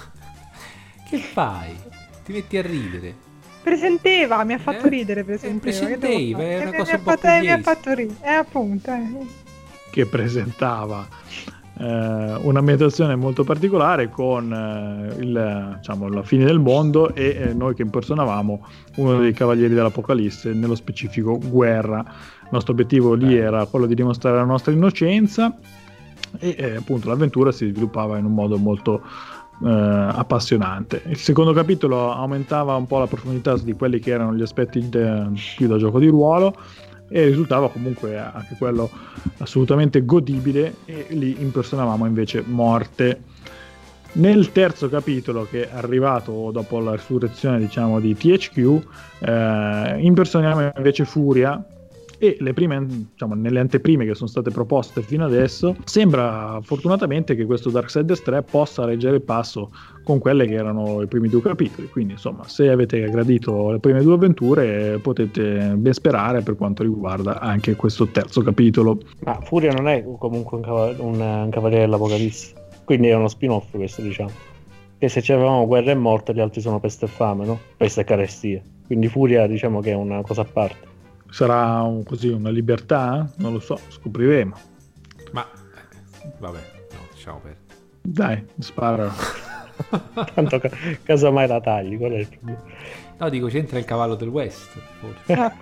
Che fai? Ti metti a ridere? Presenteva, mi ha fatto ridere, presenteva. È una cosa un po' mi ha fatto ridere, appunto. Che presentava un'ambientazione molto particolare con la fine del mondo e noi che impersonavamo uno dei cavalieri dell'Apocalisse, nello specifico Guerra. Il nostro obiettivo lì era quello di dimostrare la nostra innocenza e appunto l'avventura si sviluppava in un modo molto appassionante. Il secondo capitolo aumentava un po' la profondità di quelli che erano gli aspetti più da gioco di ruolo e risultava comunque anche quello assolutamente godibile, e lì impersonavamo invece Morte. Nel terzo capitolo, che è arrivato dopo la risurrezione diciamo di THQ, impersoniamo invece Furia, e le prime, diciamo, nelle anteprime che sono state proposte fino adesso sembra fortunatamente che questo Darksiders 3 possa reggere il passo con quelle che erano i primi due capitoli. Quindi insomma, se avete gradito le prime due avventure potete ben sperare per quanto riguarda anche questo terzo capitolo. Ma Furia non è comunque un cavaliere dell'Apocalisse, quindi è uno spin-off questo, diciamo, che se c'avevamo Guerra e Morte gli altri sono Peste e Fame, no? Peste e Carestia, quindi Furia diciamo che è una cosa a parte. Sarà una libertà? Non lo so, scopriremo. Ma vabbè, no, lasciamo perdere. Dai, spara. Tanto casomai la tagli, qual è il problema? No, dico, c'entra il cavallo del West, forse.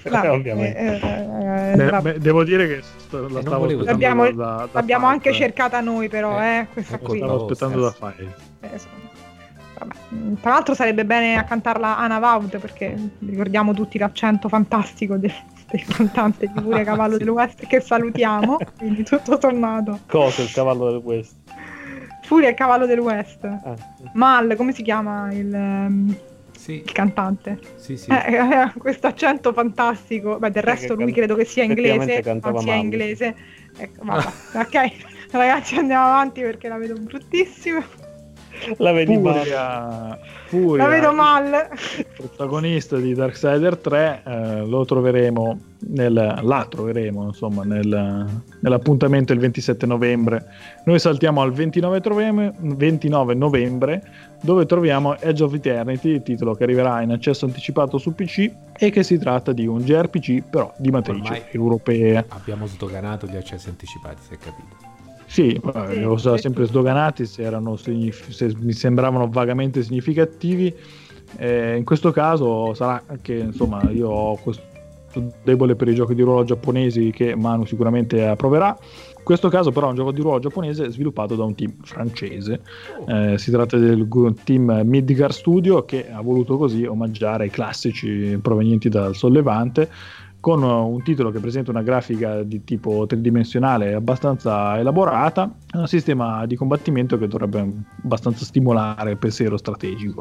Ovviamente. Devo dire che la stavo aspettando l'abbiamo anche cercata noi, però questa qui. Stavo aspettando da fare. Vabbè. Tra l'altro sarebbe bene accantarla Anna Vaud, perché ricordiamo tutti l'accento fantastico del cantante di Furia Cavallo del West, che salutiamo, quindi tutto tornato. Cosa il Cavallo del West? Furia il Cavallo del West. Mal, come si chiama il cantante? Sì. Questo accento fantastico. Beh, del resto lui credo che sia inglese, non sia inglese. Ecco, vabbè. Ok, ragazzi, andiamo avanti perché la vedo bruttissima. La vedi Furia, la vedo male. Il protagonista di Darksiders 3 lo troveremo nell'appuntamento il 27 novembre. Noi saltiamo al 29 novembre, dove troviamo Edge of Eternity, il titolo che arriverà in accesso anticipato su PC e che si tratta di un JRPG però di matrice europea. Abbiamo sdoganato gli accessi anticipati, si è capito. Sì, li ho sempre sdoganati se mi sembravano vagamente significativi. In questo caso sarà che insomma io ho questo debole per i giochi di ruolo giapponesi che Manu sicuramente approverà. In questo caso però è un gioco di ruolo giapponese sviluppato da un team francese. Si tratta del team Midgar Studio, che ha voluto così omaggiare i classici provenienti dal Sollevante, con un titolo che presenta una grafica di tipo tridimensionale abbastanza elaborata, un sistema di combattimento che dovrebbe abbastanza stimolare il pensiero strategico.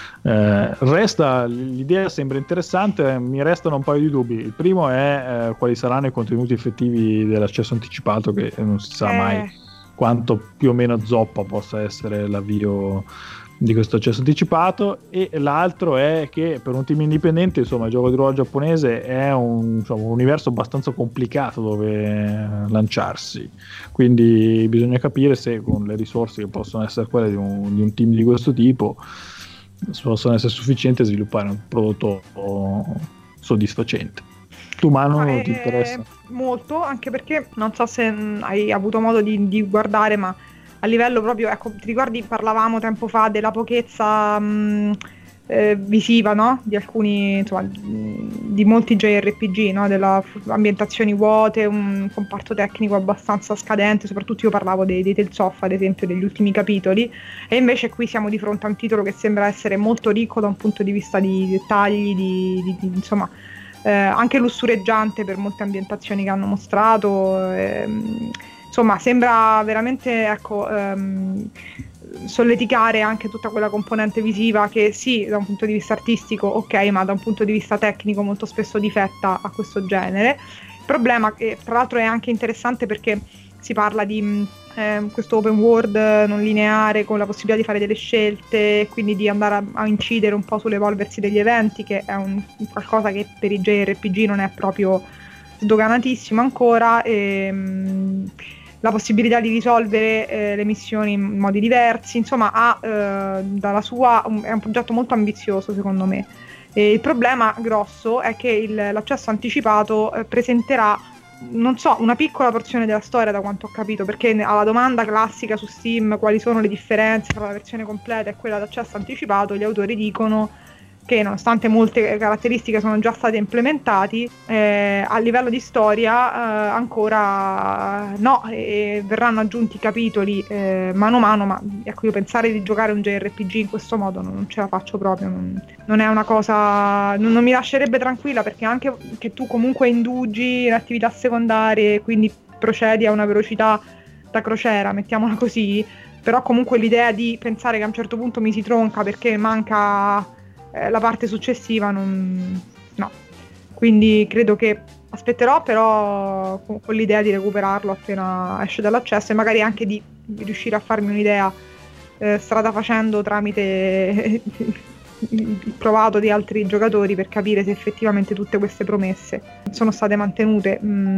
L'idea sembra interessante, mi restano un paio di dubbi. Il primo è quali saranno i contenuti effettivi dell'accesso anticipato, che non si sa mai quanto più o meno zoppa possa essere l'avvio di questo accesso anticipato, e l'altro è che per un team indipendente insomma il gioco di ruolo giapponese è un universo abbastanza complicato dove lanciarsi, quindi bisogna capire se con le risorse che possono essere quelle di un team di questo tipo possono essere sufficienti a sviluppare un prodotto soddisfacente. Tu Manu ti interessa? Molto, anche perché non so se hai avuto modo di guardare, ma a livello proprio, ecco, ti ricordi, parlavamo tempo fa della pochezza visiva, no? Di alcuni, insomma, di molti JRPG, no? Della ambientazioni vuote, un comparto tecnico abbastanza scadente, soprattutto io parlavo dei Tales of, ad esempio, degli ultimi capitoli, e invece qui siamo di fronte a un titolo che sembra essere molto ricco da un punto di vista di dettagli, insomma, anche lussureggiante per molte ambientazioni che hanno mostrato. Insomma, sembra veramente, ecco, solleticare anche tutta quella componente visiva che sì, da un punto di vista artistico ok, ma da un punto di vista tecnico molto spesso difetta a questo genere. Il problema, che tra l'altro è anche interessante perché si parla di questo open world non lineare con la possibilità di fare delle scelte, quindi di andare a incidere un po' sull'evolversi degli eventi, che è qualcosa che per i JRPG non è proprio sdoganatissimo ancora. La possibilità di risolvere le missioni in modi diversi, insomma dalla sua è un progetto molto ambizioso secondo me. E il problema grosso è che l'accesso anticipato presenterà, non so, una piccola porzione della storia, da quanto ho capito, perché alla domanda classica su Steam quali sono le differenze tra la versione completa e quella d'accesso anticipato, gli autori dicono che nonostante molte caratteristiche sono già state implementati, a livello di storia ancora no, e verranno aggiunti capitoli mano a mano, ma ecco, io pensare di giocare un JRPG in questo modo non ce la faccio proprio, non è una cosa, non mi lascerebbe tranquilla, perché anche che tu comunque indugi in attività secondarie, quindi procedi a una velocità da crociera, mettiamola così, però comunque l'idea di pensare che a un certo punto mi si tronca perché manca la parte successiva, no. Quindi credo che aspetterò, però con l'idea di recuperarlo appena esce dall'accesso, e magari anche di riuscire a farmi un'idea strada facendo tramite il provato di altri giocatori, per capire se effettivamente tutte queste promesse sono state mantenute.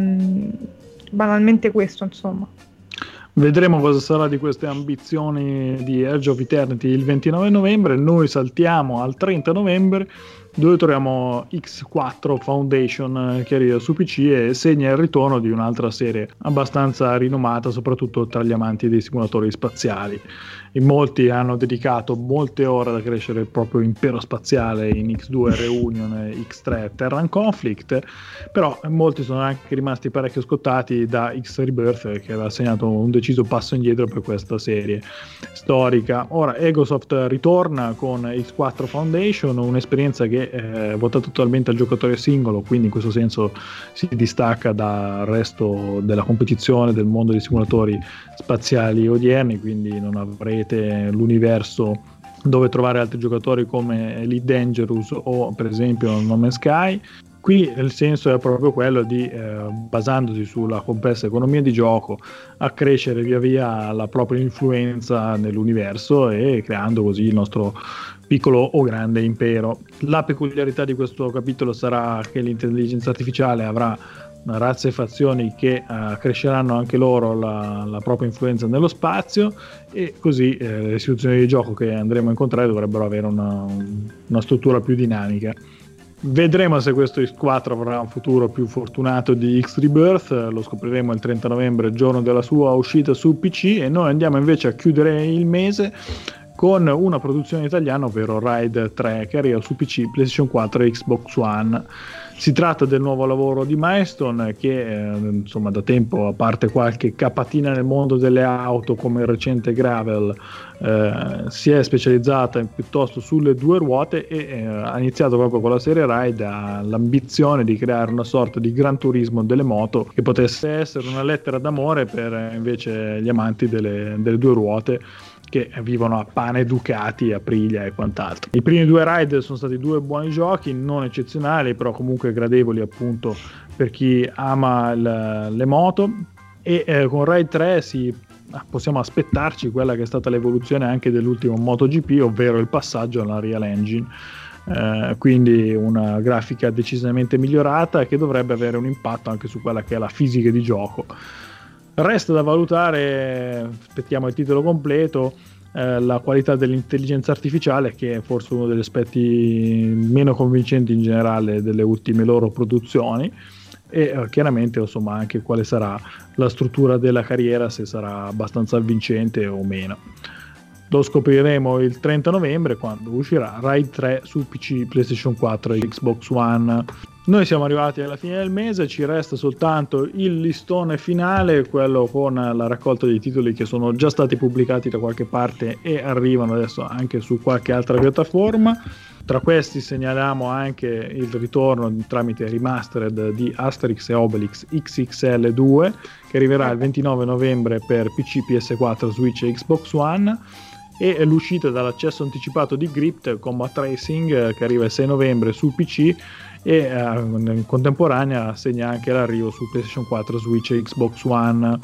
Banalmente questo, insomma. Vedremo cosa sarà di queste ambizioni di Edge of Eternity il 29 novembre. Noi saltiamo al 30 novembre, dove troviamo X4 Foundation, che arriva su PC e segna il ritorno di un'altra serie abbastanza rinomata, soprattutto tra gli amanti dei simulatori spaziali. In molti hanno dedicato molte ore ad accrescere il proprio impero spaziale in X2 Reunion e X3 Terran Conflict, però molti sono anche rimasti parecchio scottati da X Rebirth, che aveva segnato un deciso passo indietro per questa serie storica. Ora Egosoft ritorna con X4 Foundation, un'esperienza che è votata totalmente al giocatore singolo, quindi in questo senso si distacca dal resto della competizione del mondo dei simulatori spaziali odierni, quindi non avrete l'universo dove trovare altri giocatori come Elite Dangerous o per esempio No Man's Sky. Qui il senso è proprio quello di, basandosi sulla complessa economia di gioco, accrescere via via la propria influenza nell'universo e creando così il nostro piccolo o grande impero. La peculiarità di questo capitolo sarà che l'intelligenza artificiale avrà razze e fazioni che cresceranno anche loro la propria influenza nello spazio, e così le istituzioni di gioco che andremo a incontrare dovrebbero avere una struttura più dinamica. Vedremo se questo X4 avrà un futuro più fortunato di X Rebirth, lo scopriremo il 30 novembre, giorno della sua uscita su PC, e noi andiamo invece a chiudere il mese con una produzione italiana, ovvero Ride 3, che arriva su PC, PlayStation 4 e Xbox One. Si tratta del nuovo lavoro di Milestone, che insomma da tempo, a parte qualche capatina nel mondo delle auto come il recente Gravel, si è specializzata piuttosto sulle due ruote, e ha iniziato proprio con la serie Ride, ha l'ambizione di creare una sorta di Gran Turismo delle moto, che potesse essere una lettera d'amore per invece gli amanti delle due ruote, che vivono a pane Ducati, Aprilia e quant'altro. I primi due Ride sono stati due buoni giochi, non eccezionali, però comunque gradevoli appunto per chi ama le moto, e con Ride 3 possiamo aspettarci quella che è stata l'evoluzione anche dell'ultimo MotoGP, ovvero il passaggio alla Real Engine. Quindi una grafica decisamente migliorata, che dovrebbe avere un impatto anche su quella che è la fisica di gioco. Resta da valutare, aspettiamo il titolo completo, la qualità dell'intelligenza artificiale, che è forse uno degli aspetti meno convincenti in generale delle ultime loro produzioni, e chiaramente insomma anche quale sarà la struttura della carriera, se sarà abbastanza avvincente o meno. Lo scopriremo il 30 novembre, quando uscirà Ride 3 su PC, PlayStation 4 e Xbox One. Noi siamo arrivati alla fine del mese, ci resta soltanto il listone finale, quello con la raccolta dei titoli che sono già stati pubblicati da qualche parte e arrivano adesso anche su qualche altra piattaforma. Tra questi segnaliamo anche il ritorno tramite remastered di Asterix e Obelix XXL 2, che arriverà il 29 novembre per PC, PS4, Switch e Xbox One, e l'uscita dall'accesso anticipato di Gripped Combat Racing, che arriva il 6 novembre su PC, e in contemporanea segna anche l'arrivo su PlayStation 4, Switch e Xbox One.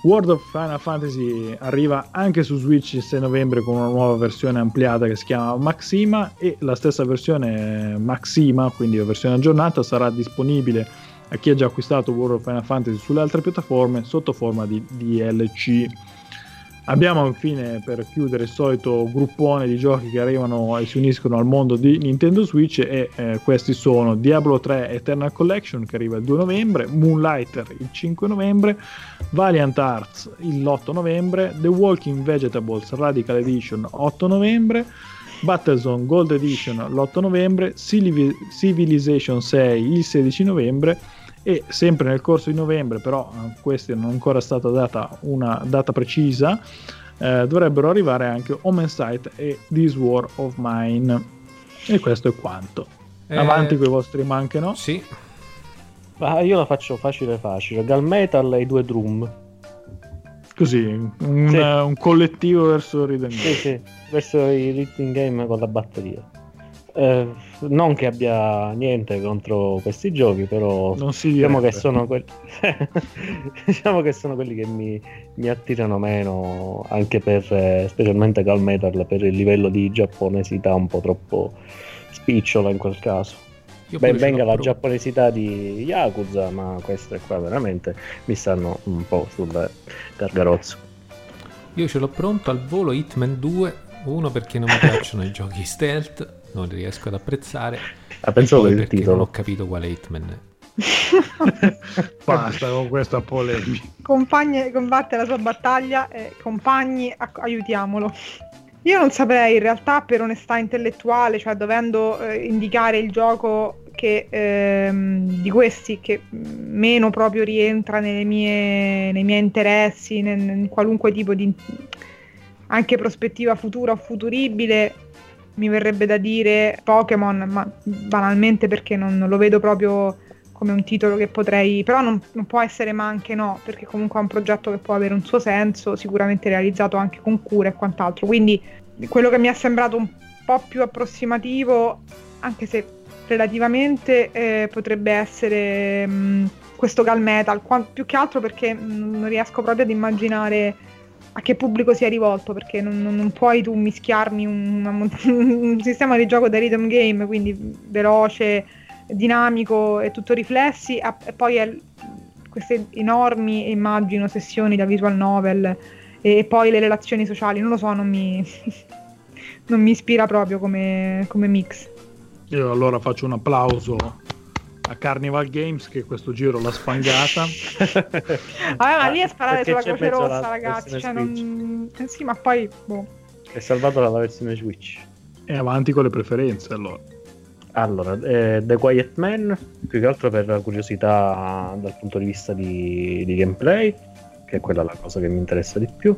World of Final Fantasy arriva anche su Switch il 6 novembre con una nuova versione ampliata che si chiama Maxima, e la stessa versione Maxima, quindi la versione aggiornata, sarà disponibile a chi ha già acquistato World of Final Fantasy sulle altre piattaforme sotto forma di DLC. Abbiamo infine, per chiudere, il solito gruppone di giochi che arrivano e si uniscono al mondo di Nintendo Switch, e questi sono Diablo 3 Eternal Collection, che arriva il 2 novembre, Moonlighter il 5 novembre, Valiant Arts l'8 novembre, The Walking Vegetables Radical Edition 8 novembre, Battlezone Gold Edition l'8 novembre, Civilization 6 il 16 novembre, e sempre nel corso di novembre, però questa non è ancora stata data una data precisa, dovrebbero arrivare anche Homicide e This War of Mine. E questo è quanto. Avanti con i vostri mancano. Sì. Io la faccio facile. Galmetal e i 2 Drum. Così, un collettivo verso Rhythm Game. Sì, verso i Rhythm Game con la batteria. Non che abbia niente contro questi giochi, però non si diciamo che sono diciamo che sono quelli che mi attirano meno, anche per specialmente Galmetal, per il livello di giapponesità un po' troppo spicciola in quel caso. Ben venga la giapponesità di Yakuza, ma queste qua veramente mi stanno un po' sul gargarozzo. Io ce l'ho pronto al volo Hitman 2, uno perché non mi piacciono i giochi stealth, non li riesco ad apprezzare, pensavo poi il perché titolo. non ho capito quale Hitman è. Basta con questa polemica. Compagni combatte la sua battaglia, compagni aiutiamolo. Io non saprei in realtà, per onestà intellettuale, cioè dovendo indicare il gioco che di questi che meno proprio rientra nei miei interessi, in qualunque tipo di anche prospettiva futura o futuribile, mi verrebbe da dire Pokémon, ma banalmente perché non lo vedo proprio come un titolo che potrei, però non può essere ma anche no, perché comunque è un progetto che può avere un suo senso, sicuramente realizzato anche con cura e quant'altro, quindi quello che mi è sembrato un po' più approssimativo, anche se relativamente, potrebbe essere questo Galmetal, più che altro perché non riesco proprio ad immaginare a che pubblico sia rivolto, perché non puoi tu mischiarmi un sistema di gioco da rhythm game, quindi veloce, dinamico e tutto riflessi, e poi queste enormi, immagino, sessioni da visual novel, e poi le relazioni sociali, non lo so, non mi ispira proprio come mix. Io allora faccio un applauso a Carnival Games, che questo giro l'ha sfangata. Vabbè, ma lì è sparare sulla Perché Croce c'è Rossa, la ragazzi, cioè versione sì, ma poi è salvato dalla versione Switch. E avanti con le preferenze allora The Quiet Man, più che altro per curiosità dal punto di vista di gameplay, che è quella la cosa che mi interessa di più,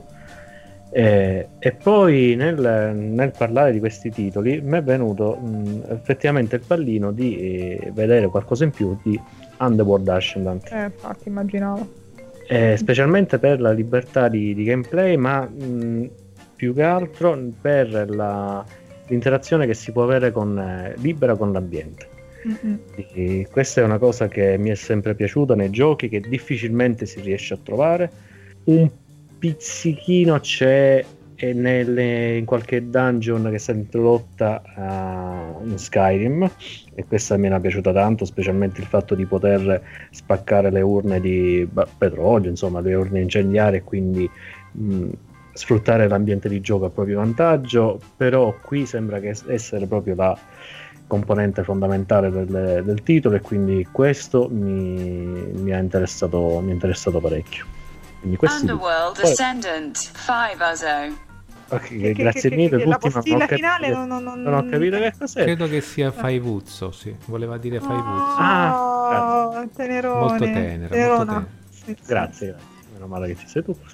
e poi nel parlare di questi titoli mi è venuto effettivamente il pallino di vedere qualcosa in più di Underworld Ascendant. Infatti immaginavo, specialmente per la libertà di gameplay, ma più che altro per l'interazione che si può avere libera con l'ambiente. E questa è una cosa che mi è sempre piaciuta nei giochi, che difficilmente si riesce a trovare. Un pizzichino c'è in qualche dungeon che è stata introdotta in Skyrim, e questa mi era piaciuta tanto, specialmente il fatto di poter spaccare le urne di petrolio, insomma le urne incendiarie, e quindi sfruttare l'ambiente di gioco a proprio vantaggio. Però qui sembra che essere proprio la componente fondamentale del titolo, e quindi questo mi ha interessato parecchio. Quindi Underworld Ascendant 5 Okay, grazie mille. La postilla finale non ho capito che cos'è. Credo che sia Faivuzzo, sì, voleva dire Faivuzzo. tenerone, molto tenera. Sì. Grazie, meno male che ci sei tu.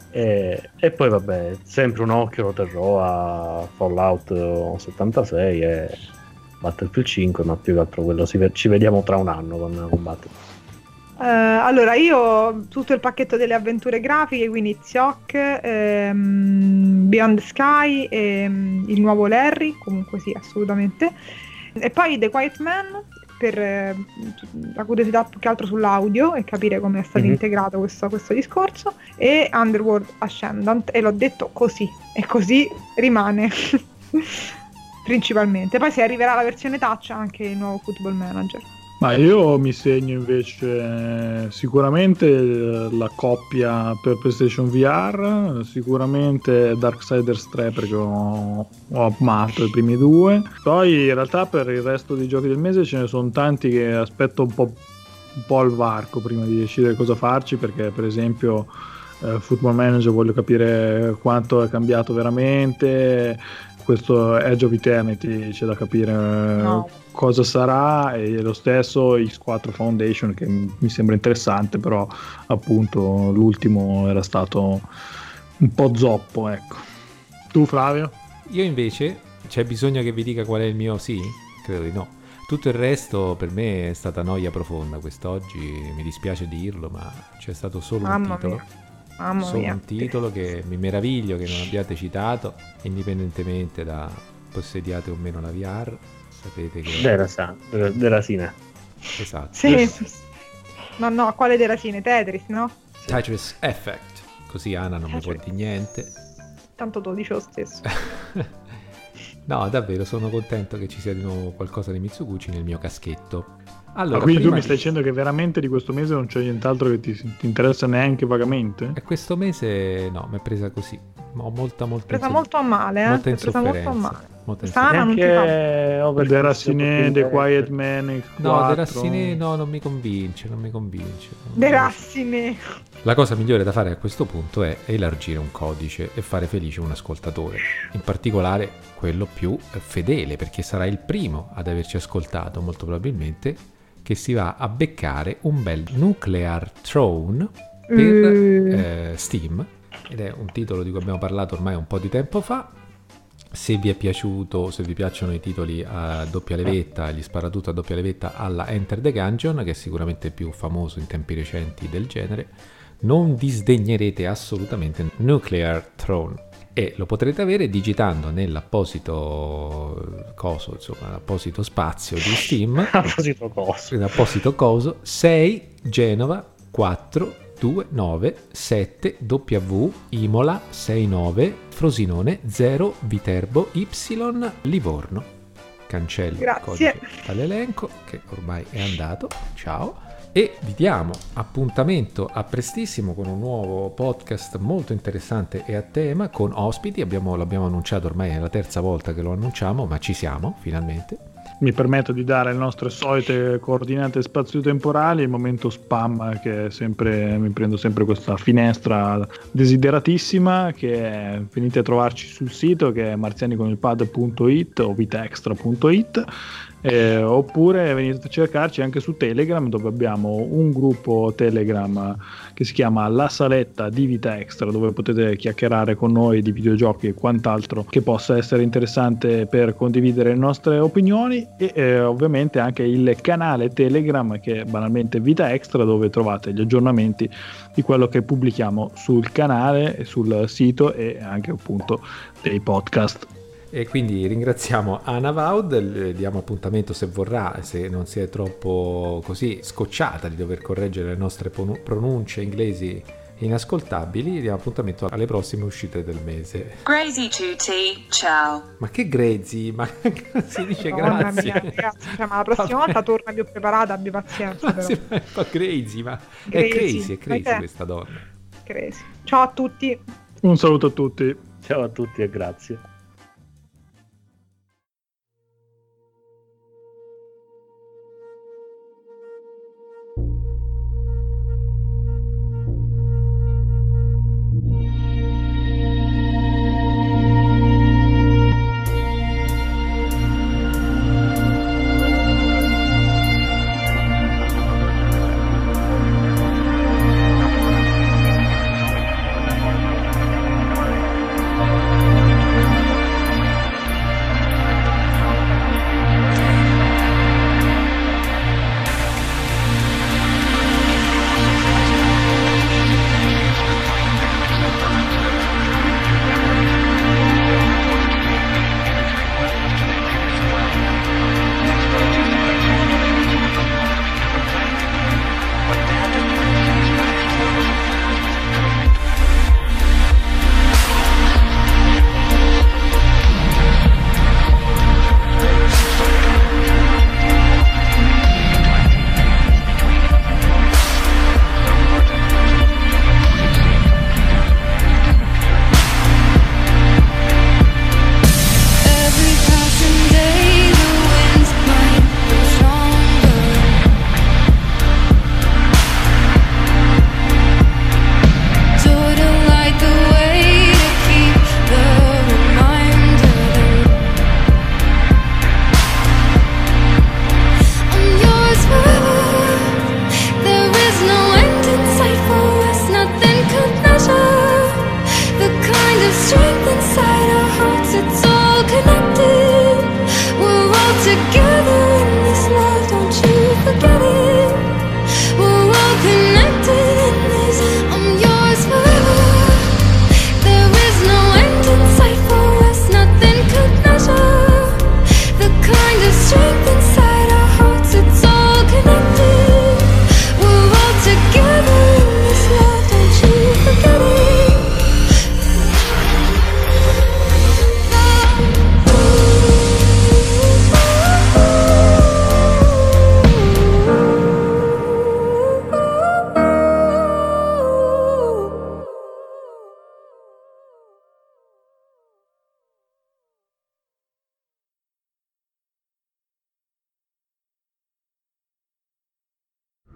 E poi vabbè, sempre un occhio lo terrò a Fallout 76 e Battlefield 5, ma più che altro quello ci vediamo tra un anno con Battlefield. Allora, io tutto il pacchetto delle avventure grafiche, quindi Ziok, Beyond the Sky, il nuovo Larry, comunque sì, assolutamente, e poi The Quiet Man, la curiosità più che altro sull'audio e capire come è stato integrato questo discorso, e Underworld Ascendant, e l'ho detto così, e così rimane principalmente. Poi se arriverà la versione touch anche il nuovo Football Manager. Ma io mi segno invece sicuramente la coppia per PlayStation VR, sicuramente Darksiders 3 perché ho amato i primi due. Poi in realtà per il resto dei giochi del mese ce ne sono tanti che aspetto un po' al varco prima di decidere cosa farci, perché per esempio Football Manager voglio capire quanto è cambiato veramente. Questo Edge of Eternity c'è da capire cosa sarà, e lo stesso X4 Foundation, che mi sembra interessante, però appunto l'ultimo era stato un po' zoppo, ecco. Tu Flavio? Io invece, c'è bisogno che vi dica qual è il mio sì? Credo di no. Tutto il resto per me è stata noia profonda quest'oggi, mi dispiace dirlo, ma c'è stato solo un titolo. Solo un titolo che mi meraviglio che non abbiate citato, indipendentemente da possediate o meno la VR. Sapete che della Sina. Esatto. Sì. No, quale della Sine? Tetris, no? Tetris Effect. Così Ana non mi può dire niente. Tanto te lo dice lo stesso. No, davvero sono contento che ci sia di nuovo qualcosa di Mitsuguchi nel mio caschetto. Allora, quindi tu mi stai dicendo che veramente di questo mese non c'è nient'altro che ti interessa neanche vagamente? E questo mese no, mi è presa così. Ho molta presa molto a male, molta insofferenza. Molto a male. Sana non ti fa. The Racine, The Quiet Man, No, The Racine no, non mi convince. The Racine. La cosa migliore da fare a questo punto è elargire un codice e fare felice un ascoltatore, in particolare quello più fedele, perché sarà il primo ad averci ascoltato molto probabilmente, che si va a beccare un bel Nuclear Throne per Steam, ed è un titolo di cui abbiamo parlato ormai un po' di tempo fa. Se vi è piaciuto, se vi piacciono i titoli a doppia levetta, gli sparatutto a doppia levetta alla Enter the Gungeon, che è sicuramente il più famoso in tempi recenti del genere, non disdegnerete assolutamente Nuclear Throne, e lo potrete avere digitando nell'apposito coso, insomma l'apposito spazio di Steam, l'apposito coso 6 Genova 4 2 9 7 W Imola 69 Frosinone 0 Viterbo Y Livorno. Cancello il codice dall'elenco che ormai è andato. Ciao. E vi diamo appuntamento a prestissimo con un nuovo podcast molto interessante e a tema, con ospiti. L'abbiamo annunciato, ormai è la terza volta che lo annunciamo, ma ci siamo finalmente. Mi permetto di dare le nostre solite coordinate spazio-temporali, il momento spam, che è sempre, mi prendo sempre questa finestra desideratissima, che è, venite a trovarci sul sito che è marzianiconilpad.it o vitaextra.it, oppure venite a cercarci anche su Telegram, dove abbiamo un gruppo Telegram che si chiama La Saletta di Vita Extra, dove potete chiacchierare con noi di videogiochi e quant'altro che possa essere interessante per condividere le nostre opinioni, e ovviamente anche il canale Telegram che è banalmente Vita Extra, dove trovate gli aggiornamenti di quello che pubblichiamo sul canale e sul sito, e anche appunto dei podcast. E quindi ringraziamo Ana Vaud, le diamo appuntamento, se vorrà, se non si è troppo così scocciata di dover correggere le nostre pronunce inglesi inascoltabili, diamo appuntamento alle prossime uscite del mese. Grazy Tutti, ciao. Ma che Grazy? Ma si dice grazie. grazie. Cioè, ma la prossima volta torna più preparata, abbi pazienza. Però. Sì, è un po' crazy, ma Grazy. è crazy questa donna. Crazy. Ciao a tutti. Un saluto a tutti. Ciao a tutti e grazie.